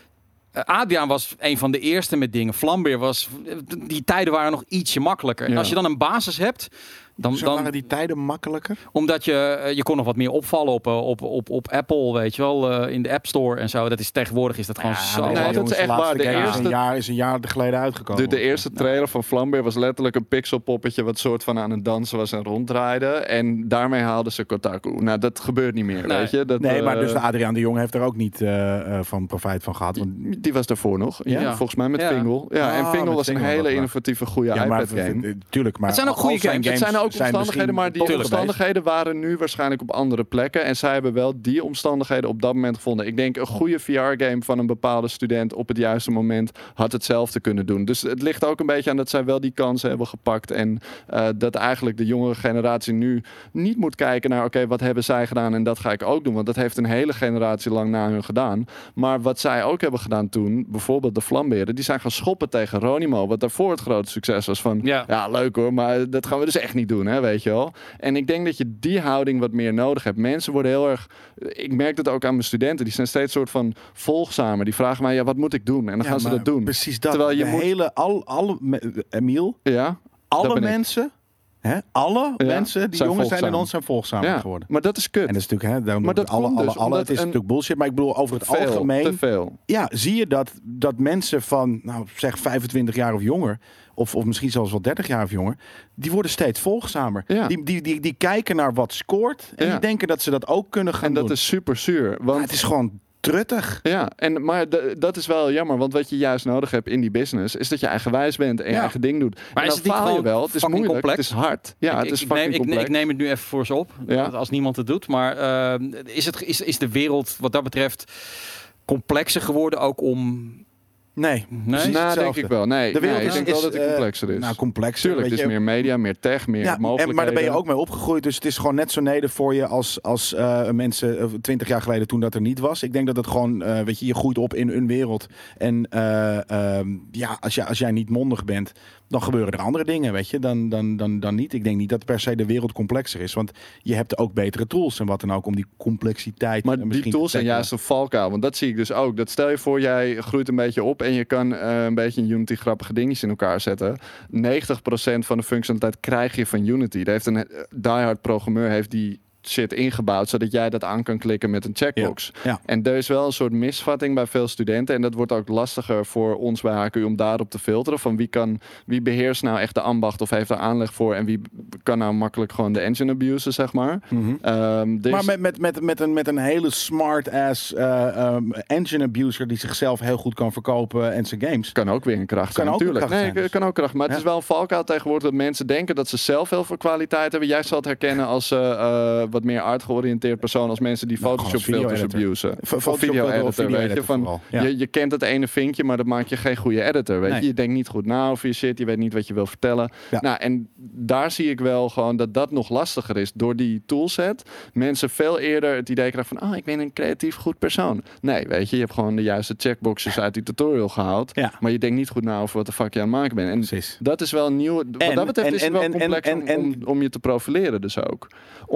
Uh, Adriaan was een van de eerste met dingen. Vlambeer was... Die tijden waren nog ietsje makkelijker. En Ja. als je dan een basis hebt... Dan, Zo dan, waren die tijden makkelijker? omdat je, eh, je kon nog wat meer opvallen op, eh, op, op, op Apple, weet je wel, eh, in de App Store en zo. Dat is tegenwoordig is dat gewoon zo. nee, Ja, dat jongens, is echt de laatste waar. De game is eerste- een jaar is een jaar geleden uitgekomen. De, de eerste trailer van Vlambeer was letterlijk een pixelpoppetje wat soort van aan het dansen was en ronddraaide. En daarmee haalden ze Kotaku. Nou, dat gebeurt niet meer, Nee. weet je. Dat, Nee, maar eh, dus de Adriaan de Jong heeft er ook niet eh, eh, van profijt van gehad. Want, die was daarvoor nog. Ja, Ja. volgens mij met Ja. Fingal. Ja, en Ah, Fingal met was een Fingal, hele dat waar. innovatieve, goede ja, maar iPad game. eh, tuurlijk, maar Het zijn ook al goede zijn games. Het zijn ook zijn omstandigheden, maar die misschien omstandigheden waren nu waarschijnlijk op andere plekken. En zij hebben wel die omstandigheden op dat moment gevonden. Ik denk een goede V R-game van een bepaalde student op het juiste moment had hetzelfde kunnen doen. Dus het ligt ook een beetje aan dat zij wel die kansen hebben gepakt. En uh, dat eigenlijk de jongere generatie nu niet moet kijken naar oké, wat hebben zij gedaan en dat ga ik ook doen. Want dat heeft een hele generatie lang na hun gedaan. Maar wat zij ook hebben gedaan toen, bijvoorbeeld de Vlamberen, die zijn gaan schoppen tegen Ronimo. Wat daarvoor het grote succes was van, Ja. ja leuk hoor, maar dat gaan we dus echt niet doen, hè, weet je wel. En ik denk dat je die houding wat meer nodig hebt. Mensen worden heel erg... Ik merk dat ook aan mijn studenten. Die zijn steeds soort van volgzamer. Die vragen mij, ja, wat moet ik doen? En dan Ja, gaan ze maar dat doen. Precies dat. Terwijl je de moet- hele, al, alle, me- Emiel, Ja, alle ben ik. mensen, hè, alle Ja, mensen die zijn jonger zijn dan volgzaam. ons zijn volgzamer ja. geworden. Maar dat is kut. En dat is natuurlijk, hè, daarom Maar doe ik dat alle, komt alle, dus alle, omdat het is een- natuurlijk bullshit, maar ik bedoel over het veel, algemeen. te veel. Ja, zie je dat, dat mensen van, nou zeg vijfentwintig jaar of jonger, of, of misschien zelfs wel dertig jaar of jonger, die worden steeds volgzamer. Ja. Die, die, die, die kijken naar wat scoort en Ja. die denken dat ze dat ook kunnen gaan En dat doen. is super zuur. Maar Want het is gewoon truttig. ja, en, maar d- dat is wel jammer. Want wat je juist nodig hebt in die business, is dat je eigenwijs bent en je Ja. eigen ding doet. Maar en is dan het niet faal je gewoon wel. Het is fucking moeilijk, complex? het is hard. Ja, ik, het is ik, fucking neem, ik, complex. ik neem het nu even voor ze op, Ja. als niemand het doet. Maar uh, is, het, is, is de wereld wat dat betreft complexer geworden ook om... Nee, Nee? precies Nou, denk hetzelfde. ik wel. Nee, De wereld nee, ik is, denk is, wel dat het eh, complexer is. Nou, complexer. Tuurlijk, weet het is je. meer media, meer tech, meer Ja, mogelijkheden. en, maar daar ben je ook mee opgegroeid. Dus het is gewoon net zo neder voor je als, als uh, mensen twintig jaar geleden toen dat er niet was. Ik denk dat het gewoon, uh, weet je, je groeit op in een wereld. En uh, um, ja, als, je, als jij niet mondig bent, dan gebeuren er andere dingen, weet je, dan, dan, dan, dan niet. Ik denk niet dat per se de wereld complexer is. Want je hebt ook betere tools en wat dan ook om die complexiteit Maar uh, die misschien tools te zijn tackelen. juist een valkuil. Want dat zie ik dus ook. Dat stel je voor, jij groeit een beetje op en je kan uh, een beetje in Unity grappige dingetjes in elkaar zetten. negentig procent van de functionaliteit krijg je van Unity. Daar heeft een uh, diehard programmeur heeft die shit ingebouwd, zodat jij dat aan kan klikken met een checkbox. Ja, ja. En er is wel een soort misvatting bij veel studenten en dat wordt ook lastiger voor ons bij H K U om daarop te filteren van wie kan, wie beheerst nou echt de ambacht of heeft er aanleg voor en wie kan nou makkelijk gewoon de engine abusen, zeg maar. Mm-hmm. Um, Maar met, met, met, met, een, met een hele smart-ass uh, um, engine abuser die zichzelf heel goed kan verkopen en zijn games. Kan ook weer een kracht Kan zijn, ook een natuurlijk. kracht Nee, zijn, dus. kan ook kracht. Maar het Ja. is wel een valkuil tegenwoordig dat mensen denken dat ze zelf heel veel kwaliteit hebben. Jij zal het herkennen als uh, uh, wat meer art georiënteerd persoon, als mensen die Nou, Photoshop gewoon filters video abusen. F- Of Photoshop video of editor, video weet je. editor Van, vooral, ja. je. Je kent het ene vinkje, maar dat maakt je geen goede editor. Weet Nee. je. Je denkt niet goed na over je shit, je weet niet wat je wil vertellen. Ja. Nou, en daar zie ik wel gewoon dat dat nog lastiger is. Door die toolset mensen veel eerder het idee krijgen van, ah, oh, ik ben een creatief goed persoon. Nee, weet je, je hebt gewoon de juiste checkboxes uit die tutorial gehaald. Ja. Maar je denkt niet goed na over wat de fuck je aan het maken bent. En Precies. dat is wel een nieuw. Wat En- dat betreft en- is het en- wel en- complex en- om, en- om, om je te profileren dus ook. Omdat je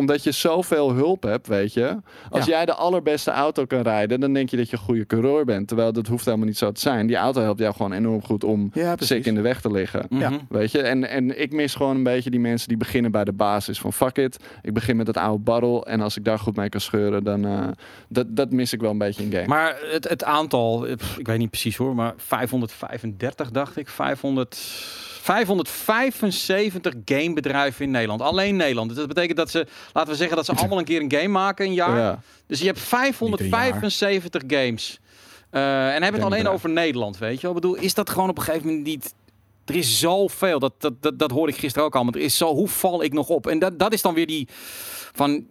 zoveel hulp hebt, weet je. Als Ja. jij de allerbeste auto kan rijden, dan denk je dat je een goede coureur bent. Terwijl dat hoeft helemaal niet zo te zijn. Die auto helpt jou gewoon enorm goed om Ja, precies. sick in de weg te liggen. Mhm. Weet je, en, en ik mis gewoon een beetje die mensen die beginnen bij de basis van fuck it. Ik begin met het oude barrel en als ik daar goed mee kan scheuren, dan uh, dat, dat mis ik wel een beetje in game. Maar het, het aantal, pff, ik weet niet precies hoor, maar vijfhonderdvijfendertig dacht ik, vijfhonderd, vijfhonderdvijfenzeventig gamebedrijven in Nederland. Alleen Nederland. Dus dat betekent dat ze, laten we zeggen dat ze allemaal een keer een game maken, een jaar. Ja. Dus je hebt vijfhonderdvijfenzeventig games. Uh, en hebben het alleen over Nederland, weet je wel. Ik bedoel, is dat gewoon op een gegeven moment niet... Er is zoveel, dat, dat, dat, dat hoorde ik gisteren ook al, maar er is zo, hoe val ik nog op? En dat, dat is dan weer die van...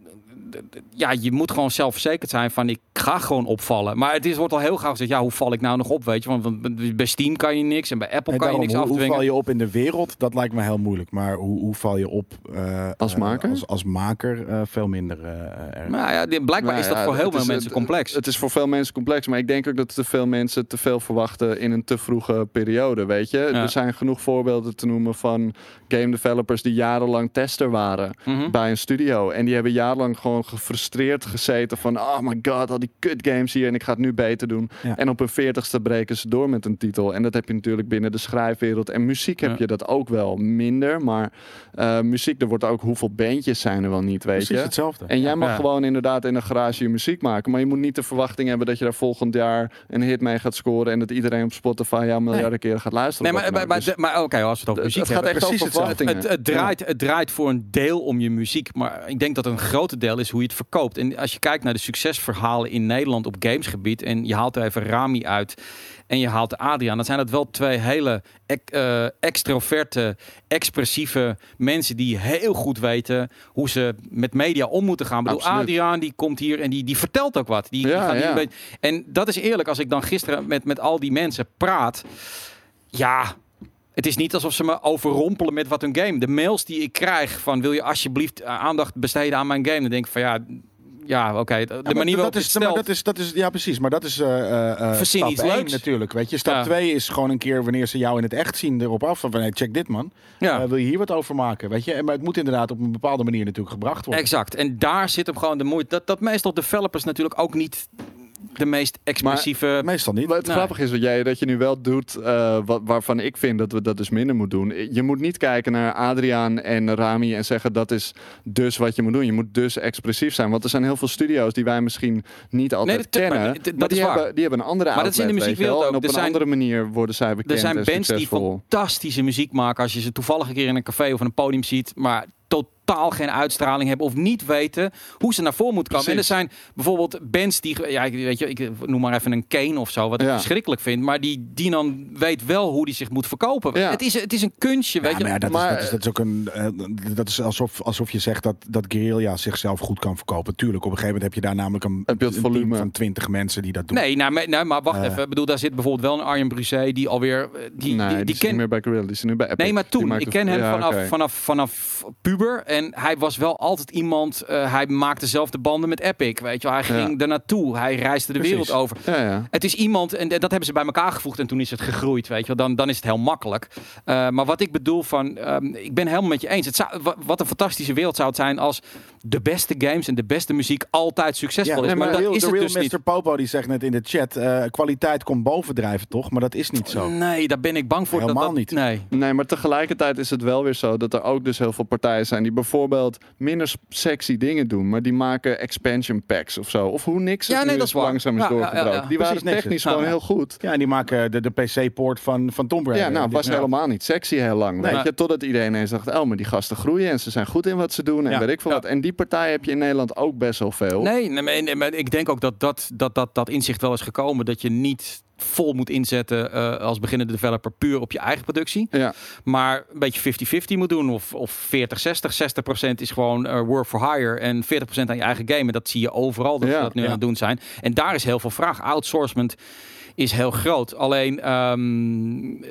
Ja, je moet gewoon zelfverzekerd zijn van ik ga gewoon opvallen. Maar het is, wordt al heel graag gezegd, ja, hoe val ik nou nog op, weet je? Want, want bij Steam kan je niks en bij Apple En kan je daarom, niks hoe, hoe afdwingen. val je op in de wereld? Dat lijkt me heel moeilijk. Maar hoe, hoe val je op uh, Als maker? Uh, als, als maker uh, veel minder uh, erg. Nou ja, die- blijkbaar Nou is dat ja, voor heel het veel is- mensen het- complex. Het is voor veel mensen complex, maar ik denk ook dat te veel mensen te veel verwachten in een te vroege periode, weet je. Ja. Er zijn genoeg voorbeelden te noemen van game developers die jarenlang tester waren Mhm. bij een studio. En die hebben jarenlang gewoon gefrustreerd gezeten van, oh my god, al die kut games hier en ik ga het nu beter doen. Ja. En op hun veertigste breken ze door met een titel. En dat heb je natuurlijk binnen de schrijfwereld. En muziek heb Ja. je dat ook wel minder, maar uh, muziek, er wordt ook hoeveel bandjes zijn er wel niet, weet Precies je. hetzelfde. En jij mag Ja. gewoon inderdaad in een garage je muziek maken. Maar je moet niet de verwachting hebben dat je daar volgend jaar een hit mee gaat scoren. En dat iedereen op Spotify jou miljarden keren gaat luisteren. Nee, maar, maar, maar, Dus maar oké, als we het over het muziek het gaat hebben. echt precies over hetzelfde. verwachtingen. Het, het, draait, het draait voor een deel om je muziek, maar ik denk dat een grote deel is hoe je het verkoopt. En als je kijkt naar de succesverhalen in Nederland op gamesgebied en je haalt er even Rami uit en je haalt Adriaan, dan zijn dat wel twee hele ec- uh, extroverte, expressieve mensen die heel goed weten hoe ze met media om moeten gaan. Ik bedoel, Absoluut. Adriaan die komt hier en die, die vertelt ook wat. Die, die Ja, gaat hier ja. een beetje- en dat is eerlijk, als ik dan gisteren met, met al die mensen praat, ja... Het is niet alsof ze me overrompelen met wat hun game. De mails die ik krijg van wil je alsjeblieft aandacht besteden aan mijn game, dan denk ik van ja, ja oké. Okay, de Ja, maar manier waarop dat je is, het maar stelt. dat is, dat is, ja precies, maar dat is uh, uh, Verzin stap iets één leuks. natuurlijk, weet je. Stap Ja. twee is gewoon een keer wanneer ze jou in het echt zien erop af van, hey, check dit man. Ja. Uh, wil je hier wat over maken, weet je. En, maar het moet inderdaad op een bepaalde manier natuurlijk gebracht worden. Exact. En daar zit hem gewoon de moeite. Dat, dat meestal developers natuurlijk ook niet de meest expressieve... Meestal niet. Maar het Nee. grappige is wat jij dat je nu wel doet, uh, wat, waarvan ik vind dat we dat dus minder moeten doen. Je moet niet kijken naar Adriaan en Rami en zeggen dat is dus wat je moet doen. Je moet dus expressief zijn. Want er zijn heel veel studio's die wij misschien niet altijd dat- kennen. maar Maar, d- dat is die, waar. hebben, die hebben een andere Maar dat is in de outlet, weet je muziekwereld wel. ook. En op Er een zijn- andere manier worden zij bekend Er zijn en bands die succesvol. fantastische muziek maken als je ze toevallig een keer in een café of een podium ziet, maar totaal geen uitstraling hebben of niet weten hoe ze naar voren moeten komen. Precies. En er zijn bijvoorbeeld bands die, ja, ik- weet je, ik noem maar even een Kane of zo, wat ik Ja. verschrikkelijk vind, maar die, die dan weet wel hoe die zich moet verkopen. Ja. Het, is, het is een kunstje, weet Ja, je. maar ja, dat, Maar- is, dat, is, dat is ook een. eh, dat is alsof, alsof je zegt dat, dat Guerrilla zichzelf goed kan verkopen. Tuurlijk, op een gegeven moment heb je daar namelijk een, Heb je het een team volume. van twintig mensen die dat doen. Nee, nou, maar- nou, maar wacht Eh. even. Ik bedoel, daar zit bijvoorbeeld wel een Arjen Brusé die alweer... eh, Die, nee, die, die, die zit ken, niet meer bij Guerrilla, die zit nu bij Epic. Nee, maar Die toen. maakt Ik het- ken hem ja, vanaf, oké. vanaf, vanaf puber. En hij was wel altijd iemand... Uh, hij maakte zelf de banden met Epic, weet je wel. Hij Ja. ging er naartoe. Hij reisde de Precies. wereld over. Ja, ja. Het is iemand, en dat hebben ze bij elkaar gevoegd en toen is het gegroeid, weet je wel. Dan, dan is het heel makkelijk. Uh, maar wat ik bedoel van... Um, ik ben helemaal met je eens. Het zou, wat een fantastische wereld zou het zijn als de beste games en de beste muziek altijd succesvol Ja, is. nee, Maar, maar dat de real, is de het real dus mister niet. Popo die zegt net in de chat, uh, kwaliteit komt bovendrijven toch? Maar dat is niet zo. Nee, daar ben ik bang voor. Helemaal dat, dat, niet. Nee. Nee, maar tegelijkertijd is het wel weer zo dat er ook dus heel veel partijen zijn die bijvoorbeeld minder s- sexy dingen doen, maar die maken expansion packs of zo. Of hoe niks het Ja, nee, nu dat is is waar. langzaam is Ja, ja, ja, doorgebroken. ja. Die Precies, waren niks. technisch Ja, gewoon ja. heel goed. Ja, en die maken de, de P C-poort van, van Tomb Raider. Ja, nou, Die- was ja. helemaal niet sexy heel lang, weet Nee. je. Totdat iedereen ineens dacht, oh, maar die gasten groeien en ze zijn goed in wat ze doen en Ja. weet ik veel Ja. wat. En die partij heb je in Nederland ook best wel veel. Nee, nee, maar- nee, maar ik denk ook dat dat, dat, dat dat inzicht wel is gekomen. Dat je niet vol moet inzetten uh, als beginnende developer puur op je eigen productie. Ja. Maar een beetje vijftig vijftig moet doen. Of, of veertig zestig. zestig procent is gewoon uh, work for hire. En veertig procent aan je eigen game. En dat zie je overal dat Ja, we dat nu ja. aan het doen zijn. En daar is heel veel vraag. Outsourcement is heel groot. Alleen... Um,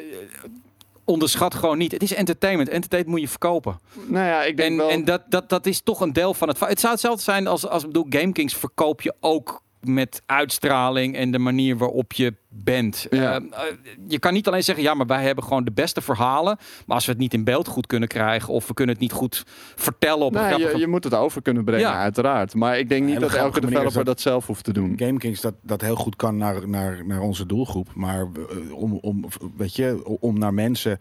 onderschat gewoon niet. Het is entertainment. Entertainment moet je verkopen. Nou ja, ik denk En, wel... en dat, dat, dat is toch een deel van het... va- Het zou hetzelfde zijn als, als ik bedoel, GameKings verkoop je ook met uitstraling en de manier waarop je bent. Ja. Uh, uh, je kan niet alleen zeggen, ja, maar wij hebben gewoon de beste verhalen. Maar als we het niet in beeld goed kunnen krijgen of we kunnen het niet goed vertellen op een Nee, grappige... je, je moet het over kunnen brengen, Ja. uiteraard. Maar ik denk niet Hele dat elke grappige manier is developer dat- dat zelf hoeft te doen. GameKings dat, dat heel goed kan naar, naar, naar onze doelgroep. Maar uh, om, om, weet je, om naar mensen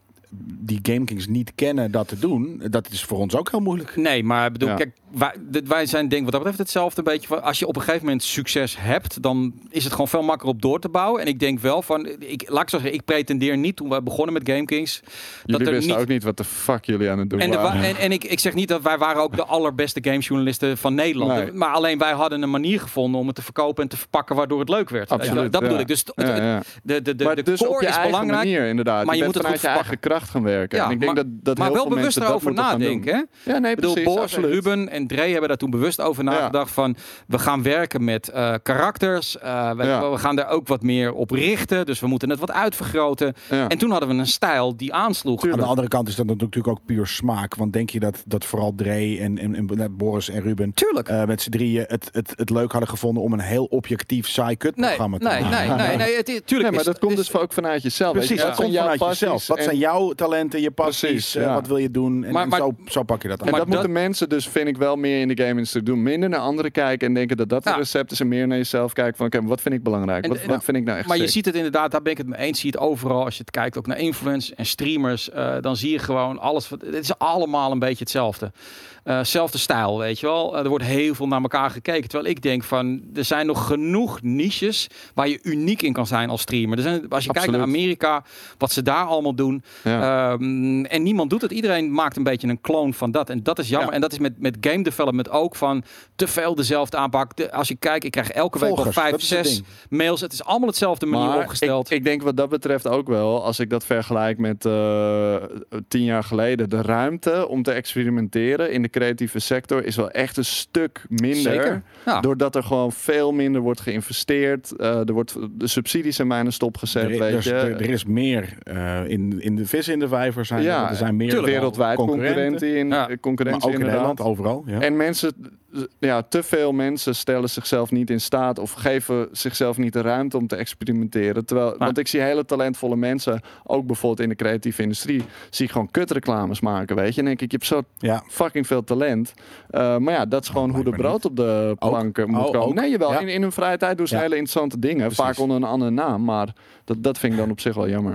die GameKings niet kennen dat te doen, dat is voor ons ook heel moeilijk. Nee, maar ik bedoel, Ja. kijk, wij, dit- wij zijn denk ik wat dat betreft hetzelfde een beetje. Van, als je op een gegeven moment succes hebt, dan is het gewoon veel makkelijker op door te bouwen. En ik denk wel van, ik, laat ik zo zeggen, ik pretendeer niet toen we begonnen met GameKings. Jullie er wisten niet- ook niet wat de fuck jullie aan het doen En, de wa- waren. en, en ik, ik zeg niet dat wij waren ook de allerbeste gamesjournalisten van Nederland. Nee. Maar alleen wij hadden een manier gevonden om het te verkopen en te verpakken waardoor het leuk werd. Absoluut, Dat bedoel ja. ik. Dus het- Ja, ja. de, de, de, maar de dus op core je is eigen belangrijk. manier, inderdaad. maar je bent moet het vanuit goed je eigen kracht gaan werken. Ja, en ik denk maar- dat, dat maar heel wel veel bewust mensen dat erover moeten gaan nadenken. doen. Hè? Ja, nee, Ik bedoel, precies. Boris en absoluut. Ruben en Dre hebben daar toen bewust over nagedacht van, we gaan werken met uh, karakters. Uh, we, Ja. we gaan daar ook wat meer op richten. Dus we moeten het wat uitvergroten. Ja. En toen hadden we een stijl die aansloeg. Aan de andere kant is dat natuurlijk ook puur smaak. Want denk je dat, dat vooral Dre en, en, en Boris en Ruben Tuurlijk. uh, met z'n drieën het, het, het leuk hadden gevonden om een heel objectief saai kut Nee, programma te nee, maken? nee, nee, nee, het is, tuurlijk Nee, maar is- dat komt is- dus ook vanuit jezelf. Precies, weet je. dat Wat komt zijn jouw vanuit jezelf. passies Wat en- zijn jouw talenten, je passies? Precies, uh, ja. Wat wil je doen? En, Maar- en maar- zo, zo pak je dat aan. En Maar dat, dat- moeten mensen dus, vind ik, wel meer in de game-industrie doen. Minder naar anderen kijken en denken dat dat Ja. het recept is. En meer naar jezelf kijken van, oké, wat vind ik belangrijk? En- Wat, en- wat vind ik nou echt Maar je sick? ziet het inderdaad, daar ben ik het mee eens. Zie je het overal. Als je het kijkt ook naar influencers en streamers, uh, dan zie je gewoon alles. wat- Het is allemaal een beetje hetzelfde. Uh, zelfde stijl, weet je wel. Uh, er wordt heel veel naar elkaar gekeken. Terwijl ik denk van, er zijn nog genoeg niches waar je uniek in kan zijn als streamer. Er zijn, als je Absoluut. kijkt naar Amerika, wat ze daar allemaal doen. Ja. Um, en niemand doet het. Iedereen maakt een beetje een clone van dat. En dat is jammer. Ja. En dat is met, met game development ook van te veel dezelfde aanpak. De, als je kijkt, ik krijg elke week wel Volgers, vijf, dat is het zes ding. mails. Het is allemaal hetzelfde manier Maar opgesteld. Ik, ik denk wat dat betreft ook wel, als ik dat vergelijk met uh, tien jaar geleden, de ruimte om te experimenteren in de creatieve sector is wel echt een stuk minder. Zeker. Ja. Doordat er gewoon veel minder wordt geïnvesteerd. Uh, er wordt de subsidies zijn bijna stopgezet. Er, weet er, je. er, er is meer uh, in, in de vis in de vijver. Zijn Ja, er, er zijn meer tuurlijk. wereldwijd concurrentie in, Ja. concurrentie Maar ook in inderdaad. Nederland, overal. Ja. En mensen, ja, te veel mensen stellen zichzelf niet in staat of geven zichzelf niet de ruimte om te experimenteren. Terwijl, want ik zie hele talentvolle mensen, ook bijvoorbeeld in de creatieve industrie, zie ik gewoon kutreclames maken, weet je. En denk ik, je hebt zo Ja. fucking veel talent. Uh, maar ja, dat is gewoon Oh, hoe de lijkt me brood op de planken Ook. moet Oh, komen. ook. Nee, jawel. Ja. In, in hun vrije tijd doen ze Ja. hele interessante dingen. Precies. Vaak onder een andere naam, maar dat, dat vind ik dan op zich wel jammer.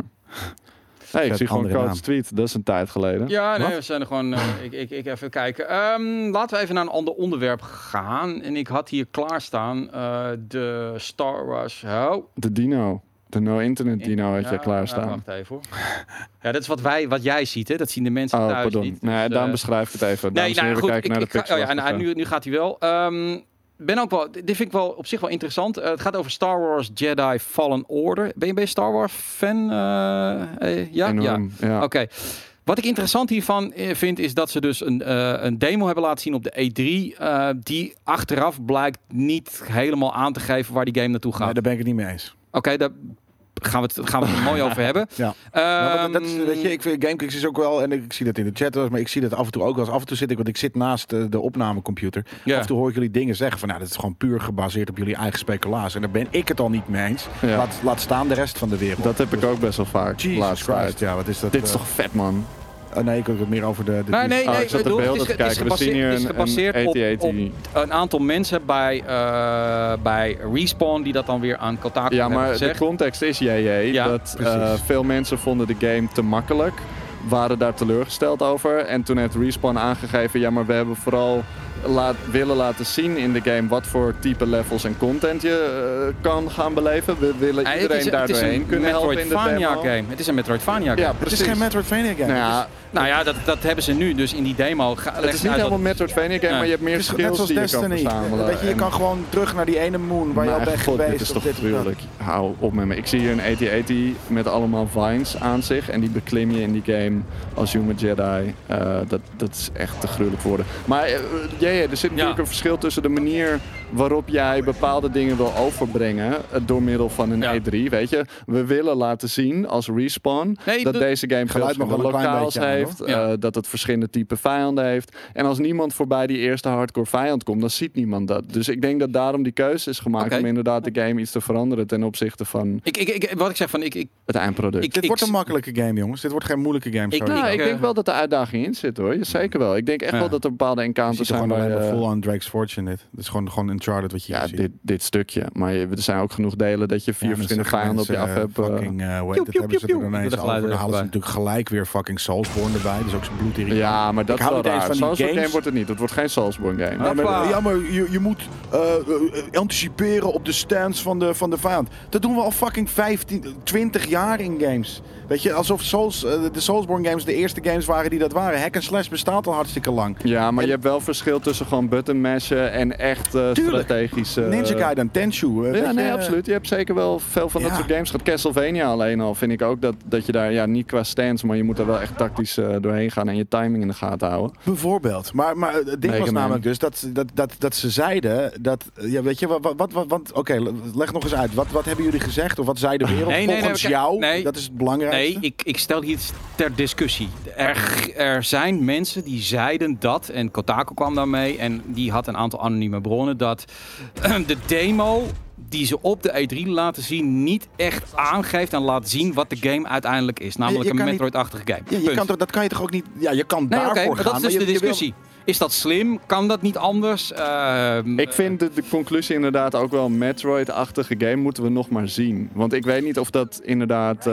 Nee, ik Vet zie gewoon andere Coach naam. Tweet. Dat is een tijd geleden. Ja, nee, Wat? we zijn er gewoon. Uh, ik, ik, ik even kijken. Um, laten we even naar een ander onderwerp gaan. En ik had hier klaarstaan uh, de Star Wars. Oh. De Dino. De No Internet Dino had je Ja, klaarstaan. ja, wacht even hoor. Ja, dat is wat wij, wat jij ziet, hè? Dat zien de mensen Oh, thuis pardon. niet. Nee, Dus, daarom uh, beschrijf ik het even. Nee, Dames en nou heren, goed. kijken Ik, naar ik de ga, oh ja, pixels. en, nu, nu gaat hij wel. Um, ben ook wel. Dit vind ik wel op zich wel interessant. Uh, het gaat over Star Wars Jedi Fallen Order. Ben je bij Star Wars fan? Uh, uh, ja, Enorm, ja. ja. Oké. Okay. Wat ik interessant hiervan vind, is dat ze dus een, uh, een demo hebben laten zien op de E drie. Uh, die achteraf blijkt niet helemaal aan te geven waar die game naartoe gaat. Nee, daar ben ik het niet mee eens. Oké, okay, daar gaan we het, gaan we het mooi over hebben. Ja. Um, Nou, maar dat is, weet je, ik vind GameKings is ook wel, en ik zie dat in de chat, maar ik zie dat af en toe ook wel. Af en toe zit ik, want ik zit naast de, de opnamecomputer. Ja. Af en toe hoor ik jullie dingen zeggen van, nou, dat is gewoon puur gebaseerd op jullie eigen speculatie. En daar ben ik het al niet mee eens. Ja. Laat, laat staan de rest van de wereld. Dat heb ik ook best wel vaak. Jesus laatst Christ, tijd. ja, wat is dat? Dit is uh, toch vet, man? oh, nee, ik wil het meer over de... de Nee, nee, Oh, nee. ik zat de bedoel, beelden het is, te het is kijken. We zien gebaseerd, hier het is een- gebaseerd een op, A T A T. op een aantal mensen bij, uh, bij Respawn die dat dan weer aan Kotaku Ja, hebben maar de gezegd. context is, J J, Ja, dat uh, precies. veel mensen vonden de game te makkelijk. Waren daar teleurgesteld over. En toen heeft Respawn aangegeven, ja, maar we hebben vooral laat, willen laten zien in de game wat voor type levels en content je uh, kan gaan beleven. We willen Ja, het iedereen is, daar het is doorheen een kunnen helpen in de Metroidvania demo. game. Het is een Metroidvania game. Ja, Het precies. is geen Metroidvania game. Nou ja, Het Nou ja, dat, dat hebben ze nu dus in die demo. Ga, het is niet helemaal Metroidvania game, Nee. maar je hebt meer is, het is net skills zoals die je kan Destiny. verzamelen. Weet je, je En- kan gewoon terug naar die ene moon waar je al Mijn bent god, geweest. dit is of toch dit of dat. gruwelijk. Hou op met me. Ik zie hier een A T A T met allemaal vines aan zich. En die beklim je in die game als Human Jedi. Uh, dat, dat is echt te gruwelijk voor woorden. Maar uh, ja, ja, er zit natuurlijk Ja. een verschil tussen de manier waarop jij bepaalde dingen wil overbrengen uh, door middel van een ja. E drie, weet je. We willen laten zien als Respawn nee, dat de, deze game veel verschillende lokaals heeft, aan, ja. uh, dat het verschillende type vijanden heeft. En als niemand voorbij die eerste hardcore vijand komt, dan ziet niemand dat. Dus ik denk dat daarom die keuze is gemaakt okay. om inderdaad de game iets te veranderen ten opzichte van ik, ik, ik, wat ik zeg van ik, ik het eindproduct. Ik, Dit ik, wordt een makkelijke game, jongens. Dit wordt geen moeilijke game. Ik, nou, ik denk wel dat de uitdaging in zit, hoor. Zeker wel. Ik denk echt ja. wel dat er bepaalde encounters zijn. Gewoon uh, full on Drake's Fortune dit. Het is gewoon gewoon Uncharted wat je ja, hier ziet. Dit, dit stukje. Maar je, er zijn ook genoeg delen dat je vier ja, verschillende vijanden op je af hebt. Uh, fucking, uh, hoe heet het, hebben ze er ineens over. Dan halen ze natuurlijk gelijk weer fucking Soulsborne erbij. Dus ook zijn bloed irritant. Ja, maar dat is wel raar. Zo'n soort game wordt het niet. Het wordt geen Soulsborne game. Ja, maar, ja, maar je, je moet uh, uh, anticiperen op de stance van de, van de vijand. Dat doen we al fucking vijftien, twintig jaar in games. Weet je, alsof Souls, uh, de Soulsborne games de eerste games waren die dat waren. Hack and slash bestaat al hartstikke lang. Ja, maar en je hebt wel verschil tussen gewoon button mashen en echt uh, strategische... Uh, Ninja Gaiden, Tenchu. Uh, ja, nee, je, absoluut. Je hebt zeker wel veel van ja. dat soort games gehad. Castlevania alleen al vind ik ook dat, dat je daar, ja, niet qua stance, maar je moet er wel echt tactisch uh, doorheen gaan en je timing in de gaten houden. Bijvoorbeeld. Maar, maar het ding was namelijk dus dat, dat, dat, dat ze zeiden dat, ja, weet je, wat, wat, wat, wat oké, okay, leg nog eens uit. Wat, wat hebben jullie gezegd of wat zei de wereld nee, volgens nee, nee, jou? Nee, dat is het belangrijkste. Nee, ik, ik stel hier ter discussie. Er, er zijn mensen die zeiden dat, en Kotaku kwam daarmee, en die had een aantal anonieme bronnen, dat de demo die ze op de E drie laten zien niet echt aangeeft en laat zien wat de game uiteindelijk is. Namelijk een Metroid-achtige game. Ja, je kan toch, dat kan je toch ook niet... Ja, je kan nee, daarvoor okay, gaan. Dat is dus maar de je, discussie. Je wil... Is dat slim? Kan dat niet anders? Uh, ik vind de, de conclusie inderdaad ook wel een Metroid-achtige game moeten we nog maar zien. Want ik weet niet of dat inderdaad...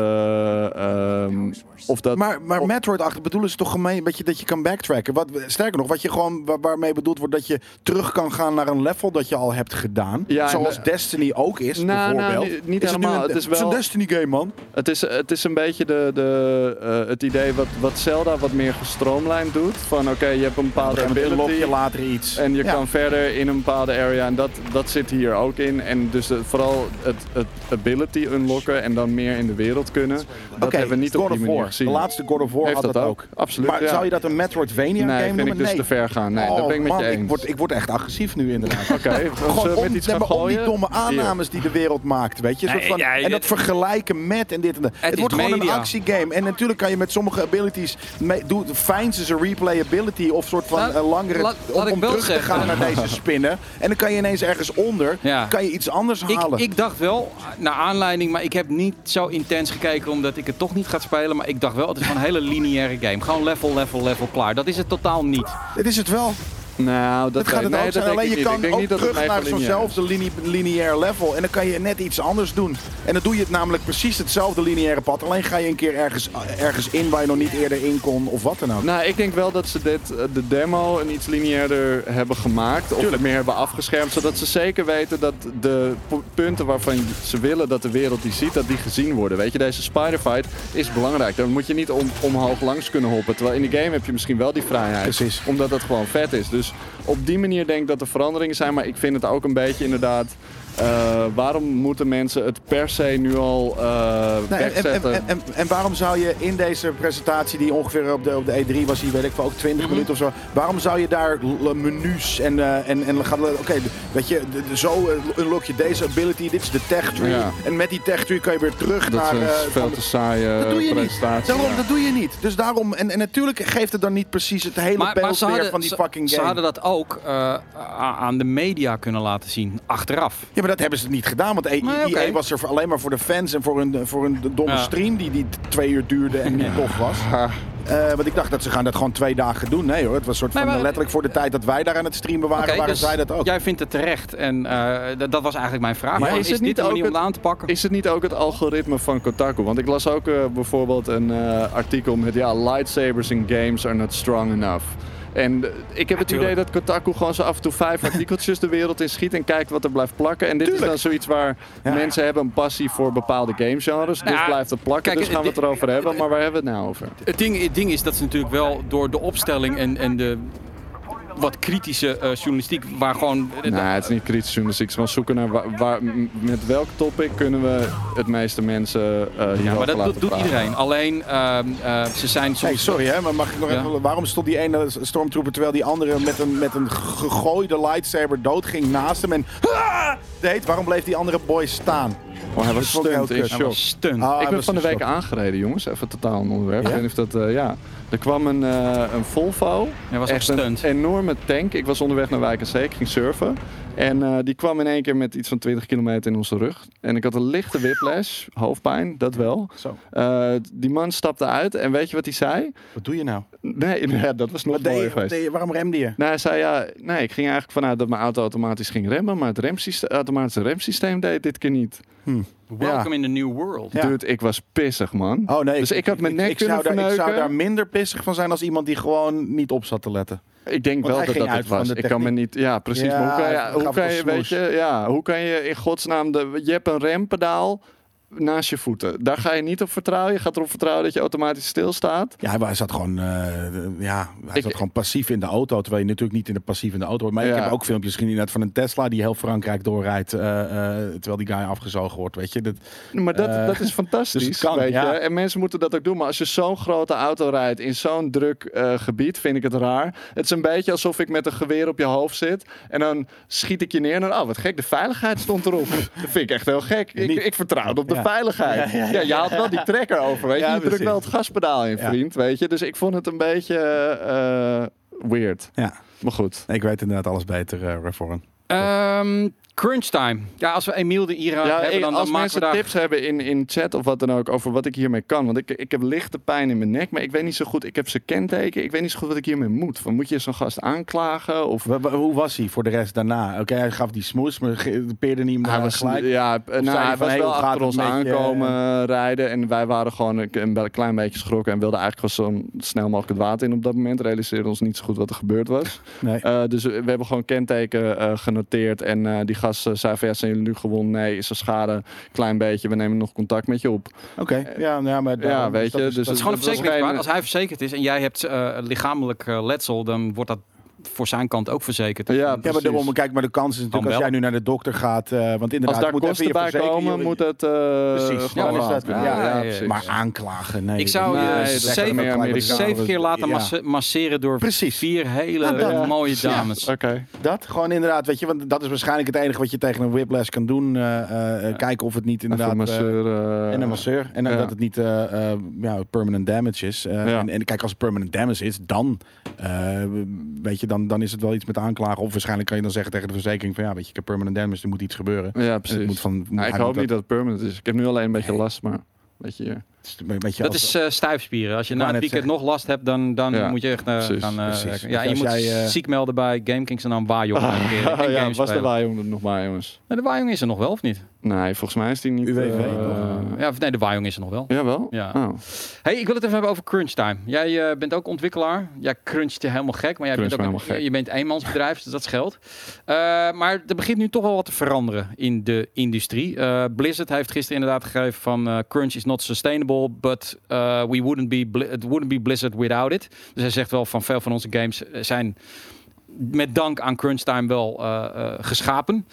Uh, um, of dat, maar maar of... Metroid-achtig bedoelen ze toch gemeen dat je, dat je kan backtracken? Wat, sterker nog, wat je gewoon waar, waarmee bedoeld wordt dat je terug kan gaan naar een level dat je al hebt gedaan. Ja, zoals uh, Destiny ook is, nou, bijvoorbeeld. Nou, niet is helemaal. Het, een, het is wel het is een Destiny-game, man. Het is, het is een beetje de, de, uh, het idee wat, wat Zelda wat meer gestroomlijnd doet. Van oké, okay, je hebt een bepaalde ability. Je later iets. En je ja. kan verder in een bepaalde area. En dat, dat zit hier ook in. En dus de, vooral het, het ability unlocken en dan meer in de wereld kunnen. Dat okay, hebben we niet God op die manier gezien. De laatste God of War Heeft had dat ook. ook. Absoluut, maar ja. zou je dat een Metroidvania nee, game noemen? Nee, vind ik dus nee. te ver gaan. Nee, oh, dat ben ik met man, je eens. Ik word, ik word echt agressief nu inderdaad. Oké, okay, gewoon om, met iets gaan om die domme aannames die de wereld maakt. Weet je? Nee, van, ja, en dat vergelijken met en dit en dat. Het, het wordt media. gewoon een actiegame. En natuurlijk kan je met sommige abilities... Fijn ze een replayability of soort van nou, uh, langere... Laat, om, laat om terug zeggen. te gaan naar deze spinnen. En dan kan je ineens ergens onder... Ja. kan je iets anders halen. Ik, ik dacht wel, naar aanleiding... Maar ik heb niet zo intens gekeken omdat ik het toch niet ga spelen. Maar ik dacht wel, het is gewoon een hele lineaire game. Gewoon level, level, level, klaar. Dat is het totaal niet. Dit is het wel. Nou, dat, dat gaat het nee, ook zijn. Dat Alleen je niet. kan denk ook niet dat terug naar zo'nzelfde line lineair level. En dan kan je net iets anders doen. En dan doe je het namelijk precies hetzelfde lineaire pad. Alleen ga je een keer ergens, ergens in waar je nog niet eerder in kon of wat dan ook. Nou, ik denk wel dat ze dit, de demo een iets lineairder hebben gemaakt. Tuurlijk. Of meer hebben afgeschermd. Zodat ze zeker weten dat de punten waarvan ze willen dat de wereld die ziet, dat die gezien worden. Weet je, deze Spider-Fight is belangrijk. Daar moet je niet om, omhoog langs kunnen hoppen. Terwijl in de game heb je misschien wel die vrijheid. Precies. Omdat dat gewoon vet is. Dus op die manier denk ik dat er veranderingen zijn, maar ik vind het ook een beetje inderdaad... Uh, waarom moeten mensen het per se nu al uh, nee, wegzetten? En, en, en, en waarom zou je in deze presentatie die ongeveer op de, op de E drie was, hier weet ik wel ook twintig mm-hmm. minuten of zo, waarom zou je daar menus en, uh, en, en gaan, oké, okay, weet je, de, de, zo uh, unlock je deze ability, dit is de tech tree, ja. En met die tech tree kan je weer terug dat naar... Dat is uh, veel te saaie dat doe je presentatie. Niet. Daarom, ja. Dat doe je niet. Dus daarom, en, en natuurlijk geeft het dan niet precies het hele maar, beeld maar weer van die ze, fucking game. Ze hadden dat ook uh, aan de media kunnen laten zien, achteraf. Ja, maar dat hebben ze niet gedaan. Want E A nee, okay. was er alleen maar voor de fans en voor een, voor een domme ja. stream die, die twee uur duurde en niet tof was. Uh, want ik dacht dat ze gaan dat gewoon twee dagen doen. Nee hoor, het was soort van nee, maar, letterlijk voor de tijd dat wij daar aan het streamen waren, okay, waren dus zij dat ook. Jij vindt het terecht en uh, dat, dat was eigenlijk mijn vraag. Maar ja, is, is het niet dit ook om het aan te pakken? Is het niet ook het algoritme van Kotaku? Want ik las ook uh, bijvoorbeeld een uh, artikel met ja, lightsabers in games are not strong enough. En uh, ik heb het ja, idee dat Kotaku gewoon zo af en toe vijf artikeltjes de wereld in schiet en kijkt wat er blijft plakken. En dit tuurlijk. Is dan zoiets waar ja. mensen hebben een passie voor bepaalde gamegenres. Dus ja, blijft het plakken, kijk, dus gaan we het erover uh, hebben. Maar waar hebben we het nou over? Het ding, het ding is dat ze natuurlijk wel door de opstelling en, en de... wat kritische uh, journalistiek waar gewoon... Nee, het is niet kritische journalistiek. Het is gewoon zoeken naar waar, waar, met welk topic kunnen we het meeste mensen uh, hier ja, maar dat laten doet, doet praten. iedereen. Alleen, uh, uh, ze zijn soms... Hey, sorry hè, maar mag ik nog ja. even... Waarom stond die ene stormtrooper terwijl die andere met een, met een gegooide lightsaber doodging naast hem en... Ah! deed? Waarom bleef die andere boy staan? Oh, hij was stunt in Hij was stunt. Ah, ik ben van de week shock. aangereden, jongens. Even totaal een onderwerp. Ja? Ik weet niet of dat... Uh, ja. Er kwam een, uh, een Volvo. Hij was echt ook stunt. een enorme tank. Ik was onderweg naar Wijk en Zee. Ik ging surfen. En uh, die kwam in één keer met iets van twintig kilometer in onze rug. En ik had een lichte whiplash. Hoofdpijn, dat wel. Zo. Uh, die man stapte uit. En weet je wat hij zei? Wat doe je nou? Nee, nee dat was nog Wat deed mooier je, wat geweest. deed je? Waarom remde je? Nou, hij zei ja, nee, ik ging eigenlijk vanuit dat mijn auto automatisch ging remmen, maar het remsysteem, automatische remsysteem deed dit keer niet. Hm. Welcome Ja. in the new world. Ja. Dude, ik was pissig, man. Oh nee, Dus ik had mijn nek ik, kunnen zou daar, ik zou verneuken. daar minder pissig van zijn als iemand die gewoon niet op zat te letten. Ik denk Want wel hij dat ging dat uit het van was. de Ik kan me techniek. niet. Ja, precies. Ja, maar hoe kan je, hij hoe gaf kan een je weet smoes. je, ja, hoe kan je in godsnaam de, je hebt een rempedaal naast je voeten. Daar ga je niet op vertrouwen. Je gaat erop vertrouwen dat je automatisch stilstaat. Ja, maar hij zat gewoon, uh, ja, hij Ik- zat gewoon passief in de auto, terwijl je natuurlijk niet in de passief in de auto hoort. Maar Ja. ik heb ook filmpjes gezien net van een Tesla die heel Frankrijk doorrijdt, uh, uh, terwijl die guy afgezogen wordt, weet je. Dat, Maar dat, Eh, dat is fantastisch. dus het kan, weet ja. je? En mensen moeten dat ook doen. Maar als je zo'n grote auto rijdt in zo'n druk uh, gebied, vind ik het raar. Het is een beetje alsof ik met een geweer op je hoofd zit. En dan schiet ik je neer. En dan, oh, wat gek, de veiligheid stond erop. Dat vind ik echt heel gek. Ik, Niet- ik vertrouw op de Ja. veiligheid. Ja, Ja, ja, je haalt wel die trekker over, weet je. Ja, je drukt precies. wel het gaspedaal in, Ja. vriend, weet je. Dus ik vond het een beetje uh, weird. ja, Maar goed. ik weet inderdaad alles beter, uh, Reform. Um, crunch time. Ja, als we Emiel de Ira Ja, hebben, ik- dan, dan als maken mensen we daar... tips hebben in, in chat of wat dan ook over wat ik hiermee kan. Want ik, ik heb lichte pijn in mijn nek, maar ik weet niet zo goed. Ik heb zijn kenteken. Ik weet niet zo goed wat ik hiermee moet. Van, moet je zo'n gast aanklagen? Of Wa- wa- Hoe was hij voor de rest daarna? Oké, hij gaf die smoes, maar ge- peerde niet meer hij was, gelijk. ja, nou, zei hij hij van, was hey, wel hoe gaat achter het ons met je? aankomen rijden. En wij waren gewoon een, een klein beetje geschrokken. En wilden eigenlijk gewoon zo snel mogelijk het water in op dat moment. Realiseerden ons niet zo goed wat er gebeurd was. Nee. Uh, dus we hebben gewoon kenteken uh, genoteerd. En uh, die gast uh, zei van ja, zijn jullie nu gewond? Nee, is er schade? Klein beetje. We nemen nog contact met je op. Oké, ja, ja, maar Ja, daarom- weet dat je, is- dus dat Het is gewoon een dat was verzekeringswaard. geen- Als hij verzekerd is en jij hebt uh, lichamelijk uh, letsel, dan wordt dat voor zijn kant ook verzekerd. Ja, Ja, maar precies. daarom, kijk, maar de kans is natuurlijk Dan als wel. jij nu naar de dokter gaat, uh, want inderdaad, Als daar je moet even kosten je bij verzekering- komen, je- moet het uh, Precies, gewoon ja, is dat- laten. ja, ja, ja, precies. Maar aanklagen, nee. Ik zou Nee, je dat is zeven, meer Amerikaans. zeven keer laten Ja. masse- masseren door Precies. vier hele Ja, dat- mooie ja. dames. Oké. Dat gewoon inderdaad, weet je, want dat is waarschijnlijk het enige wat je tegen een whiplash kan doen. Uh, uh, kijken of het niet Even inderdaad. een uh, masseur. uh, en een masseur. En ja. dat het niet uh, uh, ja, permanent damage is. Uh, Ja. en, en kijk, als het permanent damage is, dan, uh, weet je, dan, dan is het wel iets met aanklagen. Of waarschijnlijk kan je dan zeggen tegen de verzekering van ja, weet je, ik heb permanent damage, er moet iets gebeuren. Ja, Het precies. moet van, Nou, ik hij hoop moet niet dat het permanent is. Ik heb nu alleen een beetje last, maar weet je. Het is een beetje Dat als- is uh, stijfspieren. Als je Ik na wou het net weekend nog last hebt, dan, dan Ja, moet je echt uh, precies, gaan uh, precies. werken. Ja, en je Als moet jij, uh, ziek melden bij GameKings en dan Wajong. Ah, en ja, games was de spelen. Wajong er nog maar, jongens? Nee, de Wajong is er nog wel, of niet? Nee, volgens mij is die niet. U W V uh, nog. Ja, of nee, de Wajong is er nog wel. Jawel? Ja. Oh. Hey, ik wil het even hebben over crunch time. Jij uh, bent ook ontwikkelaar. Jij cruncht je helemaal gek, maar jij Crunch bent ook me een, helemaal gek. je bent eenmansbedrijf, dus dat scheelt. Uh, maar er begint nu toch wel wat te veranderen in de industrie. Uh, Blizzard heeft gisteren inderdaad gegeven van uh, crunch is not sustainable, but uh, we wouldn't be bli- it wouldn't be Blizzard without it. Dus hij zegt wel van veel van onze games zijn met dank aan crunch time wel uh, uh, geschapen.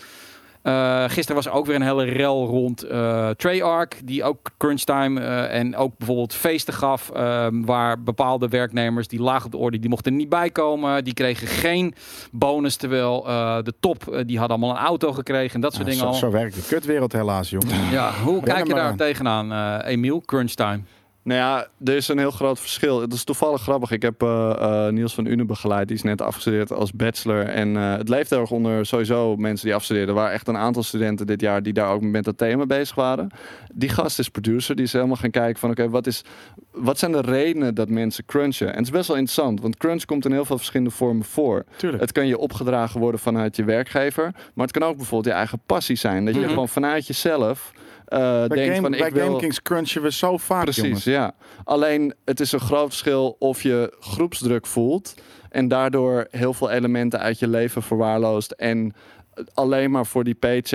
Uh, gisteren was er ook weer een hele rel rond uh, Treyarch, die ook crunch time uh, en ook bijvoorbeeld feesten gaf, uh, waar bepaalde werknemers die laag op de orde, die mochten er niet bij komen, die kregen geen bonus, terwijl uh, de top, uh, die hadden allemaal een auto gekregen en dat soort Ja, dingen zo, al. zo werkt de kutwereld helaas, jongen. Ja, hoe Ben kijk je er maar daar aan. tegenaan, uh, Emiel, crunch time? Nou ja, er is een heel groot verschil. Het is toevallig grappig. Ik heb uh, uh, Niels van Une begeleid. Die is net afgestudeerd als bachelor. En uh, het leeft heel erg onder sowieso mensen die afstudeerden. Er waren echt een aantal studenten dit jaar die daar ook met dat thema bezig waren. Die gast is producer. Die is helemaal gaan kijken van oké, okay, wat is, wat zijn de redenen dat mensen crunchen? En het is best wel interessant. Want crunch komt in heel veel verschillende vormen voor. Tuurlijk. Het kan je opgedragen worden vanuit je werkgever. Maar het kan ook bijvoorbeeld je eigen passie zijn. Dat je Mhm. gewoon vanuit jezelf uh, Bij, denkt Game, van bij ik wil... GameKings crunchen we zo vaak, Precies, jongens. ja. Alleen het is een groot verschil of je groepsdruk voelt en daardoor heel veel elementen uit je leven verwaarloost en alleen maar voor die paycheck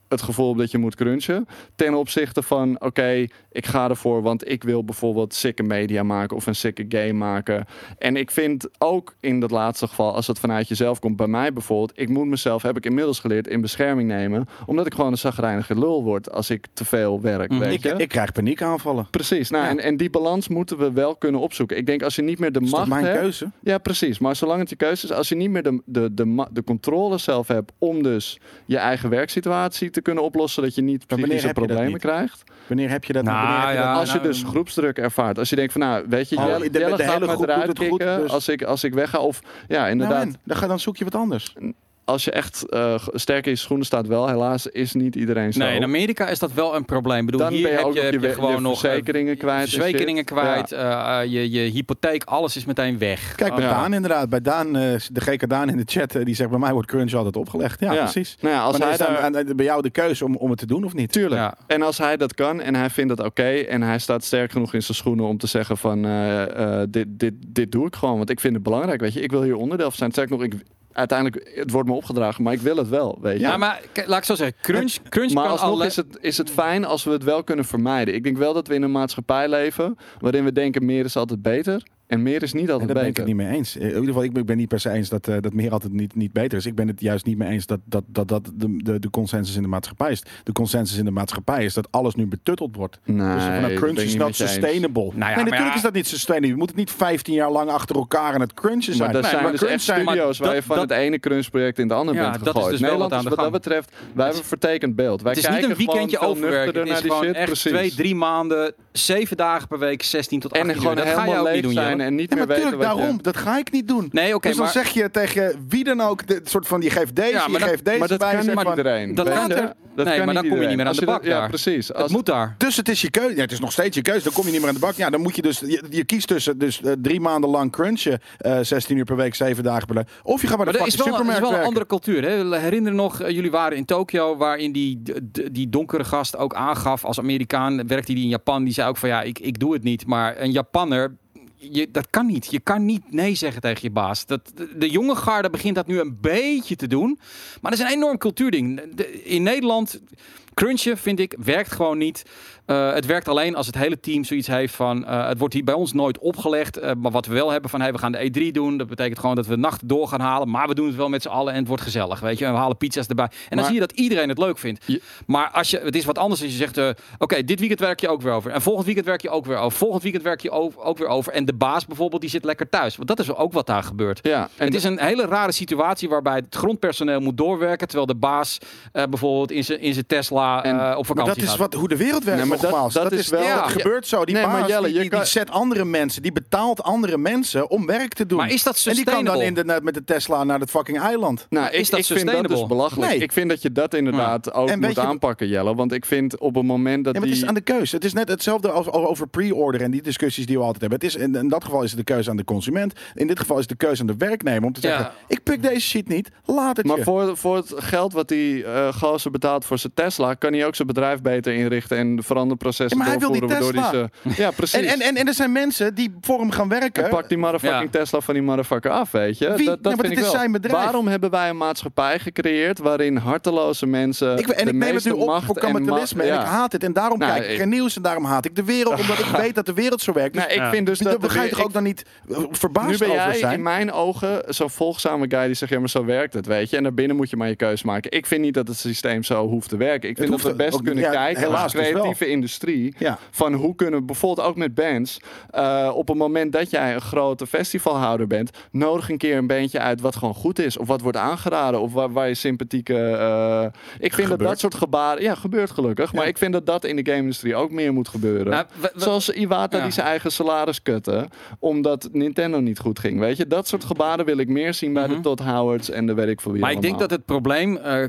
het gevoel dat je moet crunchen. Ten opzichte van, oké, okay, ik ga ervoor, want ik wil bijvoorbeeld sikke media maken of een sikke game maken. En ik vind ook in dat laatste geval, als het vanuit jezelf komt, bij mij bijvoorbeeld, ik moet mezelf, heb ik inmiddels geleerd, in bescherming nemen, omdat ik gewoon een chagrijnige lul word als ik te veel werk, mm. weet ik, je? Ik krijg paniekaanvallen. Precies, nou, ja. en, en die balans moeten we wel kunnen opzoeken. Ik denk, als je niet meer de macht hebt... Dat is mijn hebt, keuze? Ja, precies. Maar zolang het je keuze is, als je niet meer de, de, de, de, de controle zelf hebt om dus je eigen werksituatie te kunnen oplossen, dat je niet psychische problemen niet? krijgt. Wanneer heb je dat? Nou, wanneer heb je ja, dat? Als je nou, dus groepsdruk ervaart. Als je denkt van, nou, weet je, oh, Jelle, de, Jelle de gaat hele me groep eruit doet het goed, kicken dus... als, ik, als ik wegga. Of ja, inderdaad. Nou, dan, ga, dan zoek je wat anders. Als je echt uh, sterk in je schoenen staat wel, helaas is niet iedereen zo. Nee, in Amerika is dat wel een probleem. Ik bedoel, dan hier ben je heb ook je, je, heb je je gewoon nog verzekeringen kwijt. Verzekeringen kwijt, ja. uh, je, je hypotheek, alles is meteen weg. Kijk, bij oh, Daan ja. inderdaad. Bij Daan, uh, de G K Daan in de chat, uh, die zegt bij mij wordt crunch altijd opgelegd. Ja, ja. precies. Nou ja, als maar hij dan is daar... aan, aan, bij jou de keuze om, om het te doen of niet. Tuurlijk. Ja. En als hij dat kan en hij vindt dat oké okay, en hij staat sterk genoeg in zijn schoenen om te zeggen van uh, uh, dit, dit, dit doe ik gewoon, want ik vind het belangrijk. Weet je, ik wil hier onderdeel van zijn. Sterk nog, ik uiteindelijk, het wordt me opgedragen, maar ik wil het wel, weet je. Ja, maar laat ik zo zeggen, crunch, crunch maar kan alsnog alle... is het, is het fijn als we het wel kunnen vermijden. Ik denk wel dat we in een maatschappij leven waarin we denken meer is altijd beter. En meer is niet altijd en daar beter. ben ik het niet mee eens. In ieder geval, ik ben niet per se eens dat, uh, dat meer altijd niet, niet beter is. Ik ben het juist niet mee eens dat dat, dat, dat de, de, de consensus in de maatschappij is. De consensus in de maatschappij is dat alles nu betutteld wordt. Nee, dus van, nou, crunch is not sustainable. Nou ja, nee, natuurlijk ja. is dat niet sustainable. Je moet het niet vijftien jaar lang achter elkaar aan het crunchen zijn. Maar er nee, zijn maar dus crunch echt zijn, studio's waar dat, je van dat, het ene crunchproject in de andere ja, bent dat gegooid. is dus Nederland wel is wat wat aan dat de gang. betreft, wij hebben een vertekend beeld. Wij Het is kijken niet een weekendje gewoon overwerken. Het is naar gewoon die shit. echt Precies. twee, drie maanden, zeven dagen per week, zestien tot achttien en gewoon uur. Dat ga je helemaal ook leeg niet doen, zijn Jelle. en niet ja, meer maar weten tuurlijk, wat daarom. je... Dat ga ik niet doen. Nee, oké, okay, dus dan maar... zeg je tegen wie dan ook, de, soort van, je geeft deze, ja, je maar geeft dat, deze maar dat bij. kan niet van, iedereen. Dat Weet later. je? Dat nee, kan maar dan niet kom je niet meer aan de Als bak je dat, daar. Ja, precies. Als Het moet daar. Dus het is je keuze. Ja, het is nog steeds je keuze. Dan kom je niet meer aan de bak. Ja, dan moet je dus... Je, je kiest tussen dus, uh, drie maanden lang crunchen. Uh, zestien uur per week, zeven dagen per dag. Of je gaat bij de maar fucking is wel, supermarkt is wel een werken. andere cultuur. Hè? Herinner nog, uh, jullie waren in Tokio, waarin die, die, die donkere gast ook aangaf, als Amerikaan werkte hij in Japan. Die zei ook van ja, ik, ik doe het niet. Maar een Japanner... Je, dat kan niet. Je kan niet nee zeggen tegen je baas. Dat, de, de jonge garde begint dat nu een beetje te doen. Maar dat is een enorm cultuurding. De, in Nederland, crunchen vind ik, werkt gewoon niet. Uh, het werkt alleen als het hele team zoiets heeft van... Uh, het wordt hier bij ons nooit opgelegd. Uh, maar wat we wel hebben van... Hey, we gaan de E drie doen. Dat betekent gewoon dat we nachten door gaan halen. Maar we doen het wel met z'n allen en het wordt gezellig. Weet je? En we halen pizza's erbij. En dan maar, zie je dat iedereen het leuk vindt. Je, maar als je, het is wat anders als je zegt... Uh, Oké, okay, dit weekend werk je ook weer over. En volgend weekend werk je ook weer over. Volgend weekend werk je ook, ook weer over. En de baas bijvoorbeeld, die zit lekker thuis. Want dat is ook wat daar gebeurt. Ja, en het is een hele rare situatie waarbij het grondpersoneel moet doorwerken. Terwijl de baas uh, bijvoorbeeld in zijn in zijn Tesla uh, en, op vakantie maar dat is gaat. wat, hoe de wereld werkt, nee, maar nogmaals. Dat, dat, dat is wel... Ja, dat gebeurt zo. Die nee, baas Jelle, die, die, kan... die zet andere mensen, die betaalt andere mensen om werk te doen. Maar is dat sustainable? En die kan dan inderdaad met de Tesla naar het fucking eiland. Nou, is ik, dat ik vind dat dus belachelijk. Nee. Ik vind dat je dat inderdaad ja. ook en moet aanpakken, Jelle. Want ik vind op het moment dat ja, maar die... het is aan de keuze. Het is net hetzelfde als over pre-order en die discussies die we altijd hebben. Het is, in, in dat geval is het de keuze aan de consument. In dit geval is het de keuze aan de werknemer om te zeggen... Ja. Ik pik deze shit niet, laat het Maar je. voor, voor het geld wat die uh, gozer betaalt voor zijn Tesla... kan hij ook zijn bedrijf beter inrichten en veranderprocessen ja, maar hij doorvoeren. wil die Tesla. Die ze... Ja, precies. En, en, en, en er zijn mensen die voor hem gaan werken. En pak die motherfucking ja. Tesla van die motherfucker af, weet je. Wie? Dat, dat ja, maar vind het ik is wel. zijn bedrijf. Waarom hebben wij een maatschappij gecreëerd waarin harteloze mensen ik, en de ik neem het nu op voor kapitalisme en, en ja. ik haat het. En daarom nou, kijk ik ik... geen nieuws en daarom haat ik de wereld. Omdat ik weet dat de wereld zo werkt. Dus nou, ik ja. vind dus dat... Dan ga je toch ook dan niet verbaasd over zijn? Nu ben jij in mijn ogen zo'n volgzame guy die zegt... ja, maar zo werkt het, weet je. En daarbinnen moet je maar je keus maken. Ik vind niet dat het systeem zo hoeft te werken. Ik vind dat we best ook, kunnen ja, kijken als creatieve dus industrie... Ja. van hoe kunnen we bijvoorbeeld ook met bands... Uh, op het moment dat jij een grote festivalhouder bent... nodig een keer een bandje uit wat gewoon goed is. Of wat wordt aangeraden. Of waar, waar je sympathieke... Uh, ik vind gebeurt. dat dat soort gebaren... Ja, gebeurt gelukkig. Ja. Maar ik vind dat dat in de game-industrie ook meer moet gebeuren. Nou, we, we, Zoals Iwata ja. die zijn eigen salaris kutte... omdat Nintendo niet goed ging. Weet je, dat soort gebaren wil ik meer zien... bij mm-hmm. de Todd Howards en de weet ik veel wie Maar allemaal. ik denk dat het probleem... Uh,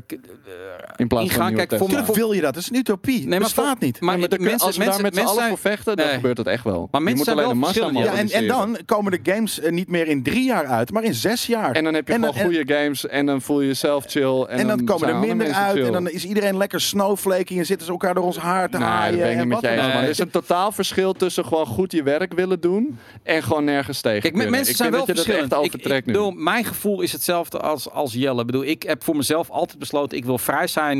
in plaats ingaan, van kijk, voor, voor wil je dat? Dat is een utopie. Nee, bestaat voor, niet. Maar, maar de, mensen, als we mensen, daar met z'n allen voor vechten, dan nee. gebeurt dat echt wel. Maar je mensen moet alleen zijn de massa ja, en, en dan komen de games uh, niet meer in drie jaar uit, maar in zes jaar. En dan heb je en gewoon dan, goede en, games en dan voel je jezelf chill. En, en dan, dan komen er minder uit chill. En dan is iedereen lekker snowflaking en zitten ze elkaar door ons haar te nee, haaien. Dat ben ik niet met je eens. Nee. Er is een totaal verschil tussen gewoon goed je werk willen doen en gewoon nergens tegen Kijk, kunnen. Mensen ik zijn wel dat je verschillend. Dat echt overtrekt ik, ik bedoel, mijn gevoel is hetzelfde als, als Jelle. Ik bedoel, ik heb voor mezelf altijd besloten, ik wil vrij zijn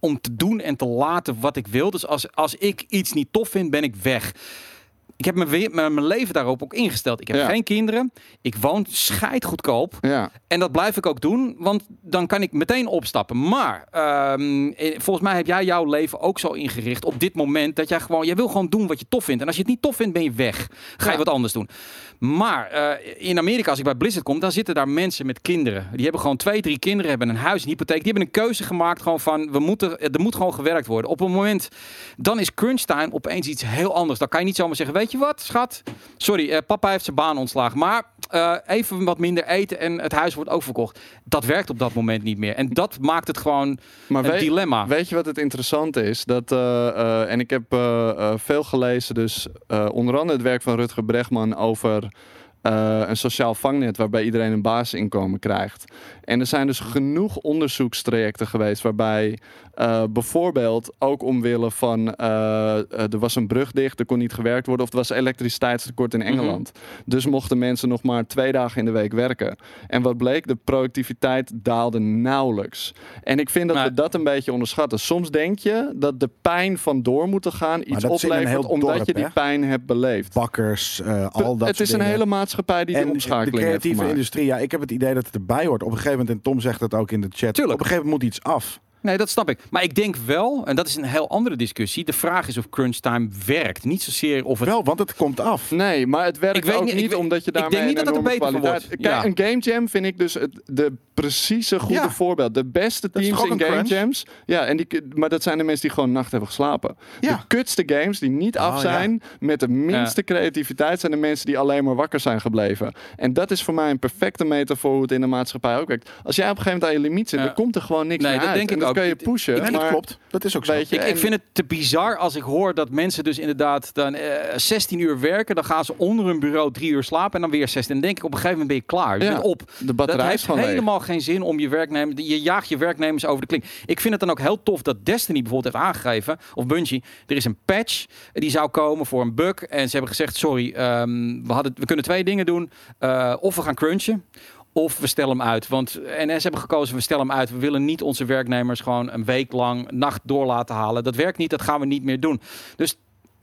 om te doen en te laten wat ik wil. Dus als, als ik iets niet tof vind, ben ik weg. Ik heb mijn, mijn leven daarop ook ingesteld. Ik heb ja. geen kinderen. Ik woon scheidgoedkoop. Ja. En dat blijf ik ook doen. Want dan kan ik meteen opstappen. Maar um, volgens mij heb jij jouw leven ook zo ingericht op dit moment. Dat jij gewoon, jij wil gewoon doen wat je tof vindt. En als je het niet tof vindt, ben je weg. Ga je ja. wat anders doen. Maar uh, in Amerika, als ik bij Blizzard kom, dan zitten daar mensen met kinderen. Die hebben gewoon twee, drie kinderen, hebben een huis, een hypotheek. Die hebben een keuze gemaakt gewoon van, we moeten, er moet gewoon gewerkt worden. Op een moment, dan is crunch time opeens iets heel anders. Dan kan je niet zomaar zeggen, weet je wat, schat? Sorry, uh, papa heeft zijn baan ontslagen. Maar uh, even wat minder eten en het huis wordt ook verkocht. Dat werkt op dat moment niet meer. En dat maakt het gewoon maar een weet, dilemma. Weet je wat het interessante is? Dat, uh, uh, en ik heb uh, uh, veel gelezen, dus uh, onder andere het werk van Rutger Bregman over Uh, een sociaal vangnet waarbij iedereen een basisinkomen krijgt. En er zijn dus genoeg onderzoekstrajecten geweest waarbij uh, bijvoorbeeld ook omwille van uh, uh, er was een brug dicht, er kon niet gewerkt worden of er was elektriciteitstekort in Engeland. Mm-hmm. Dus mochten mensen nog maar twee dagen in de week werken. En wat bleek? De productiviteit daalde nauwelijks. En ik vind dat maar, we dat een beetje onderschatten. Soms denk je dat de pijn van door moeten gaan iets oplevert omdat dorp, je die hè? pijn hebt beleefd. Bakkers, uh, al dat Het is dingen. een hele maatschappij die en de omschakeling de creatieve heeft industrie, ja, ik heb het idee dat het erbij hoort. Op een gegeven moment, en Tom zegt dat ook in de chat, Tuurlijk. op een gegeven moment moet iets af. Nee, dat snap ik. Maar ik denk wel, en dat is een heel andere discussie. De vraag is of crunch time werkt. Niet zozeer of het... Wel, want het komt af. Nee, maar het werkt ik weet ook niet, niet ik, omdat je daarmee ik denk niet dat het er beter van wordt. Kijk, ja. een game jam vind ik dus het, de precieze goede ja. voorbeeld. De beste teams in game crunch? jams. Ja, en die, maar dat zijn de mensen die gewoon nacht hebben geslapen. Ja. De kutste games die niet af zijn, oh, ja. met de minste ja. creativiteit, zijn de mensen die alleen maar wakker zijn gebleven. En dat is voor mij een perfecte metafoor hoe het in de maatschappij ook werkt. Als jij op een gegeven moment aan je limiet zit, ja. dan komt er gewoon niks nee, meer dat uit. Denk en ik dat ook. kun je pushen. Ik, ik, maar, dat klopt. Dat is ook zo. Je, ik, ik vind het te bizar als ik hoor dat mensen dus inderdaad dan uh, zestien uur werken, dan gaan ze onder hun bureau drie uur slapen en dan weer zestien. Dan denk ik op een gegeven moment ben je klaar. Je ja, bent op. De batterij dat heeft heeft helemaal leeg. geen zin om je werknemers. Je jaagt je werknemers over de klink. Ik vind het dan ook heel tof dat Destiny bijvoorbeeld heeft aangegeven, of Bungie, er is een patch die zou komen voor een bug en ze hebben gezegd sorry, um, we, hadden, we kunnen twee dingen doen. Uh, of we gaan crunchen. Of we stellen hem uit. Want N S hebben gekozen, we stellen hem uit. We willen niet onze werknemers gewoon een week lang nacht door laten halen. Dat werkt niet, dat gaan we niet meer doen. Dus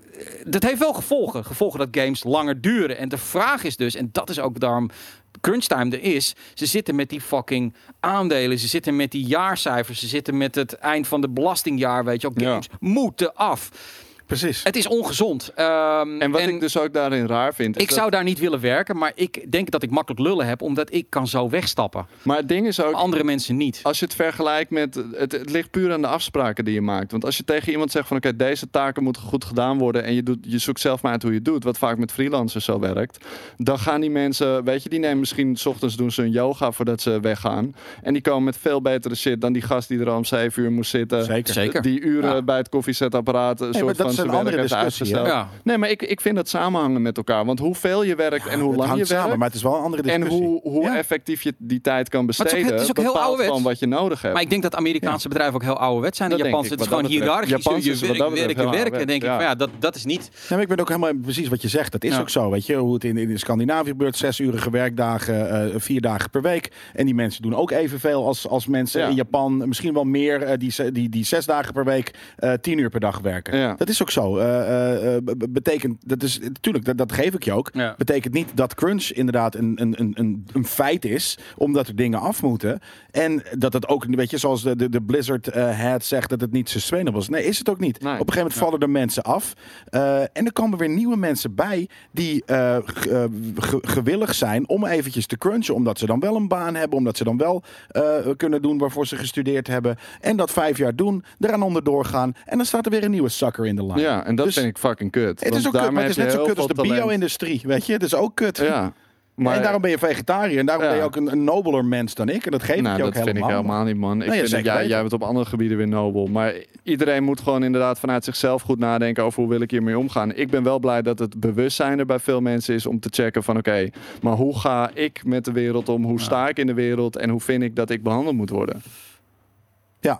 dat heeft wel gevolgen. Gevolgen dat games langer duren. En de vraag is dus, en dat is ook daarom crunch time er is, ze zitten met die fucking aandelen. Ze zitten met die jaarcijfers. Ze zitten met het eind van de belastingjaar. Weet je ook, games ja. moeten af. Precies. Het is ongezond. Um, en wat en ik dus ook daarin raar vind... Is ik dat... zou daar niet willen werken, maar ik denk dat ik makkelijk lullen heb, omdat ik kan zo wegstappen. Maar het ding is ook... Andere mensen niet. Als je het vergelijkt met... Het, het ligt puur aan de afspraken die je maakt. Want als je tegen iemand zegt van... Oké, okay, deze taken moeten goed gedaan worden... en je, doet, je zoekt zelf maar uit hoe je het doet... wat vaak met freelancers zo werkt... dan gaan die mensen... Weet je, die nemen misschien... 's ochtends doen ze een yoga voordat ze weggaan... en die komen met veel betere shit... dan die gast die er al om zeven uur moest zitten. Zeker. Zeker. Die uren ja. bij het koffiezetapparaat... een nee, soort van zijn werk heeft uitgesteld. Ja. Nee, maar ik, ik vind dat samenhangen met elkaar. Want hoeveel je werkt ja, en hoe lang je samen, werkt... maar het is wel een andere discussie. En hoe, hoe ja. effectief je die tijd kan besteden... het is ook heel ouderwets. Van wat je nodig hebt. Maar ik denk dat Amerikaanse ja. bedrijven ook heel ouderwet zijn. De Japanse, het is gewoon hiërarchisch. Je werkt, werken, werken. denk ik, ja. ja, dat, dat is niet... Ja, maar ik ben ook helemaal precies wat je zegt. Dat is ja. ook zo, weet je. Hoe het in, in Scandinavië gebeurt. Zesurige werkdagen, uh, vier dagen per week. En die mensen doen ook evenveel als, als mensen ja. in Japan. Misschien wel meer uh, die, die, die zes dagen per week uh, tien uur per dag werken. Ja. Dat is ook zo. Uh, uh, betekent, dat is natuurlijk, dat, dat geef ik je ook. Ja. Betekent niet dat crunch inderdaad een, een, een, een, een feit is, omdat er dingen af moeten. En dat het ook, weet je, zoals de, de, de Blizzard uh, head zegt, dat het niet sustainable is. Nee, is het ook niet. Nee. Op een gegeven moment ja. vallen er mensen af. Uh, en er komen weer nieuwe mensen bij die uh, ge, ge, gewillig zijn om eventjes te crunchen. Omdat ze dan wel een baan hebben, omdat ze dan wel uh, kunnen doen waarvoor ze gestudeerd hebben. En dat vijf jaar doen, eraan onderdoor gaan. En dan staat er weer een nieuwe sucker in de lijn. Ja, en dat dus, vind ik fucking kut. Het is ook kut, maar het is net zo kut als de bio-industrie, weet je. Het is ook kut. Ja. Maar, en daarom ben je vegetariër. En daarom ja. ben je ook een, een nobeler mens dan ik. En dat geef nou, ik je ook dat helemaal. Dat vind ik helemaal niet, man. Ik nee, vind dat jij, jij bent op andere gebieden weer nobel. Maar iedereen moet gewoon inderdaad vanuit zichzelf goed nadenken over hoe wil ik hiermee omgaan. Ik ben wel blij dat het bewustzijn er bij veel mensen is om te checken van oké, okay, maar hoe ga ik met de wereld om? Hoe ja. sta ik in de wereld? En hoe vind ik dat ik behandeld moet worden? Ja.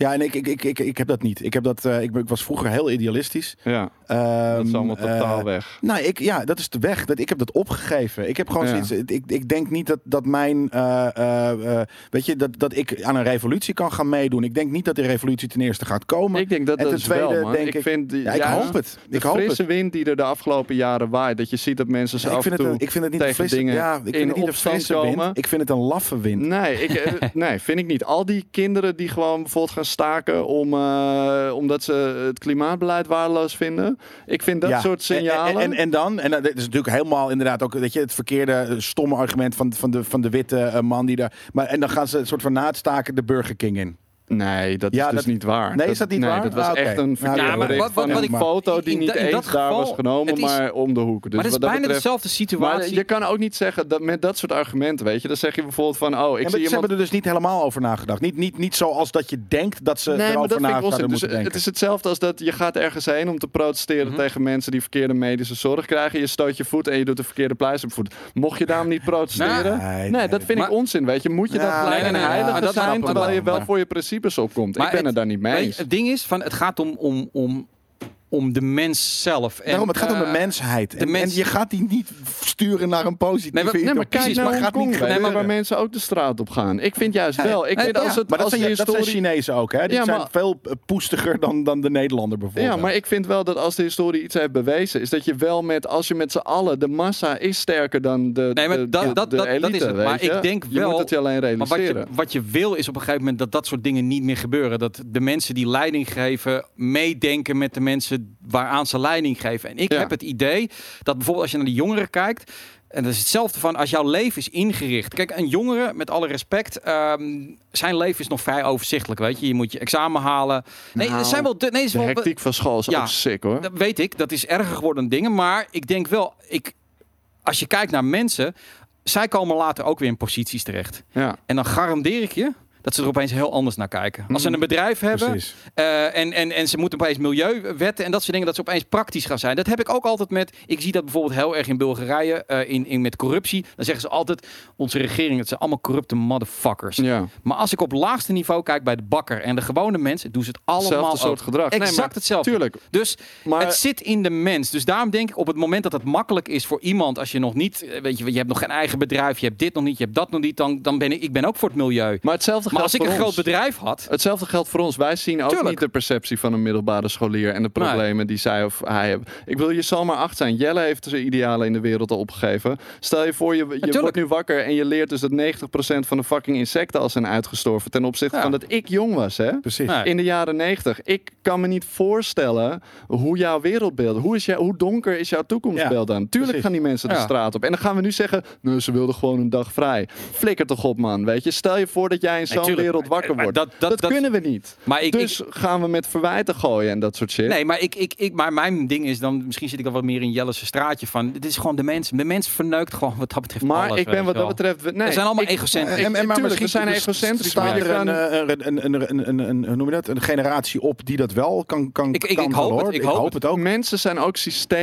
Ja, en ik, ik, ik, ik, ik heb dat niet. Ik, heb dat, uh, ik, ik was vroeger heel idealistisch. Ja, um, dat is allemaal totaal uh, weg. Nou, ik, ja, dat is de weg. Dat, ik heb dat opgegeven. Ik heb gewoon Ja. zoiets... Ik, ik denk niet dat, dat mijn... Uh, uh, uh, weet je, dat, dat ik aan een revolutie kan gaan meedoen. Ik denk niet dat die revolutie ten eerste gaat komen. Ik denk dat en dat ten is tweede wel, man. denk ik, ik... vind, die, ja, ik ja, hoop het. De ik hoop frisse het. wind die er de afgelopen jaren waait. Dat je ziet dat mensen zo Ja, af ik, en vind toe het, ik vind het niet een tegen frisse, dingen ja, ik vind in het niet een opstand frisse komen. wind. Ik vind het een laffe wind. Nee, ik, uh, nee, vind ik niet. Al die kinderen die gewoon bijvoorbeeld gaan staken om, uh, omdat ze het klimaatbeleid waardeloos vinden. Ik vind dat ja. soort signalen. En, en, en dan, en dat is natuurlijk helemaal inderdaad ook, weet je, het verkeerde, stomme argument van, van, de, van de witte uh, man die daar. Maar en dan gaan ze een soort van na het staken de Burger King in. Nee, dat is ja, dus dat, niet waar. Nee, is dat niet nee, waar? dat was ah, okay. echt een verkeerd ja, bericht wat, wat, van wat een ik, foto die in, niet in, in eens dat daar geval, was genomen, is, maar om de hoek. Dus maar het is wat bijna betreft, dezelfde situatie. Maar je kan ook niet zeggen dat met dat soort argumenten, weet je, dan zeg je bijvoorbeeld van, oh, ik ja, zie ze iemand... hebben er dus niet helemaal over nagedacht. Niet, niet, niet zoals dat je denkt dat ze Nee, maar erover dat na vind ik zouden onzin. moeten Dus denken. het is hetzelfde als dat je gaat ergens heen om te protesteren Mm-hmm. tegen mensen die verkeerde medische zorg krijgen. Je stoot je voet en je doet de verkeerde pleister op voet. Mocht je daarom niet protesteren? Nee, nee, nee, dat vind maar- ik onzin, weet je. Moet je Ja, dat nee, blijven nee, nee, heilige maar dat zijn, snap ik terwijl wel, je wel maar- voor je principes opkomt? Maar Ik ben het- het daar niet mee Nee, eens. het ding is, van, het gaat om, om, om, om de mens zelf. En, Daarom, het gaat om de uh, mensheid. de En, mens- en je gaat die niet sturen naar een positieve Nee, maar- nee, maar utopie. Kijk Precies, naar maar gaat Hongkong, niet weet je, gebeuren. waar mensen ook de straat op gaan. Ik vind juist Ja, wel. Ik ja, vind als ja, het Maar dat als zijn, de dat zijn historie... Chinezen ook, hè? Die Ja, zijn maar- veel eh, poestiger dan, dan de Nederlander bijvoorbeeld. Ja, maar ik vind wel dat als de historie iets heeft bewezen, is dat je wel met, als je met z'n allen, de massa is sterker dan de, Nee, maar de, dat- de, dat- de dat- dat elite, is het. weet Maar je? ik denk Je wel- moet het je alleen Maar wat realiseren. je, wat je wil is op een gegeven moment dat dat soort dingen niet meer gebeuren. Dat de mensen die leiding geven meedenken met de mensen waaraan ze leiding geven. En ik Ja. heb het idee dat bijvoorbeeld als je naar de jongeren kijkt. En dat is hetzelfde van als jouw leven is ingericht. Kijk, een jongere, met alle respect, ehm, zijn leven is nog vrij overzichtelijk. Weet je, je moet je examen halen. Nee, Nou, er zijn wel. De, nee, is De wel, hectiek van school is Ja. ook sick, hoor. Dat weet ik, dat is erger geworden dan dingen. Maar ik denk wel, ik, als je kijkt naar mensen, zij komen later ook weer in posities terecht. Ja. En dan garandeer ik je dat ze er opeens heel anders naar kijken. Als ze een bedrijf hebben Precies. uh, en, en, en ze moeten opeens milieuwetten en dat soort dingen, dat ze opeens praktisch gaan zijn. Dat heb ik ook altijd met, ik zie dat bijvoorbeeld heel erg in Bulgarije, uh, in, in met corruptie. Dan zeggen ze altijd, onze regering, het zijn allemaal corrupte motherfuckers. Ja. Maar als ik op laagste niveau kijk bij de bakker en de gewone mensen, doen ze het allemaal Hetzelfde soort ook. gedrag. Nee, Exact maar hetzelfde. Tuurlijk. Dus Maar- het zit in de mens. Dus daarom denk ik op het moment dat het makkelijk is voor iemand, als je nog niet, eh, weet je, je hebt nog geen eigen bedrijf, je hebt dit nog niet, je hebt dat nog niet, dan, dan ben ik, ik ben ook voor het milieu. Maar hetzelfde Maar geldt als ik voor een groot ons. bedrijf had, Hetzelfde geldt voor ons. Wij zien ook Tuurlijk. niet de perceptie van een middelbare scholier en de problemen die zij of hij hebben. Ik wil, je zal maar acht zijn. Jelle heeft zijn idealen in de wereld al opgegeven. Stel je voor, je, je Tuurlijk. wordt nu wakker en je leert dus dat negentig procent van de fucking insecten al zijn uitgestorven. Ten opzichte Ja. van dat ik jong was, hè? Precies. Nee. In de jaren negentig. Ik kan me niet voorstellen hoe jouw wereldbeeld, hoe, is jou, hoe donker is jouw toekomstbeeld dan? Tuurlijk precies. gaan die mensen de Ja. straat op. En dan gaan we nu zeggen, nee, ze wilden gewoon een dag vrij. Flikker toch op, man. Weet je, stel je voor dat jij in zo'n tuurlijk. wereld wakker Maar wordt. dat- Dat, dat- dat- kunnen we niet. maar ik, Dus ik, gaan we met verwijten gooien en dat soort shit. nee, maar ik, ik, ik, maar mijn ding is dan, misschien zit ik al wat meer in Jelle's straatje van, het is gewoon de mens. De mens verneukt gewoon wat dat betreft maar alles, ik ben weet wat je dat wel. betreft... Nee, We zijn allemaal ik- egocentrisch. Ik, En- en maar tuurlijk, we misschien zijn dus egocentrisch. staat maar er je een, kan- eh, een, een, een, een, een, hoe noem je dat? Een generatie op die dat wel kan, kan Ik- ik- kan ik hoop hoor. het, ik hoop het ook. Mensen zijn ook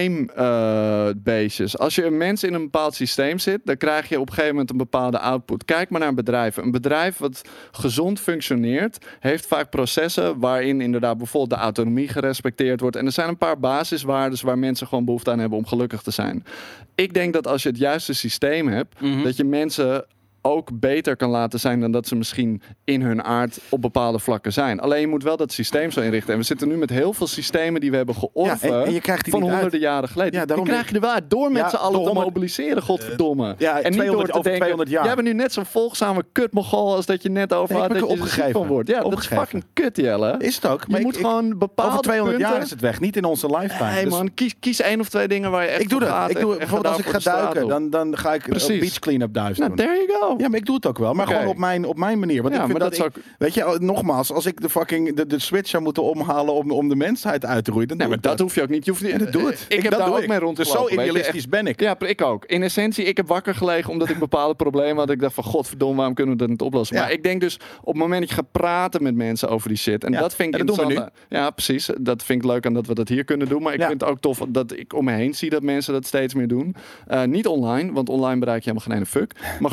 systeembeestjes. Als je een mens in een bepaald systeem zit, dan krijg je op een gegeven moment een bepaalde output. Kijk maar naar een bedrijf. Een bedrijf wat gezond functioneert, heeft vaak processen waarin inderdaad bijvoorbeeld de autonomie gerespecteerd wordt. En er zijn een paar basiswaarden waar mensen gewoon behoefte aan hebben om gelukkig te zijn. Ik denk dat als je het juiste systeem hebt, Mhm. dat je mensen ook beter kan laten zijn dan dat ze misschien in hun aard op bepaalde vlakken zijn. Alleen je moet wel dat systeem zo inrichten. En we zitten nu met heel veel systemen die we hebben georven Ja, en- en je krijgt die van niet uit. honderden jaren geleden. Ja, die daarom krijg je er wel uit door met Ja, z'n allen door te honderd- mobiliseren, godverdomme. ja, en niet door tweehonderd te over denken, tweehonderd jaar. jij bent nu net zo'n volgzame kutmogol als dat je net over Nee, ik had ben dat je er ziek opgegeven. van wordt. Ja, dat is Opgegeven. fucking kut, Jelle. Is het ook. je Maar moet ik- ik- gewoon bepaalde Over tweehonderd punten... jaar is het weg. Niet in onze lifetime. Hey Dus man, kies, kies één of twee dingen waar je echt ik doe voor dat. gaat Ik en- doe, en ga bijvoorbeeld als ik daarvoor ga de straat duiken, op. dan, dan ga ik Precies. een beach clean-up duiven Nou, doen. there you go. Ja, maar ik doe het ook wel. Maar Oké. gewoon op mijn, op mijn manier. Want Ja, ik vind maar dat, dat ik, is ook- weet je, nogmaals, als ik de fucking de, de switch zou moeten omhalen om, om de mensheid uit te roeien, dan Nee, doe maar ik dat hoef je ook niet. Je hoeft niet En dat doe het. Ik, Ik- heb dat daar doe ook ik. mee Dus rondgelopen. zo weet je, idealistisch echt. ben ik. Ja, ik ook. In essentie, ik heb wakker gelegen omdat ik bepaalde problemen had. Ik dacht van, godverdomme, waarom kunnen we dat niet oplossen? Ja. Maar ik denk dus, op het moment dat je gaat praten met mensen over die shit. En Ja, dat vind ik en dat doen we interessant. Ja, precies. Dat vind ik leuk aan dat we dat hier kunnen doen. Maar ik Ja. vind het ook tof dat ik om me heen zie dat mensen dat steeds meer doen. Uh, niet online, want online bereik je helemaal geen ene fuck. Maar gewoon real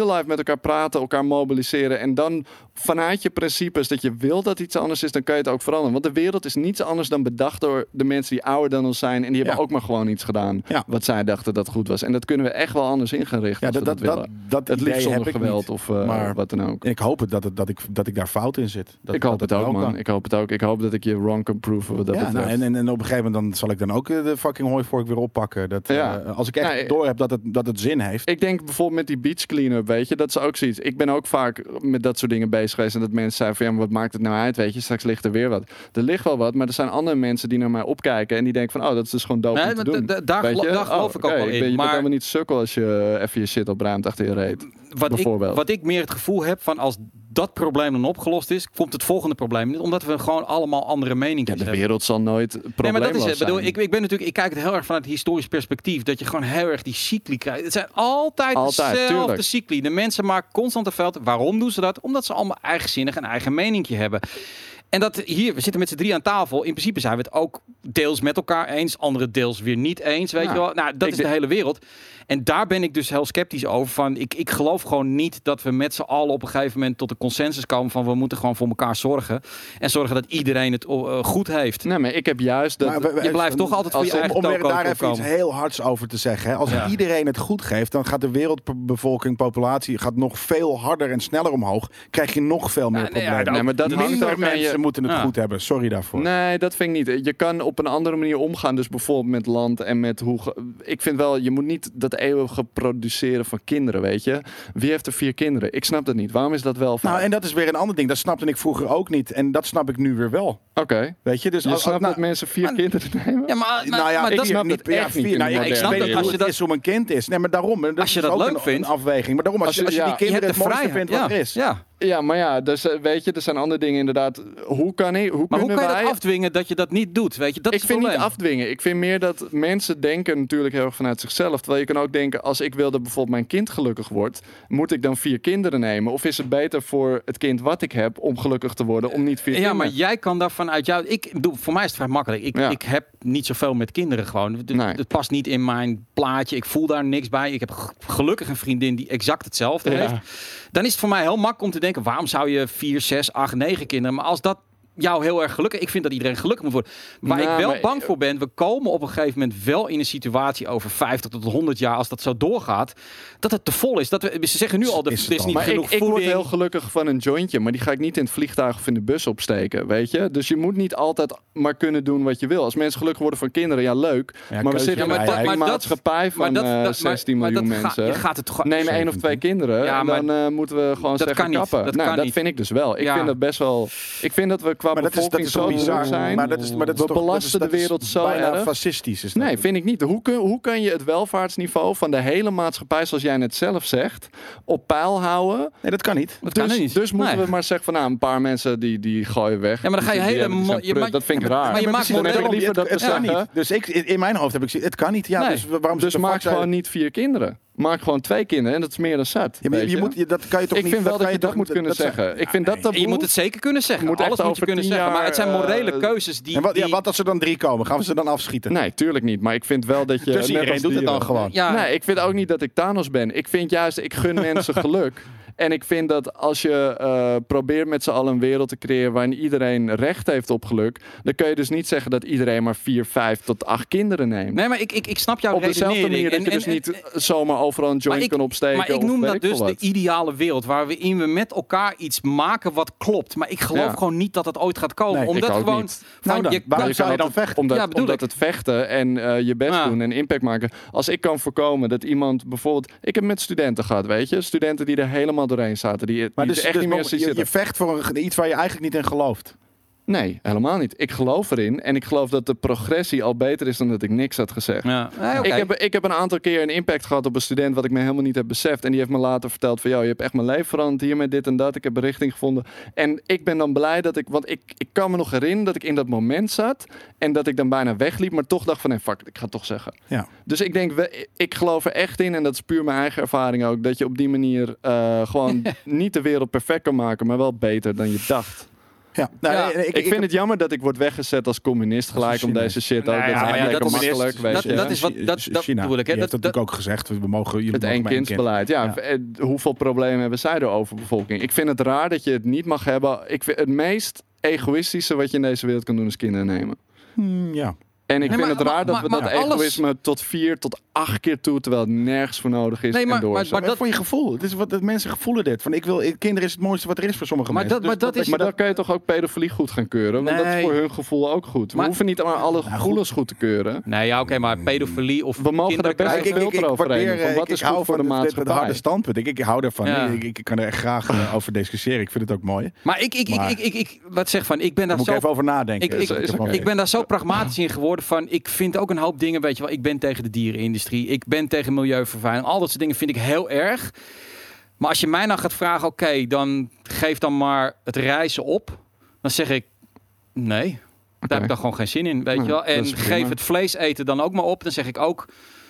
real life met elkaar praten, elkaar mobiliseren. En dan vanuit je principes dat je wil dat iets anders is, dan kan je het ook veranderen. Want de wereld is niets anders dan bedacht door de mensen die ouder dan ons zijn. En die hebben Ja. ook maar gewoon iets gedaan Ja. wat zij dachten dat goed was. En dat kunnen we echt wel anders ingericht. Ja, als dat, we dat, dat, dat, willen. dat Het idee liefst zonder heb ik geweld niet. of uh, Maar wat dan ook. Ik hoop het dat, het, dat, ik, dat ik daar fout in zit. Dat, ik hoop dat het ook, wel man. kan. Ik hoop het ook. Ik hoop dat ik je wrong kan proven wat dat Ja, betreft. nou, en, en, en op een gegeven moment dan zal ik dan ook eh, de fucking hooivork weer oppakken. Dat, Ja. eh, als ik echt Nou, door heb dat het, dat het zin heeft. Ik denk bijvoorbeeld met die beach cleanup, weet je, dat is ook zoiets. Ik ben ook vaak met dat soort dingen bezig geweest en dat mensen zeiden van ja, maar wat maakt het nou uit, weet je, straks ligt er weer wat. Er ligt wel wat, maar er zijn andere mensen die naar mij opkijken en die denken van oh, dat is dus gewoon dope Nee, om te maar doen. d- d- daar Weet gelo- je? daar geloof ik ook oké, wel ik in, Ben, je maar- bent helemaal niet sukkel als je even je shit opruimt achter je reet. Wat ik, bijvoorbeeld. wat ik meer het gevoel heb van als dat probleem dan opgelost is, komt het volgende probleem niet. Omdat we gewoon allemaal andere meningen Ja, de hebben. wereld zal nooit Nee, maar probleemloos dat is het. zijn. Bedoel, ik, ik ben natuurlijk, ik kijk het heel erg vanuit historisch perspectief. Dat je gewoon heel erg die cycli krijgt. Het zijn altijd, Altijd, dezelfde tuurlijk. cycli. De mensen maken constant een veld. Waarom doen ze dat? Omdat ze allemaal eigenzinnig een eigen meningje hebben. En dat hier, we zitten met z'n drie aan tafel. In principe zijn we het ook deels met elkaar eens, andere deels weer niet eens. Weet Ja, je wel? Nou, dat ik is de denk- hele wereld. En daar ben ik dus heel sceptisch over. Van, ik, ik geloof gewoon niet dat we met z'n allen op een gegeven moment tot de consensus komen van we moeten gewoon voor elkaar zorgen. En zorgen dat iedereen het uh, goed heeft. Nee, maar ik heb juist dat... Maar we- we- Je blijft toch altijd voor als je ik- eigen Om er toko daar even iets komen. heel hards over te zeggen. Hè. Als Ja. iedereen het goed geeft, dan gaat de wereldbevolking, populatie, gaat nog veel harder en sneller omhoog. Krijg je nog veel meer Ja, nee, ja, problemen. nee, maar dat hangt Minder ook aan mensen je- moeten het Ja. goed hebben. Sorry daarvoor. Nee, dat vind ik niet. Je kan op een andere manier omgaan. Dus bijvoorbeeld met land en met hoe... ge- Ik vind wel, je moet niet dat eeuwige produceren van kinderen, weet je. Wie heeft er vier kinderen? Ik snap dat niet. Waarom is dat wel? Nou, en dat is weer een ander ding. Dat snapte ik vroeger ook niet. En dat snap ik nu weer wel. Oké. Weet je? Dus Je als, snapt nou, dat mensen vier maar- kinderen nemen? Ja, maar, maar, nou ja, maar ik dat snap snap niet. het Ja, echt niet vier, in nou, de ja, ik moderne weet niet wereld. hoe het Als je is om een kind is. Nee, maar daarom. Dat Als je is dat ook leuk een, vindt. een afweging. Maar daarom, als, je, Als als je- je die ja, kinderen het mooiste vrije- vindt wat ja, er is. Ja. Ja, maar ja, dus eh, weet je, er zijn andere dingen inderdaad. Hoe kan ik, hoe Maar hoe kunnen kan je wij... dat afdwingen dat je dat niet doet? Weet je, dat ik is het vind niet probleem. afdwingen. Ik vind meer dat mensen denken natuurlijk heel erg vanuit zichzelf. Terwijl je kan ook denken, als ik wil dat bijvoorbeeld mijn kind gelukkig wordt, moet ik dan vier kinderen nemen? Of is het beter voor het kind wat ik heb om gelukkig te worden, om niet vier Ja, kinderen? maar jij kan daar vanuit jou. Ik bedoel, voor mij is het vrij makkelijk. Ik, Ja. ik heb niet zoveel met kinderen gewoon. Het, Nee. het past niet in mijn plaatje. Ik voel daar niks bij. Ik heb g- gelukkig een vriendin die exact hetzelfde Ja. heeft. Dan is het voor mij heel makkelijk om te denken: waarom zou je vier, zes, acht, negen kinderen? Maar als dat jou heel erg gelukkig. Ik vind dat iedereen gelukkig moet worden. Waar Nou, ik wel maar- bang voor ben, we komen op een gegeven moment wel in een situatie over vijftig tot honderd jaar, als dat zo doorgaat, dat het te vol is. Dat we, ze zeggen nu al, er Is is, het er is al. niet Maar genoeg ik, ik word voeding. heel gelukkig van een jointje, maar die ga ik niet in het vliegtuig of in de bus opsteken, weet je? Dus je moet niet altijd maar kunnen doen wat je wil. Als mensen gelukkig worden van kinderen, ja leuk. Ja, maar we zitten in keuzevrijheid. een maar fucking dat- maatschappij van dat- eh, dat- maar- zestien maar miljoen dat ga- mensen. je gaat het toch Neem één of twee kinderen Ja, en maar dan eh, moeten we gewoon dat zeggen kan niet. kappen. Dat nou, kan dat niet. vind ik dus wel. Ik Ja. vind dat best wel... Ik vind dat we qua Maar dat is, dat bevolking is zo toch druk bizar. zijn. Maar dat is, maar dat is We toch, dat is- belasten dat de is wereld zo bijna erg. fascistisch. Is dat. Nee, vind ik niet. Hoe kun, hoe kan je het welvaartsniveau van de hele maatschappij, zoals jij net zelf zegt, op peil houden? Nee, dat kan niet. Dat kan dus niet. dus moeten Nee. we maar zeggen van nou, een paar mensen die, die gooien weg. Ja, maar dan ga je Die hele hebben- die zijn mo- je prut. maakt- dat vind ik Ja, maar- raar. maar je Maar maakt precies, dan heb ik modellen. liever dat het we kan zeggen, niet. Dus ik, in, in mijn hoofd heb ik zoiets, het kan niet. Ja, Nee. dus waarom dus de fuck maak zou- gewoon niet vier kinderen. Maak gewoon twee kinderen en dat is meer dan zat. Ja, maar weet je je? moet, je, dat kan je toch ik niet. vind wel kan dat je dat toch- moet kunnen dat- zeggen. Ik Ja, vind dat nee. taboe. En je moet het zeker kunnen zeggen. Moet Alles echt moet je over kunnen tien zeggen. Maar het zijn jaar, morele eh, keuzes die... En wat, ja, die- wat als er dan drie komen? Gaan we ze dan afschieten? Nee, tuurlijk niet. Maar ik vind wel dat je... Dus net iedereen als doet het dan dieren- gewoon. Ja, Nee, ik vind ook niet dat ik Thanos ben. Ik vind juist, ik gun mensen geluk. En ik vind dat als je eh, probeert met z'n allen een wereld te creëren waarin iedereen recht heeft op geluk, dan kun je dus niet zeggen dat iedereen maar vier, vijf tot acht kinderen neemt. Nee, maar ik, ik, ik snap jouw op dezelfde redenering. manier dat je dus En- niet en- zomaar overal een joint Maar ik- kan opsteken. Maar ik of noem weet dat ik dus veel de wat. ideale wereld waarin we met elkaar iets maken wat klopt. Maar ik geloof Ja. gewoon niet dat het ooit gaat komen. Nee, omdat ik ook gewoon niet. van Nou dan, je waarom kan- zou je dan altijd- vechten? Omdat, Ja, bedoel omdat ik. het vechten en eh, je best Ja. doen en impact maken. Als ik kan voorkomen dat iemand bijvoorbeeld... Ik heb met studenten gehad, weet je. Studenten die er helemaal doorheen zaten. Die, Maar die dus, er echt dus niet meer nog- zien je, zitten. je vecht voor een, iets waar je eigenlijk niet in gelooft. Nee, helemaal niet. Ik geloof erin. En ik geloof dat de progressie al beter is dan dat ik niks had gezegd. Ja. Nee, oké. Ik, heb, ik heb een aantal keer een impact gehad op een student wat ik me helemaal niet heb beseft. En die heeft me later verteld van, joh, je hebt echt mijn leven veranderd hier met dit en dat. Ik heb een richting gevonden. En ik ben dan blij dat ik, want ik, ik kan me nog herinneren dat ik in dat moment zat. En dat ik dan bijna wegliep, maar toch dacht van, nee, fuck, ik ga het toch zeggen. Ja. Dus ik denk, we- ik geloof er echt in, en dat is puur mijn eigen ervaring ook, dat je op die manier eh, gewoon niet de wereld perfect kan maken, maar wel beter dan je dacht. Ja, nou, Ja. ik, Ik, ik, ik vind het jammer dat ik word weggezet als communist gelijk om Chinees. deze shit. Nou ook. ja, dat is maar ja, lekker dat is- makkelijk. weet dat- je. dat is wat- dat- dat China, bedoel ik, hè. die heeft Dat- dat natuurlijk ook gezegd. We mogen jullie Het mogen maar één kind. één-kindsbeleid. Ja, Ja. eh, hoeveel problemen hebben zij er over bevolking? Ik vind het raar dat je het niet mag hebben. Ik vind het meest egoïstische wat je in deze wereld kan doen is kinderen nemen. Hmm, ja. En ik Nee, vind maar- het raar maar- dat we maar- dat maar alles- egoïsme tot vier tot acht keer toe, terwijl het nergens voor nodig is. Nee, maar- en door. maar- zo. maar Maar dat- voor je gevoel. Het is wat dat mensen gevoelen dit. Van ik wil ik, kinderen is het mooiste wat er is voor sommige Maar mensen. dat- maar dat is- maar dan kan je toch ook pedofilie goed gaan keuren? Want dat Nee. is voor hun gevoel ook goed. We Maar- hoeven niet maar alle gevoelens goed te keuren. Nee, ja, oké, maar pedofilie of We mogen kinderen daar best krijgen- een filter overheen. Van wat ik, is ik hou goed voor van de het- het, het maatschappij? harde standpunt. Ik, ik hou ervan. Ja. Ik, ik, ik kan er echt graag uh, over discussiëren. Ik vind het ook mooi. Maar ik, ik, Maar- ik, ik, ik, ik wat zeg van, ik ben daar Daar moet zo... ik even over nadenken. Ik, ik, is ik, oké. ik ben daar zo pragmatisch in geworden van, ik vind ook een hoop dingen, weet je wel, ik ben tegen de dierenindustrie, ik ben tegen milieuvervuiling, al dat soort dingen vind ik heel erg. Maar als je mij nou gaat vragen, oké, dan geef dan maar het reizen op, dan zeg ik, nee, daar heb ik Oké. dan gewoon geen zin in, weet Nou, je wel. dat En is prima. geef het vlees eten dan ook maar op, dan zeg ik ook,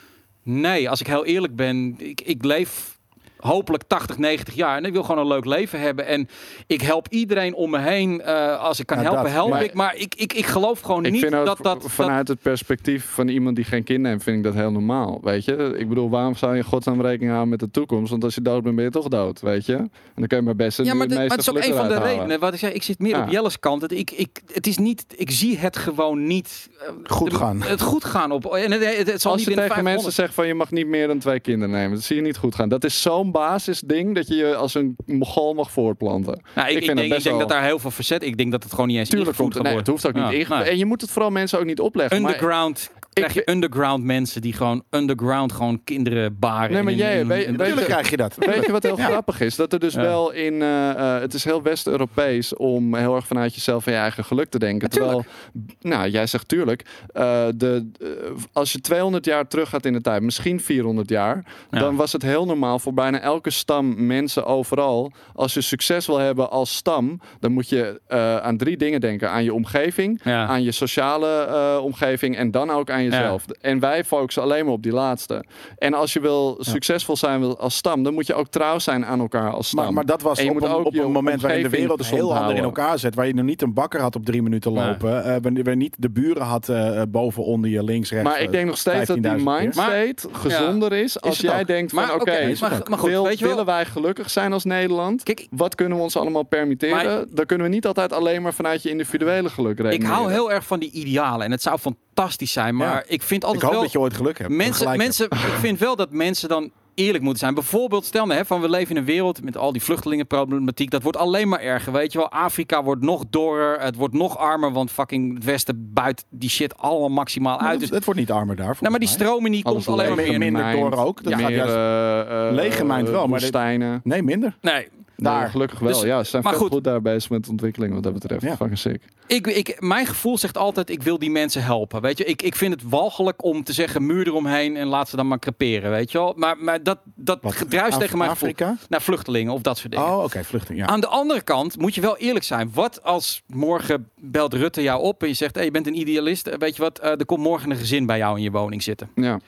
nee, als ik heel eerlijk ben, ik, ik leef hopelijk tachtig, negentig jaar en ik wil gewoon een leuk leven hebben. En ik help iedereen om me heen. Uh, als ik kan Ja, helpen, dat. help Maar- ik. Maar ik, ik, ik geloof gewoon Ik niet vind ook dat dat... dat vanuit het perspectief van iemand die geen kinderen heeft, vind ik dat heel normaal. Weet je, ik bedoel, waarom zou je in godsnaam rekening houden met de toekomst? Want als je dood bent, ben je toch dood, weet je? En dan kun je maar best ja, maar, het dit- maar meeste het is ook geluk een van de eruit halen. redenen. Wat ik zeg, ik zit meer Ja. op Jelle's kant. Het, ik, ik, het is niet, ik zie het gewoon niet... uh, Goed de- gaan. Het goed gaan. Op, en het, het, het zal Als niet je in de tegen mensen vijfhonderd. zegt van je mag niet meer dan twee kinderen nemen, dat zie je niet goed gaan. Dat is zo'n basisding dat je je als een mogol mag voortplanten. Nou, ik, ik, vind het denk, ik best denk wel- dat daar heel veel verzet... Ik denk dat het gewoon niet eens Tuurlijk ingevoerd komt het, gaat nee, het worden. hoeft ook niet Ja, inge- nee. En je moet het vooral mensen ook niet opleggen. Maar Underground... Krijg je underground mensen die gewoon underground gewoon kinderen baren. Nee, maar in- jij- in- weet- in- weet Natuurlijk krijg je dat. weet je wat heel Ja. grappig is? Dat er dus Ja. wel in... eh, eh, het is heel West-Europees om heel erg vanuit jezelf en je eigen geluk te denken. Terwijl, nou, jij zegt tuurlijk, eh, de, eh, als je tweehonderd jaar terug gaat in de tijd, misschien vierhonderd jaar, Ja. dan was het heel normaal voor bijna elke stam, mensen overal. Als je succes wil hebben als stam, dan moet je eh, aan drie dingen denken. Aan je omgeving, Ja. aan je sociale eh, omgeving en dan ook aan jezelf. En wij focussen alleen maar op die laatste. En als je wil succesvol zijn wil als stam, dan moet je ook trouw zijn aan elkaar als stam. Maar, maar dat was En je op moet een, ook op je een moment waarin de omgeving wereld gezond heel ander in houden. elkaar zit. Waar je nog niet een bakker had op drie minuten Nee. lopen. eh waar, waar niet de buren had eh boven, onder je, links, rechts. Maar ik denk nog steeds dat die vijftienduizend keer. mindstate gezonder is als het jij ook. denkt Maar van oké, oké, is het maar, ook. maar goed, wil- weet je wel, willen wij gelukkig zijn als Nederland? Kijk, Wat kunnen we ons allemaal permitteren? Maar- Dan kunnen we niet altijd alleen maar vanuit je individuele geluk ik rekenen. hou heel erg van die idealen en het zou fantastisch zijn, maar Ja. ik vind Ik altijd hoop wel... dat je ooit geluk hebt. Mensen, Gelijk mensen, ik vind wel dat mensen dan eerlijk moeten zijn. Bijvoorbeeld, stel nou, hè, van we leven in een wereld met al die vluchtelingenproblematiek. Dat wordt alleen maar erger, weet je wel. Afrika wordt nog dorrer, het wordt nog armer, want fucking het Westen buit die shit allemaal maximaal hebt. uit. Dus, Dus, het wordt niet armer daar. nou, maar die volgens mij. stroming die Alles komt alleen maar leeg, meer. minder gemijnd, door ook. Dat ja, gaat meer, juist- eh, eh, leeggemijnd wel, maar dit- woestijnen. Nee, minder. Nee, Daar Daar. gelukkig wel. Dus- ja, ze zijn maar veel goed. goed daar bezig met ontwikkeling wat dat betreft. Ja. Fucking sick. ik, ik, mijn gevoel zegt altijd, ik wil die mensen helpen. Weet je, ik, ik vind het walgelijk om te zeggen muur eromheen en laat ze dan maar creperen, weet je wel. Maar, maar dat, dat Wat? gedruist Af- tegen mijn gevoel. Afrika? Naar vluchtelingen of dat soort dingen. Oh, oké, vluchting. Ja. Aan de andere kant moet je wel eerlijk zijn. Wat als morgen belt Rutte jou op en je zegt, hey, je bent een idealist. Eh, Weet je wat, eh, er komt morgen een gezin bij jou in je woning zitten. Ja.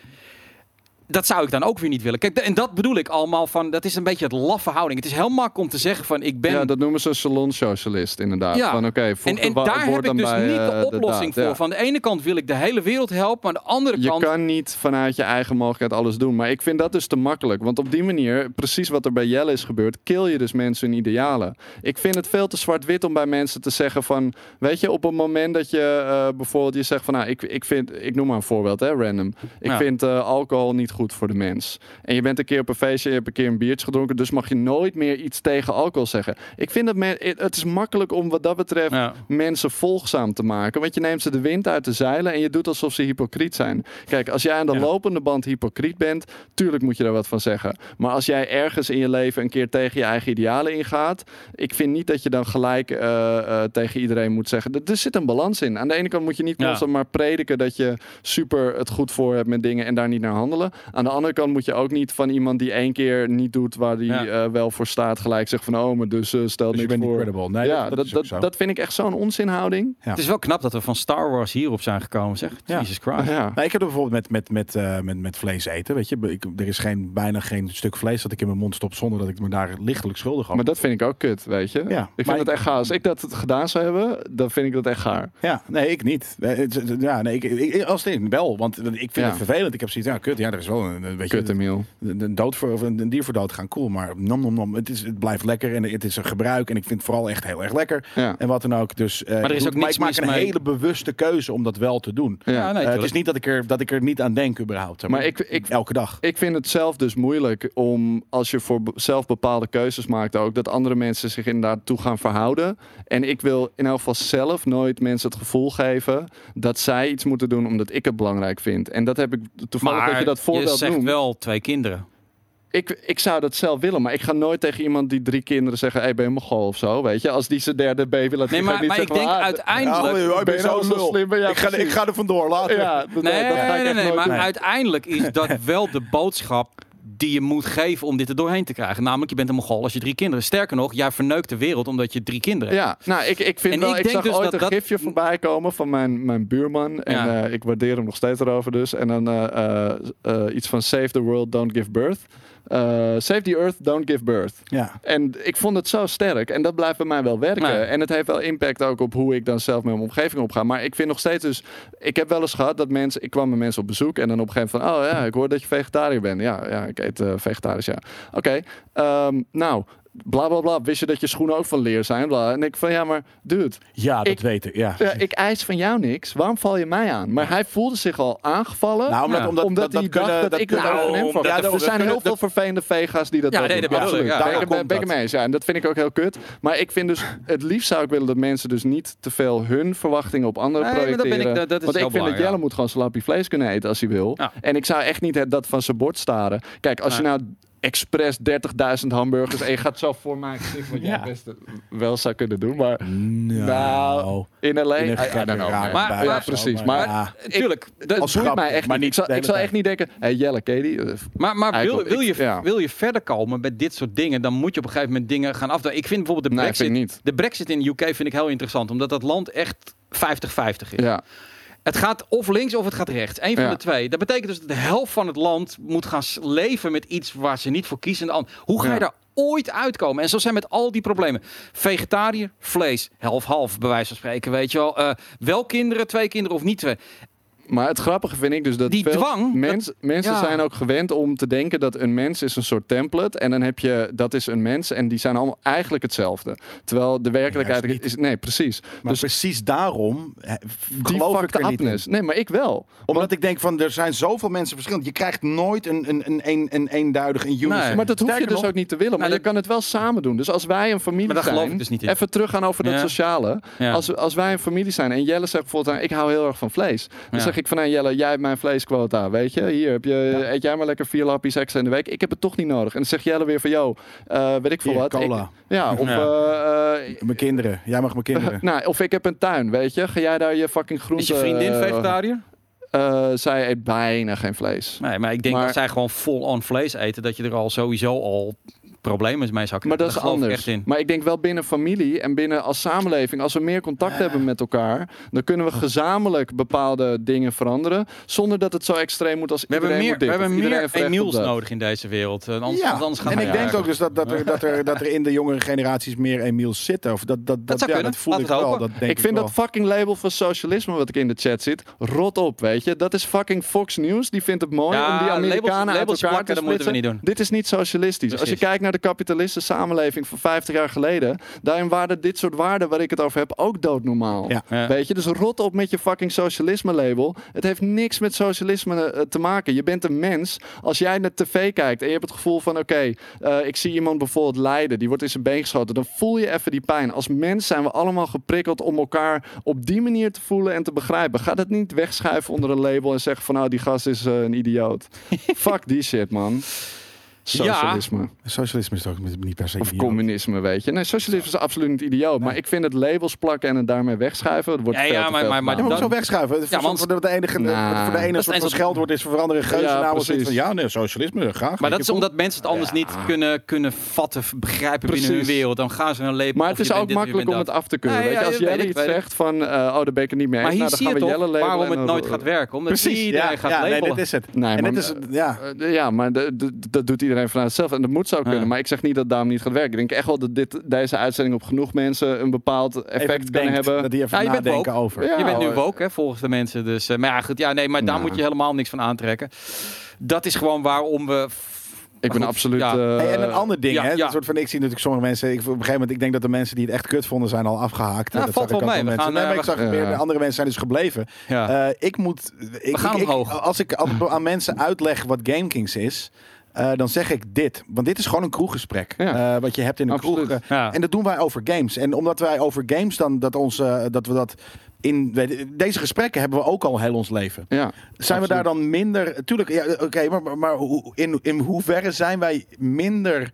Dat zou ik dan ook weer niet willen. Kijk, en dat bedoel ik allemaal van, dat is een beetje het laffe houding. Het is heel makkelijk om te zeggen van, ik ben... ja, dat noemen ze een salonsocialist inderdaad. Ja. Van, oké, voeg en de en wa- daar woord heb ik dan dus bij, niet eh, de oplossing daad. voor. Ja. Van de ene kant wil ik de hele wereld helpen, maar aan de andere Je kant... kan niet vanuit je eigen mogelijkheid alles doen. Maar ik vind dat dus te makkelijk. Want op die manier, precies wat er bij Jelle is gebeurd, kill je dus mensen hun idealen. Ik vind het veel te zwart-wit om bij mensen te zeggen van, weet je, op het moment dat je uh, bijvoorbeeld je zegt van, nou, ik, ik vind, ik noem maar een voorbeeld, hè, random. Ik Ja. vind uh, alcohol niet goed voor de mens. En je bent een keer op een feestje, je hebt een keer een biertje gedronken, dus mag je nooit meer iets tegen alcohol zeggen. Ik vind dat men, het is makkelijk om wat dat betreft Ja. mensen volgzaam te maken. Want je neemt ze de wind uit de zeilen en je doet alsof ze hypocriet zijn. Kijk, als jij aan de Ja. lopende band hypocriet bent, tuurlijk moet je daar wat van zeggen. Maar als jij ergens in je leven een keer tegen je eigen idealen ingaat, ik vind niet dat je dan gelijk uh, uh, tegen iedereen moet zeggen. Er, er zit een balans in. Aan de ene kant moet je niet Ja. constant maar prediken dat je super het goed voor hebt met dingen en daar niet naar handelen. Aan de andere kant moet je ook niet van iemand die één keer niet doet waar die Ja. uh, wel voor staat, gelijk zegt van oh, maar dus uh, stel Dus je niks bent voor. niet credible. Nee, ja, dat, dat, dat, is dat, ook zo. dat vind ik echt zo'n onzinhouding. Ja. Het is wel knap dat we van Star Wars hierop zijn gekomen, zeg. Ja. Jesus Christ. Ja. Nou, ik heb er bijvoorbeeld met, met, met, uh, met, met vlees eten. Weet je, ik, er is geen, bijna geen stuk vlees dat ik in mijn mond stop zonder dat ik me daar lichtelijk schuldig over. Maar dat vind ik ook kut, weet je. Ja, ik vind maar het ik- echt gaar. Als ik dat gedaan zou hebben, dan vind ik dat echt gaar. Ja, nee, ik niet. Eh, het- het- Ja, nee, ik, ik, als het in, wel, want ik vind Ja. het vervelend. Ik heb zoiets, ja, kut, ja, er is wel een, een weet je, Kut, Emiel. een, een dood voor of een, een dier voor dood gaan, cool, maar nom nom nom, het is, het blijft lekker en het is een gebruik en ik vind het vooral echt heel erg lekker Ja. en wat dan ook. Dus, uh, er is ik, ook maar niks ik maak mis een mee. hele bewuste keuze om dat wel te doen. Ja. Ja, nee, Eh, het tuurlijk. is niet dat ik er dat ik er niet aan denk überhaupt. zeg Maar ik- ik- elke dag. Ik vind het zelf dus moeilijk om, als je voor be- zelf bepaalde keuzes maakt ook, dat andere mensen zich inderdaad toe gaan verhouden. En ik wil in elk geval zelf nooit mensen het gevoel geven dat zij iets moeten doen omdat ik het belangrijk vind. En dat heb ik toevallig Maar dat je dat je voorbeeld zegt noemt. wel twee kinderen. Ik, ik zou dat zelf willen, maar ik ga nooit tegen iemand die drie kinderen zeggen, hey, ben je Mongool of zo, weet je? Als die zijn derde baby laat Nee, zien, ga maar, niet maar ik zeggen denk van, ah, uiteindelijk... Ja, ben ben je zo nou zo lul. slim? Ja, ik, ga, ik precies. ga er vandoor later. Ja, dat, Nee, dat ga ik nee, echt nee, nooit maar doen. uiteindelijk is dat wel de boodschap die je moet geven om dit er doorheen te krijgen. Namelijk, je bent een Mongool als je drie kinderen. Sterker nog, jij verneukt de wereld omdat je drie kinderen hebt. Ja, nou, ik, ik vind En wel, ik ik, denk zag dus ooit dat een dat- gifje voorbij komen van mijn, mijn buurman. En Ja. eh, ik waardeer hem nog steeds erover dus. En dan eh, eh, eh, iets van Save the World, Don't Give Birth. Eh, save the Earth, Don't Give Birth. Ja. En ik vond het zo sterk. En dat blijft bij mij wel werken. Nee. En het heeft wel impact ook op hoe ik dan zelf met mijn omgeving opga. Maar ik vind nog steeds dus... Ik heb wel eens gehad dat mensen... Ik kwam met mensen op bezoek en dan op een gegeven moment van... Oh ja, ik hoor dat je vegetariër bent. Ja, ja ik eet uh, vegetarisch, ja. Oké, okay, um, nou... Bla bla bla. Wist je dat je schoenen ook van leer zijn? Bla. En ik van ja, maar dude. Ja, dat ik, weet ik. Ja. Ja, ik eis van jou niks. Waarom val je mij aan? Maar hij voelde zich al aangevallen. Nou, omdat, Ja. omdat, omdat dat, hij dat dacht kunnen, dat, ik kunnen- het over hem vond. ja, er dat- zijn dat- heel dat- veel vervelende vega's die dat Ja, wel nee, doen. dat bedoel ik, ja. Ben, Daar ik- ben, komt ben ik dat. mee eens. Ja, en dat vind ik ook heel kut. Maar ik vind dus, het liefst zou ik willen dat mensen dus niet te veel hun verwachtingen op anderen Nee, maar dat projecteren. ben ik- dat- dat is Want ik heel vind dat belangrijk, Jelle ja. moet gewoon salapie vlees kunnen eten als hij wil. Ja. En ik zou echt niet het, dat van zijn bord staren. Kijk, als je Nee. nou expres dertigduizend hamburgers en je gaat zo voor mijn gezicht, wat jij Ja. best wel zou kunnen doen. Maar Nou, nou, in L A, in een I- I gekke don't know, rare man. Maar- bui maar- of zo, precies, maar- ja. Tuurlijk. dat- Als Het boeit grap, mij echt maar niet. niet Ik zal, de hele ik zal tijd. echt niet denken, hey Jelle, Katie. eh, Maar, maar wil, Eigenlijk, wil, je, ik- ja. wil je verder komen met dit soort dingen, dan moet je op een gegeven moment dingen gaan afdwingen. Ik vind bijvoorbeeld de Nee, Brexit, vind ik niet. de Brexit in de U K vind ik heel interessant, omdat dat land echt vijftig vijftig is. Ja, Het gaat of links of het gaat rechts. Eén van Ja. de twee. Dat betekent dus dat de helft van het land moet gaan s- leven met iets waar ze niet voor kiezen. En de ander- Hoe ga je Ja. daar ooit uitkomen? En zo zijn met al die problemen. Vegetariër, vlees, half-half, bij wijze van spreken. Weet je wel. Eh, wel kinderen, twee kinderen of niet twee. maar het grappige vind ik dus dat Die veel dwang, mens, dat- mensen ja. zijn ook gewend om te denken dat een mens is een soort template en dan heb je dat is een mens en die zijn allemaal eigenlijk hetzelfde. Terwijl de werkelijkheid Juist is nee, precies. Maar dus precies daarom eh, die geloof ik fucked er niet in. upness. Nee, maar ik wel. Omdat ik denk van, er zijn zoveel mensen verschillend. Je krijgt nooit een, een, een, een, een eenduidig, een unison. Nee. Maar dat hoef je Sterker dus nog, ook niet te willen. Maar Nou, je dat- kan het wel samen doen. Dus als wij een familie Maar daar zijn... geloof ik dus niet in. Even teruggaan over dat Ja. sociale. Ja. Als, als wij een familie zijn en Jelle zegt bijvoorbeeld... nou, ik hou heel erg van vlees. Dan Ja. zeg ik van, nou Jelle, jij hebt mijn vleesquota. Weet je, hier heb je, eet jij maar lekker vier lapjes extra in de week. Ik heb het toch niet nodig. En dan zegt Jelle weer van, yo, eh, weet ik veel Hier, wat. cola. Ik, ja, of... Ja. eh, eh, Mijn kinderen. Jij mag mijn kinderen. nou, of ik heb een tuin, weet je. Ga jij daar je fucking groente... Is je vriendin eh, vegetariër? eh, zij eet bijna geen vlees. Nee, maar ik denk maar- dat zij gewoon vol-on vlees eten, dat je er al sowieso al problemen mee zou krijgen. Maar dat is Daar geloof ik anders. echt in. Maar ik denk wel binnen familie en binnen als samenleving, als we meer contact hebben met elkaar, dan kunnen we gezamenlijk bepaalde dingen veranderen, zonder dat het zo extreem moet als We hebben iedereen meer, moet we dit, hebben of iedereen meer heeft recht op Emiels dat. nodig in deze wereld. Eh, Anders, Ja, anders gaan en we ik denk jagen. ook dus dat, dat, er, dat, er, dat er in de jongere generaties meer Emiels zitten. Of dat, dat, dat, zou ja, kunnen. dat voel Laat ik het wel. hopen. Dat denk Ik vind wel. dat fucking label van socialisme wat ik in de chat zit, rot op, weet je. Dat is fucking Fox News, die vindt het mooi Ja, om die Amerikanen labels- uit labels elkaar plakken, te dat moeten we splitsen. niet doen. Dit is niet socialistisch. Als je Precies. kijkt naar de kapitalistische samenleving van vijftig jaar geleden, daarin waren dit soort waarden waar ik het over heb ook doodnormaal. Ja. Ja. Weet je, dus rot op met je fucking socialisme label. Het heeft niks met socialisme eh, te maken. Je bent een mens. Als jij naar tv kijkt en je hebt het gevoel van oké, eh, ik zie iemand bijvoorbeeld lijden, die wordt in zijn been geschoten, dan voel je even die pijn. Als mens zijn we allemaal geprikkeld om elkaar op die manier te voelen en te begrijpen. Ga dat niet wegschuiven onder een label en zeggen van nou, die gast is eh, een idioot. Fuck die shit, man. Socialisme. Ja. Socialisme is toch niet per se Of idioot. communisme, weet je. Nee, socialisme is absoluut niet idioot. Nee. Maar ik vind het labels plakken en het daarmee wegschuiven. Het wordt Ja, veel ja, te maar- veel maar- maar Ja, gedaan. maar Dan- zo wegschuiven. Ja, want- voor de, de enige, Nah. voor de ene Dat soort is van scheldwoord is voor veranderen geuze. Ja, nou, precies. van, ja, nee, socialisme, graag. Maar dat Weet is je, omdat mensen het anders Ja. niet kunnen, kunnen vatten, begrijpen binnen hun Precies. wereld. Dan gaan ze een label. Maar of het is je bent ook dit of je makkelijk om bent het dat. af te kunnen. Nee, weet je, ja, als weet Jelle ik, iets weet ik. zegt van, uh, oh, daar ben ik het niet mee eens. Maar hier nou, dan zie gaan je we toch Jelle labelen. waarom en het dan- nooit gaat werken. Omdat Precies, iedereen ja, gaat ja, nee, labelen. dit is het. Nee, en maar, dit is, ja. Uh, ja, maar de, de, dat doet iedereen vanuit zichzelf. En dat moet zo kunnen. Ja. Maar ik zeg niet dat het daarom niet gaat werken. Ik denk echt wel dat dit, deze uitzending op genoeg mensen een bepaald effect Even kan denkt, hebben. Dat die even Ja, je bent nadenken woke. over. Ja. Je bent nu hoor. woke, hè, volgens de mensen. Dus, uh, maar ja, goed, ja, nee, maar daar Nou. moet je helemaal niks van aantrekken. Dat is gewoon waarom we... Ik ben goed, absoluut... ja. uh, Hey, en een ander ding, ja, hè? ja. Een soort van, ik zie natuurlijk sommige mensen. Ik, op een gegeven moment, ik denk dat de mensen die het echt kut vonden, zijn al afgehaakt. Ja, dat valt zag ik wel ook mee. We mensen. gaan, Nee, maar uh, ik zag we- weer, Ja. de andere mensen zijn dus gebleven. Ja. Uh, ik moet. Ik, gaan ik, ik- omhoog. als ik aan, aan mensen uitleg wat GameKings is. Uh, dan zeg ik dit. Want dit is gewoon een kroeggesprek. Ja. Uh, wat je hebt in een Absoluut. kroeg. uh, Ja. En dat doen wij over games. En omdat wij over games dan dat ons, uh, dat we dat in weet- deze gesprekken hebben we ook al heel ons leven. ja, Zijn absoluut. we daar dan minder... Tuurlijk, ja, oké, maar, maar, maar hoe- in, in hoeverre zijn wij minder...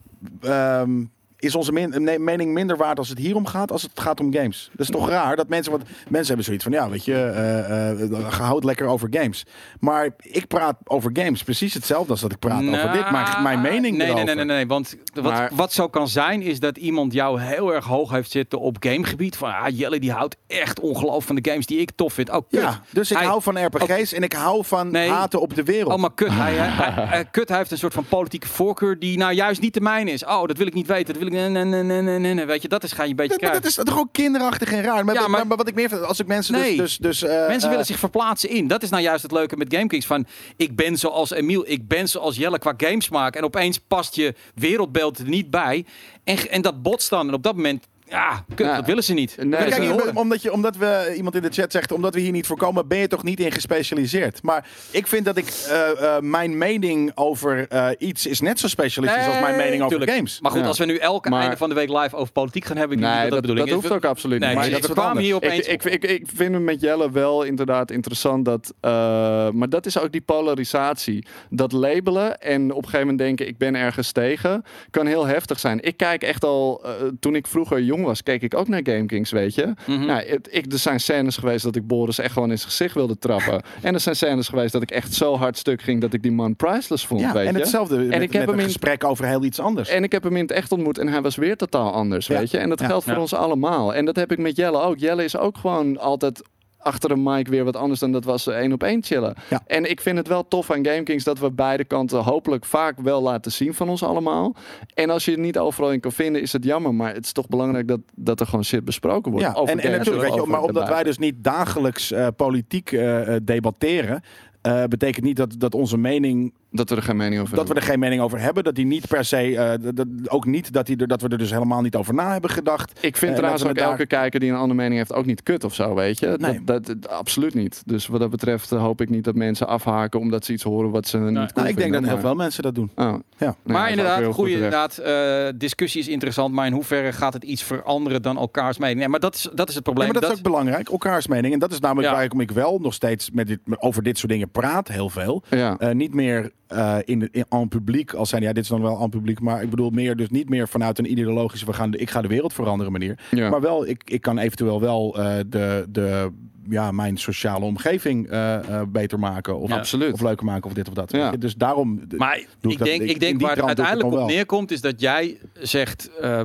ehm, is onze min- nee, mening minder waard als het hier om gaat, als het gaat om games? Dat is toch raar dat mensen... Want mensen hebben zoiets van, ja, weet je, uh, uh, houd lekker over games. Maar ik praat over games precies hetzelfde als dat ik praat over dit. Maar mijn mening nee, nee, erover. nee, nee, nee, want wat, Maar- wat zo kan zijn is dat iemand jou heel erg hoog heeft zitten op gamegebied. Van, ah, Jelle die houdt echt ongelooflijk van de games die ik tof vind. Oh, kut. Ja, dus ik Hij- hou van R P G's en ik hou van Nee. haten op de wereld. Oh, maar kut. Hij, hij, hij- hij- kut, hij heeft een soort van politieke voorkeur die nou juist niet de mijne is. Oh, dat wil ik niet weten. Dat wil ik... Nee, nee, nee, nee, nee, nee. Weet je, dat is ga je een beetje Dat, maar krijgen. dat is toch ook kinderachtig en raar. Maar, Ja, maar, maar- maar wat ik meer vind, als ik mensen Nee. dus... dus, dus uh, Mensen uh, willen zich verplaatsen in. Dat is nou juist het leuke met GameKings. Van, ik ben zoals Emiel, ik ben zoals Jelle qua games maken. En opeens past je wereldbeeld er niet bij. En, en dat botst dan. En op dat moment, ja, kut, Ja. dat willen ze niet. Nee, Dat Maar willen ze kijk, niet je- horen. omdat, je, omdat we, iemand in de chat zegt, omdat we hier niet voorkomen, ben je toch niet in gespecialiseerd. Maar ik vind dat ik, uh, uh, mijn mening over uh, iets is net zo specialistisch als mijn mening over tuurlijk. games. Maar goed, Ja. als we nu elke Maar- einde van de week live over politiek gaan hebben, ik denk Nee, niet dat, dat, de dat, bedoeling hoeft is. ook absoluut Nee, niet. maar dat we is wat kwamen hier anders. opeens... Ik, ik, ik, ik vind het met Jelle wel inderdaad interessant dat... Uh, maar dat is ook die polarisatie. Dat labelen en op een gegeven moment denken... ik ben ergens tegen, kan heel heftig zijn. Ik kijk echt al... Uh, toen ik vroeger jong was, keek ik ook naar GameKings, weet je. Mhm. Nou, het, ik, er zijn scènes geweest dat ik Boris echt gewoon in zijn gezicht wilde trappen. En er zijn scènes geweest dat ik echt zo hard stuk ging... dat ik die man priceless vond, Ja, weet en je. hetzelfde met, ik heb met hem een in- gesprek over heel iets anders. En ik heb hem in het echt ontmoet en hij was weer totaal anders, Ja. weet je. En dat Ja. geldt voor Ja. ons allemaal. En dat heb ik met Jelle ook. Jelle is ook gewoon altijd achter een mic weer wat anders dan dat was één op één chillen. Ja. En ik vind het wel tof aan GameKings dat we beide kanten hopelijk vaak wel laten zien van ons allemaal. En als je het niet overal in kan vinden, is het jammer. Maar het is toch belangrijk dat, dat er gewoon shit besproken wordt. Ja, Over en, en games natuurlijk, weet je, over maar omdat de wij dus niet dagelijks uh, politiek uh, debatteren, uh, betekent niet dat, dat onze mening... Dat we er geen mening over Dat we hebben. er geen mening over hebben. Dat die niet per se... Uh, dat, dat- ook niet dat, die er, dat we er dus helemaal niet over na hebben gedacht. Ik vind Eh, trouwens dat ook we daar- elke kijker die een andere mening heeft ook niet kut of zo, weet je. Nee. Dat, dat, dat- absoluut niet. Dus wat dat betreft uh, hoop ik niet dat mensen afhaken omdat ze iets horen wat ze niet cool Nou, ik denk vinden, dat heel maar- veel mensen dat doen. Oh. Ja. Nou, dat maar is ook inderdaad, heel goede goed terecht. inderdaad, uh, discussie is interessant, maar in hoeverre gaat het iets veranderen dan elkaars mening? Nee, maar dat is, dat is het Nee, probleem. maar dat, is ook belangrijk, elkaars mening. En dat is namelijk Ja. waarom ik wel nog steeds met dit, over dit soort dingen praat, heel veel. Ja. Uh, niet meer uh, in, de, in en publiek, als zijn ja, dit is dan wel en publiek, maar ik bedoel meer, dus niet meer vanuit een ideologische, we gaan de, ik ga de wereld veranderen manier. Ja. Maar wel, ik, ik kan eventueel wel uh, de, de, ja, mijn sociale omgeving uh, uh, beter maken. Of, Ja. Absoluut. of leuker maken of dit of dat. Ja. Weet je? Dus daarom... Maar doe ik dat- denk, ik- ik denk in die waar het trant doe ik het uiteindelijk nog op wel. neerkomt, is dat jij zegt, uh,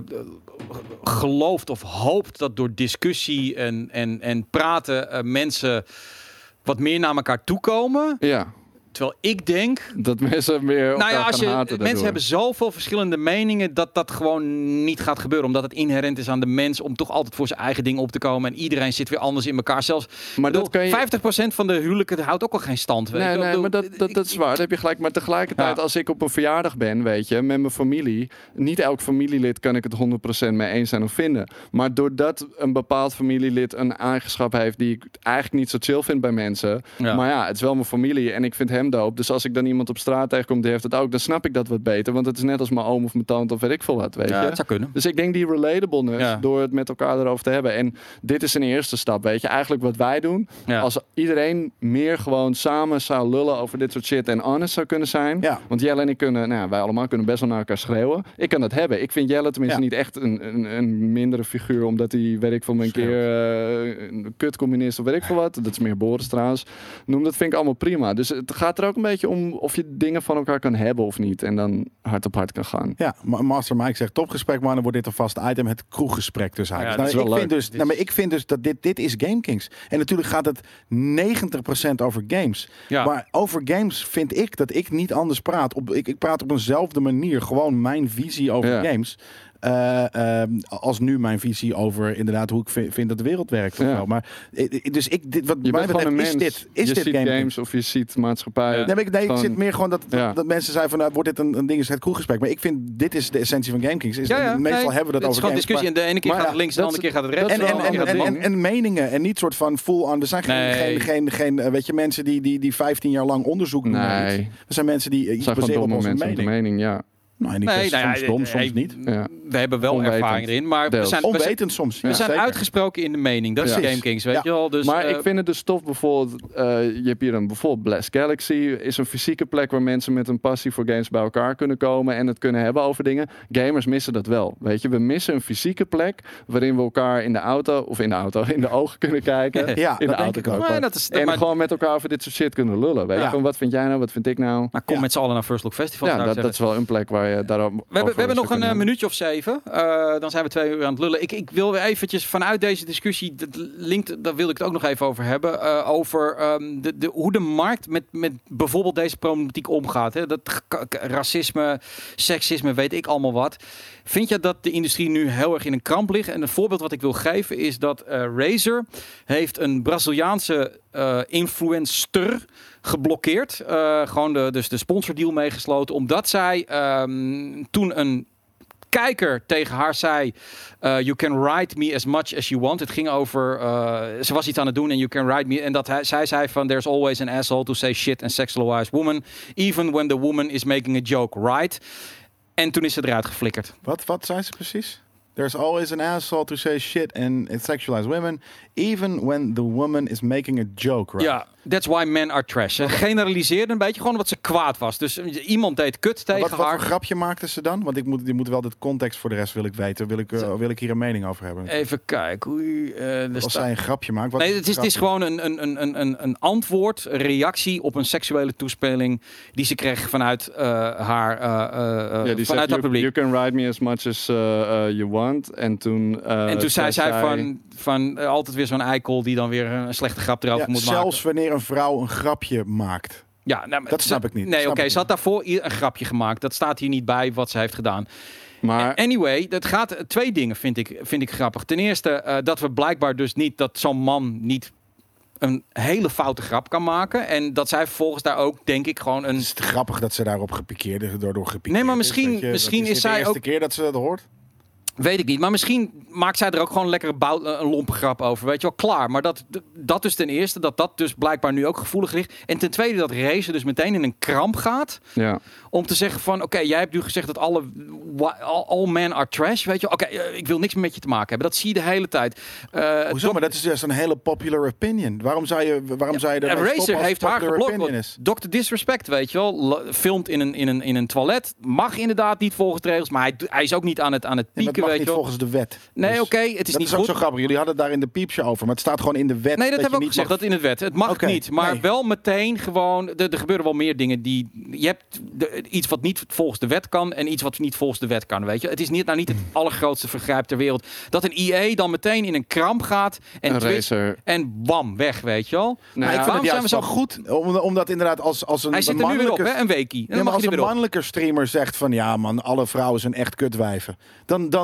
gelooft of hoopt dat door discussie en, en, en praten uh, mensen wat meer naar elkaar toekomen. Ja, Terwijl ik denk, dat mensen meer elkaar nou ja, als gaan je, haten mensen daardoor. hebben zoveel verschillende meningen dat dat gewoon niet gaat gebeuren. Omdat het inherent is aan de mens om toch altijd voor zijn eigen ding op te komen. En iedereen zit weer anders in elkaar. Zelfs Maar bedoel, dat kan je... vijftig procent van de huwelijken houdt ook al geen stand. Weet Nee, je wel. nee, Ik maar bedoel, dat, dat, dat is ik- waar. Dat heb je gelijk. Maar tegelijkertijd, Ja. als ik op een verjaardag ben, weet je, met mijn familie, niet elk familielid kan ik het honderd procent mee eens zijn of vinden. Maar doordat een bepaald familielid een eigenschap heeft die ik eigenlijk niet zo chill vind bij mensen. Ja. Maar ja, het is wel mijn familie en ik vind hem stemdoop. Dus als ik dan iemand op straat tegenkom die heeft het ook, dan snap ik dat wat beter. Want het is net als mijn oom of mijn tante of weet ik veel wat, weet Ja, je. dat zou kunnen. Dus ik denk die relatableness, Ja. door het met elkaar erover te hebben. En dit is een eerste stap, weet je. Eigenlijk wat wij doen, Ja. als iedereen meer gewoon samen zou lullen over dit soort shit en honest zou kunnen zijn. Ja. Want Jelle en ik kunnen, nou, wij allemaal kunnen best wel naar elkaar schreeuwen. Ik kan dat hebben. Ik vind Jelle tenminste Ja. niet echt een, een, een mindere figuur, omdat hij, weet ik veel, een keer uh, een kutcommunist of weet ik veel wat. Dat is meer Boris trouwens. Noem dat vind ik allemaal prima. Dus het gaat er ook een beetje om of je dingen van elkaar kan hebben of niet. En dan hard op hard kan gaan. Ja, Ma- Master Mike zegt topgesprek, maar dan wordt dit een vast item. Het kroeggesprek tussen Ja, haakjes. dat nou, is wel ik, vind leuk. dus, nou, maar ik vind dus dat dit, dit is GameKings. En natuurlijk gaat het negentig procent over games. Ja. Maar over games vind ik dat ik niet anders praat. Op, ik, ik praat op eenzelfde manier. Gewoon mijn visie over Ja. games. Uh, uh, als nu mijn visie over inderdaad hoe ik vind, vind dat de wereld werkt. Of Ja. wel. Maar uh, dus ik, dit, wat Je mij bent gewoon betreft een is mens. dit, is je dit ziet GameKings. games of je ziet maatschappij. Ja. Nee, maar ik, nee, ik Gewoon- zit meer gewoon dat, dat, Ja. dat mensen zijn van, nou, wordt dit een, een ding, is het kroeggesprek. Maar ik vind, dit is de essentie van GameKings. Is Ja, ja, meestal nee, hebben we dat het is over gewoon games. discussie. En de ene keer maar gaat ja, het links, de dat andere keer is- gaat het rechts. En, dat is en, wel en, een en, ding. en, en meningen en niet soort van full-on. We zijn geen, Nee. geen, geen, geen eh, weet je, mensen die, die, die vijftien jaar lang onderzoek doen. naar Nee. iets. We zijn mensen die eh, Het iets zijn gewoon baseren op domme onze mensen met mening. een mening, ja. Nou, niet Nee, best, nou ja, soms dom, eh, soms eh, niet. Ja. We hebben wel Onwetend. ervaring erin, maar we Deels. zijn, we zijn, Onwetend soms. we ja, zijn zeker. uitgesproken in de mening. Dat is Ja. GameKings, weet Ja. je wel. Dus, Maar eh, ik vind het dus tof bijvoorbeeld, uh, je hebt hier een bijvoorbeeld Blast Galaxy, is een fysieke plek waar mensen met een passie voor games bij elkaar kunnen komen en het kunnen hebben over dingen. Gamers missen dat wel, weet je. We missen een fysieke plek waarin we elkaar in de auto, of in de auto, in de ogen kunnen kijken. Ja, in dat de denk auto ik ook. kopen. Maar dat is- en maar- gewoon met elkaar over dit soort shit kunnen lullen, weet je. Ja. Van wat vind jij nou, wat vind ik nou? maar kom Ja. met z'n allen naar First Look Festival. Ja, zou ik dat, dat zeggen. is wel een plek waar je daarop. We hebben, we hebben nog een uh, minuutje of zeven. Uh, dan zijn we twee uur aan het lullen. Ik, ik wil weer eventjes vanuit deze discussie, dat linkt, daar wil ik het ook nog even over hebben. Uh, over um, de, de, hoe de markt met, met bijvoorbeeld deze problematiek omgaat. Hè? Dat k- k- racisme, seksisme, weet ik allemaal wat. Vind je dat de industrie nu heel erg in een kramp ligt? En een voorbeeld wat ik wil geven is dat uh, Razer heeft een Braziliaanse uh, influencer geblokkeerd. Uh, gewoon de, dus de sponsordeal meegesloten. Omdat zij um, toen een kijker tegen haar zei, uh, you can ride me as much as you want. Het ging over, uh, ze was iets aan het doen en you can ride me. En dat hij, zij zei van, there's always an asshole to say shit and sexualize woman. Even when the woman is making a joke, right? En toen is ze eruit geflikkerd. Wat, wat zei ze precies? There's always an asshole to say shit and sexualize women, even when the woman is making a joke, right? Ja, that's why men are trash. Ze generaliseerde een beetje, gewoon wat ze kwaad was. Dus iemand deed kut tegen Wat, wat haar. voor grapje maakte ze dan? Want ik moet, die moet wel de context voor de rest wil ik weten. Wil ik, uh, wil ik hier een mening over hebben? Even kijken. Oei, uh, er Als sta- zij een grapje maakt. Wat Nee, het is, het is grapje? gewoon een, een, een, een, een antwoord, een reactie op een seksuele toespeling die ze kreeg vanuit uh, haar, uh, uh, Ja, die vanuit zegt, dat you, publiek. you can ride me as much as uh, uh, you want. En toen, uh, En toen zei zij van, van uh, altijd weer zo'n eikel die dan weer een slechte grap erover Ja, moet zelfs maken. wanneer een vrouw een grapje maakt. Ja, nou, Dat snap ze- ik niet. Nee, Snap oké, ik ze had daarvoor i- een grapje gemaakt. Dat staat hier niet bij wat ze heeft gedaan. Maar Anyway, dat gaat twee dingen vind ik, vind ik grappig. Ten eerste uh, dat we blijkbaar dus niet dat zo'n man niet een hele foute grap kan maken en dat zij vervolgens daar ook denk ik gewoon een Het is te grappig dat ze daarop gepikeerd is, door, door gepikeerd Nee, maar is, misschien- weet je. Dat misschien is, is dit zij de eerste ook- keer dat ze dat hoort. Weet ik niet, maar misschien maakt zij er ook gewoon lekker een, bouw, een lompe grap over. Weet je wel, klaar. Maar dat, dat dus ten eerste, dat dat dus blijkbaar nu ook gevoelig ligt. En ten tweede dat Razer dus meteen in een kramp gaat. ja. Om te zeggen van, oké, jij hebt nu gezegd dat alle all, all men are trash. Weet je wel, oké, uh, ik wil niks meer met je te maken hebben. Dat zie je de hele tijd. Uh, Hoezo? Doc- Maar dat is juist een hele popular opinion. Waarom zou je, waarom zou je er en mee stoppen Razer als heeft het haar popular geblokt. opinion want is? dokter Disrespect, weet je wel, la- filmt in een, in, een, in een toilet. Mag inderdaad niet volgens de regels, maar hij, hij is ook niet aan het, aan het Nee, pieken, dat mag weet niet je wel. volgens de wet. Nee, Dus oké, het is dat niet is ook goed. zo grappig. Jullie hadden het daar in de piepshow over, maar het staat gewoon in de wet. Nee, dat, je hebben we ook niet gezegd, mag- dat in het wet. Het mag Oké, niet, maar nee. wel meteen gewoon... Er, er gebeuren wel meer dingen die... Je hebt de, iets wat niet volgens de wet kan en iets wat niet volgens de wet kan, weet je. Het is niet, nou niet het allergrootste vergrijp ter wereld. Dat een I A dan meteen in een kramp gaat en Een twist racer. en bam, weg, weet je wel. Nou Maar ja, ik vind waarom het zijn we juist zo wel goed, om- omdat inderdaad als, als een, Hij een zit er nu weer op, mannelijke... hè, een weekie. En Ja, dan maar mag als hij een er weer op. mannelijke streamer zegt van ja man, alle vrouwen zijn echt kutwijven. Dan, dan,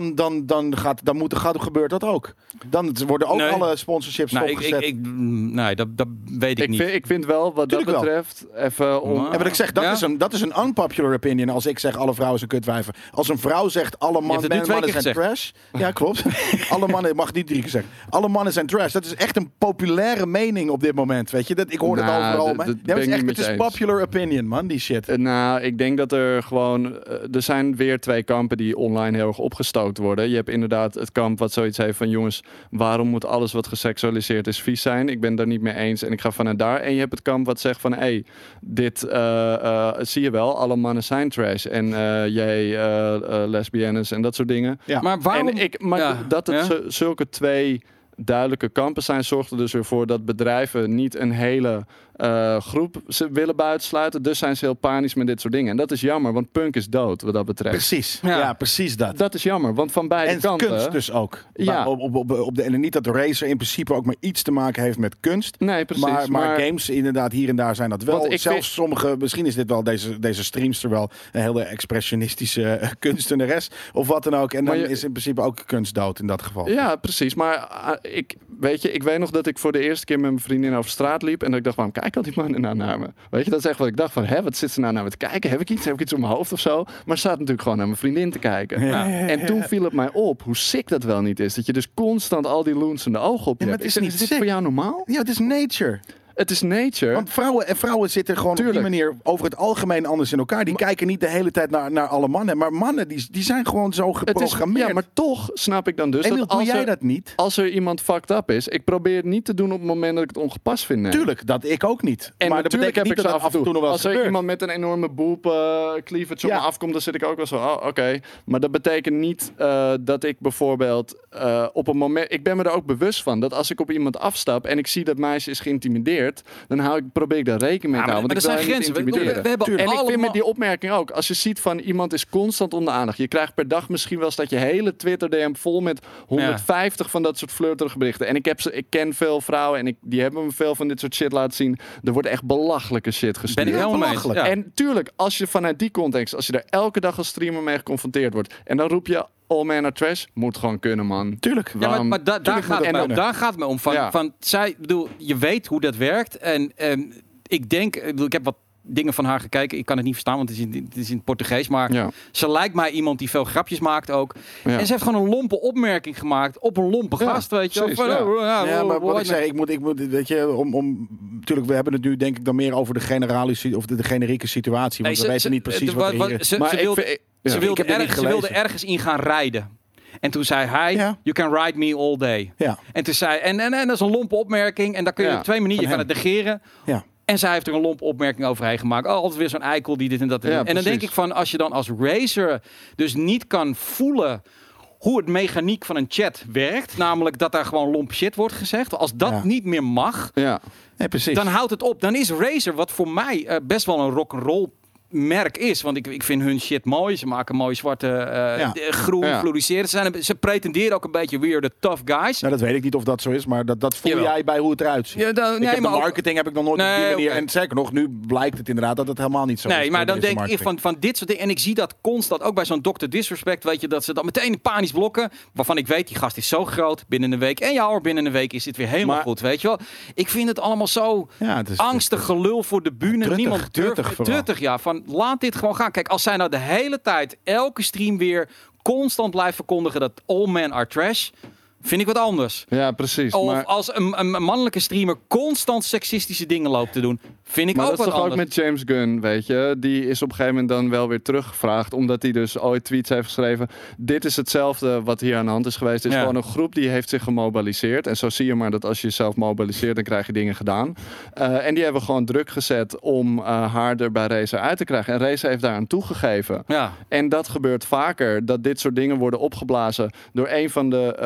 dan, dan, dan, gaat, dan moet, gaat, gebeurt dat ook. Dan worden ook nee. alle sponsorships nou, opgezet. Ik, ik, ik, nee, dat, dat weet ik, ik niet. Vind, ik vind wel, wat Tuurlijk dat betreft, wel. even om... En wat ik zeg, dat, Ja? is een, dat is een unpopular opinion als ik zeg alle vrouwen zijn kutwijven. Als een vrouw zegt alle man, hebt het nu man, twee mannen keer zijn gezegd. trash. Ja, klopt. Alle mannen, mag niet drie keer zeggen. Alle mannen zijn trash. Dat is echt een populaire mening op dit moment, weet je. Dat, ik hoor het Nou, overal. d- man. dat Ja, ben het ik is, echt, niet het is met je eens. popular opinion, man, die shit. Uh, nou, ik denk dat er gewoon... Uh, er zijn weer twee kampen die online heel erg opgestookt worden. Je hebt inderdaad het kamp wat zoiets heeft van... jongens, waarom moet alles wat geseksualiseerd is vies zijn? Ik ben daar niet mee eens en ik ga vanuit daar. En je hebt het kamp wat zegt van... hé, hey, dit uh, uh, zie je wel, alle mannen zijn trash. En uh, jij, uh, uh, lesbiennes en dat soort dingen. Ja. Maar waarom... En ik, maar Ja. dat het Ja? zu- zulke twee duidelijke kampen zijn, zorgt er dus weer voor dat bedrijven niet een hele uh, groep ze willen buitensluiten. Dus zijn ze heel panisch met dit soort dingen. En dat is jammer, want punk is dood wat dat betreft. Precies. Ja. Ja, precies dat. Dat is jammer, want van beide En kanten... kunst dus ook. Ja. Op, op, op, op de, en niet dat de racer in principe ook maar iets te maken heeft met kunst. Nee, precies. Maar, maar, maar- games inderdaad hier en daar zijn dat wel. Want ik Zelfs vind- sommige, misschien is dit wel deze, deze streamster wel een hele expressionistische uh, kunstenares of wat dan ook. En dan Maar je- is in principe ook kunst dood in dat geval. Ja, precies. Maar uh, ik, weet je, ik weet nog dat ik voor de eerste keer met mijn vriendin over straat liep. En dat ik dacht, waarom kijken al die mannen nou naar me? Weet je, dat is echt wat ik dacht van, hè, wat zit ze nou naar me te kijken? Heb ik iets? Heb ik iets op mijn hoofd of zo? Maar ze staat natuurlijk gewoon naar mijn vriendin te kijken. Ja. En toen viel het mij op hoe sick dat wel niet is. Dat je dus constant al die loensende ogen op je Ja, maar hebt. het is Ik zeg, niet is dit sick. voor jou normaal? Ja, het is nature. Het is nature. Want vrouwen en vrouwen zitten gewoon Tuurlijk. op die manier over het algemeen anders in elkaar. Die kijken niet de hele tijd naar, naar alle mannen. Maar mannen, die, die zijn gewoon zo het is, geprogrammeerd. ja, maar toch snap ik dan dus Emiel, dat doe als jij er, dat niet? als er iemand fucked up is, ik probeer het niet te doen op het moment dat ik het ongepast vind. Nee. Tuurlijk, dat ik ook niet. En maar dat natuurlijk betekent heb ik niet zo dat af en toe, nog wel als er gebeurt. iemand met een enorme boep uh, cleavage op Ja. me afkomt, dan zit ik ook wel zo, oh, oké. Okay. Maar dat betekent niet uh, dat ik bijvoorbeeld uh, op een moment, ik ben me er ook bewust van, dat als ik op iemand afstap en ik zie dat meisje is geïntimideerd, dan hou ik, probeer ik daar rekening mee Ja, te maar, houden. maar er want ik zijn wil haar niet grenzen. We, we, we intimideren. hebben En ik vind allemaal... met die opmerking ook, als je ziet van iemand is constant onder aandacht. Je krijgt per dag misschien wel eens dat je hele Twitter D M vol met honderdvijftig van dat soort flirterige berichten. En ik, heb ze, ik ken veel vrouwen en ik, die hebben me veel van dit soort shit laten zien. Er wordt echt belachelijke shit gestuurd. Ben ik helemaal mee eens. belachelijk. Ja. En tuurlijk, als je vanuit die context, als je daar elke dag als streamer mee geconfronteerd wordt en dan roep je all men are trash, moet gewoon kunnen, man. Tuurlijk. Ja, maar, Waarom- maar da- daar, Tuurlijk gaat, moet dat en kunnen. daar gaat het me om. Van, Ja. van, zij, bedoel, je weet hoe dat werkt. En ehm, ik denk, ik, bedoel, ik heb wat dingen van haar gekeken. Ik kan het niet verstaan, want het is in, het is in het Portugees. Maar Ja. ze lijkt mij iemand die veel grapjes maakt ook. Ja. En ze heeft gewoon een lompe opmerking gemaakt op een lompe Ja, gast, weet je. precies, Van, ja. oh, ja, Ja, maar wat oh, ik zeg, ik moet, ik moet, weet je, om, om, natuurlijk, we hebben het nu denk ik dan meer over de generale, of de, de generieke situatie, want Nee, we ze- weten ze- niet precies de- wat er wat- hier... Ze, Maar ze ik wilde, vind- ja. ze Ik wilde, heb het niet erg- ze wilde gelezen. ergens in gaan rijden. En toen zei hij, Ja. you can ride me all day. Ja, En toen zei en, en, en dat is een lompe opmerking. En daar kun je Ja, op twee manieren, je van kan het negeren. ja. En zij heeft er een lompe opmerking overheen gemaakt. Oh, altijd weer zo'n eikel die dit en dat. Ja, en dan precies. denk ik van, als je dan als racer dus niet kan voelen hoe het mechaniek van een chat werkt, namelijk dat daar gewoon lomp shit wordt gezegd. Als dat Ja. niet meer mag, Ja. Nee, precies. dan houdt het op. Dan is Razer, wat voor mij uh, best wel een rock'n'roll merk is. Want ik, ik vind hun shit mooi. Ze maken mooie zwarte uh, Ja. d- groen, Ja. fluoresceren. Ze, zijn, een- ze pretenderen ook een beetje weer de tough guys. Nou, dat weet ik niet of dat zo is, maar dat, dat voel Jawel. jij bij hoe het eruit ziet. Ja, dan, ik nee, heb de maar ook- marketing heb ik nog nooit op Nee, die manier. oké. En zeker nog, nu blijkt het inderdaad dat het helemaal niet zo is. Nee, door maar dan deze denk ik marketing. van, van dit soort dingen. En ik zie dat constant ook bij zo'n dokter Disrespect. Weet je, dat ze dan meteen panisch blokken. Waarvan ik weet, die gast is zo groot binnen een week. En ja hoor, binnen een week is dit weer helemaal Maar- goed. Weet je wel. Ik vind het allemaal zo Ja, het is, angstig gelul voor de bühne. Truttig, Niemand durft. truttig vooral. Truttig, ja. Van laat dit gewoon gaan. Kijk, als zij nou de hele tijd, elke stream weer constant blijft verkondigen dat all men are trash. Vind ik wat anders. Ja, precies. Of maar als een, een mannelijke streamer constant seksistische dingen loopt te doen. Vind ik maar ook dat is wat toch anders. ook met James Gunn, weet je. Die is op een gegeven moment dan wel weer teruggevraagd. Omdat hij dus ooit tweets heeft geschreven. Dit is hetzelfde wat hier aan de hand is geweest. Het is Ja. gewoon een groep die heeft zich gemobiliseerd. En zo zie je maar dat als je jezelf mobiliseert, dan krijg je dingen gedaan. Uh, en die hebben gewoon druk gezet om uh, haar er bij Razer uit te krijgen. En Razer heeft daar aan toegegeven. Ja. En dat gebeurt vaker. Dat dit soort dingen worden opgeblazen door een van de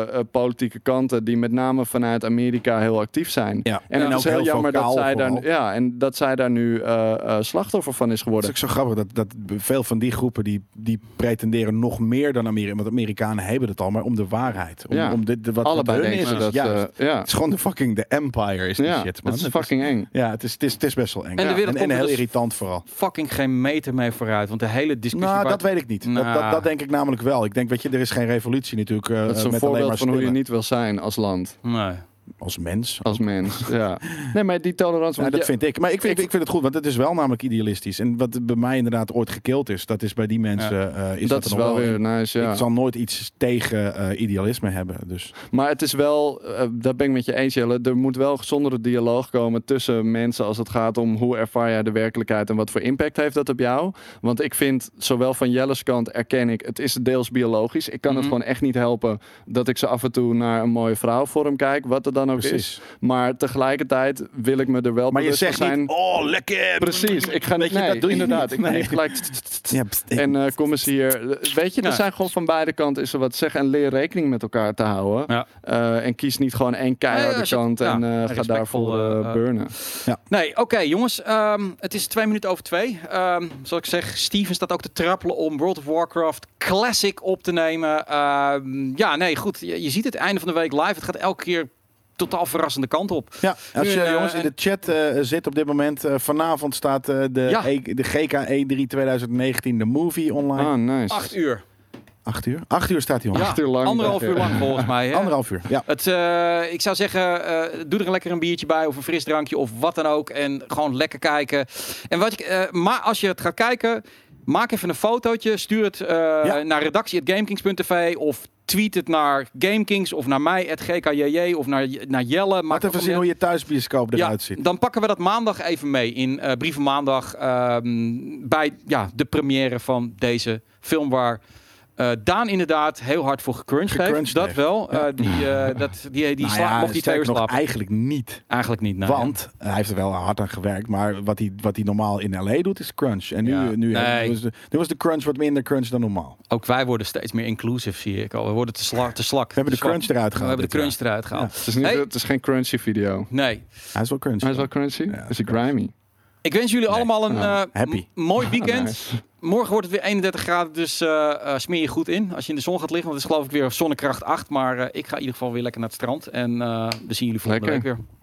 uh, politieke kanten die met name vanuit Amerika heel actief zijn. Ja. En Ja, het en is ook heel heel jammer dat vocaal zij, daar, vooral. ja, en dat zij daar nu uh, uh, slachtoffer van is Het geworden. is ook zo grappig dat, dat veel van die groepen die, die pretenderen nog meer dan Amerika. Want Amerikanen hebben het al, maar om de waarheid. Om, Ja. om dit, de, wat, Allebei wat hun denken is, ze is dat, juist. uh, ja. Het is gewoon de fucking de empire is die Ja, shit, man. het is Het fucking eng. Ja, het is, het, is, het is best wel eng. En de Ja. wereld en, en komt er heel dus irritant vooral. Fucking geen meter mee vooruit. Want de hele discussie... Nou, waar- dat weet ik niet. Nou. Dat, dat, dat denk ik namelijk wel. Ik denk, weet je, er is geen revolutie natuurlijk uh, Dat is een met alleen maar voorbeeld van hoe je stemmen. niet wil zijn als land, Nee. Als mens. als mens. Ja. Nee, maar die tolerantie... Ja, want dat je- vind ik. Maar ik vind, ik vind het goed, want het is wel namelijk idealistisch. En wat bij mij inderdaad ooit gekild is, dat is bij die mensen... Ja. Uh, is dat dat is er nog wel weer nice, ja. Ik zal nooit iets tegen uh, idealisme hebben. Dus. Maar het is wel, uh, dat ben ik met je eens, Jelle. Er moet wel gezondere dialoog komen tussen mensen als het gaat om hoe ervaar jij de werkelijkheid en wat voor impact heeft dat op jou. Want ik vind, zowel van Jelle's kant erken ik, het is deels biologisch. Ik kan Mhm. het gewoon echt niet helpen dat ik ze af en toe naar een mooie vrouw voor hem kijk, wat er dan ook Precies. is. Maar tegelijkertijd wil ik me er wel Maar je bewust van zegt zijn. niet, oh, lekker. Precies, ik ga niet, Weet je, nee, dat doe je inderdaad. niet. Ik ga Nee. niet gelijk... Ja, pst, En uh, kom eens hier. Weet je, er Ja. zijn gewoon van beide kanten is er wat te zeggen. En leer rekening met elkaar te houden. Ja. Uh, en kies niet gewoon één keiharde Nee, als je- kant ja, en uh, ga respectvol, daarvoor uh, uh, burnen. Nee, oké jongens. Ehm, het is twee minuten over twee. Um, zoals ik zeg, Steven staat ook te trappelen om World of Warcraft Classic op te nemen. Ehm, ja, nee, goed. Je, je ziet het einde van de week live. Het gaat elke keer totaal verrassende kant op. Ja, als Nu je een, uh, jongens in de chat uh, zit op dit moment, uh, vanavond staat uh, de, Ja. e, de G K E drie twintig negentien, de movie online. Ah, nice. Acht uur. Acht uur? Acht uur staat hij online. Acht uur lang. Anderhalf Ja. uur lang volgens mij. Hè? Anderhalf uur, ja. Het, uh, ik zou zeggen, uh, doe er een lekker een biertje bij of een frisdrankje of wat dan ook. En gewoon lekker kijken. En wat je, uh, maar als je het gaat kijken, maak even een fotootje. Stuur het uh, Ja. naar redactie at gamekings punt t v of tweet het naar GameKings of naar mij at G K J J of naar, naar Jelle. Laat Maak even zien hoe je thuisbioscoop ja, eruit ziet. dan pakken we dat maandag even mee in uh, Brieven Maandag um, bij ja, de première van deze film waar uh, Daan inderdaad heel hard voor gecrunched heeft. Gecrunched dat heeft. wel. Ja. Uh, die uh, dat, die, die Nou sla- ja, mocht die twee uur sterker nog, slapen. eigenlijk niet. Eigenlijk niet. Nou, Want uh, hij heeft er wel hard aan gewerkt, maar wat hij, wat hij normaal in L A doet is crunch. En nu, Ja. nu, Nee. nu, was de, nu was de crunch wat minder crunch dan normaal. ja. Ook wij worden steeds meer inclusive, zie ik al. We worden te, sla te slak. We hebben de te zwak. crunch eruit We gehaald. hebben de dit crunch eruit gehaald. Het is, niet, Hey. het is geen crunchy video. Nee. jaar. Hij is wel crunch. Hij is wel crunchy? Ja, is hij grimy? Ik wens jullie allemaal een Ah, uh, happy. m- mooi weekend. Ah, nice. Morgen wordt het weer eenendertig graden, dus uh, uh, smeer je goed in als je in de zon gaat liggen. Want het is geloof ik weer zonnekracht acht. Maar uh, ik ga in ieder geval weer lekker naar het strand. En uh, we zien jullie volgende Lekker. week weer.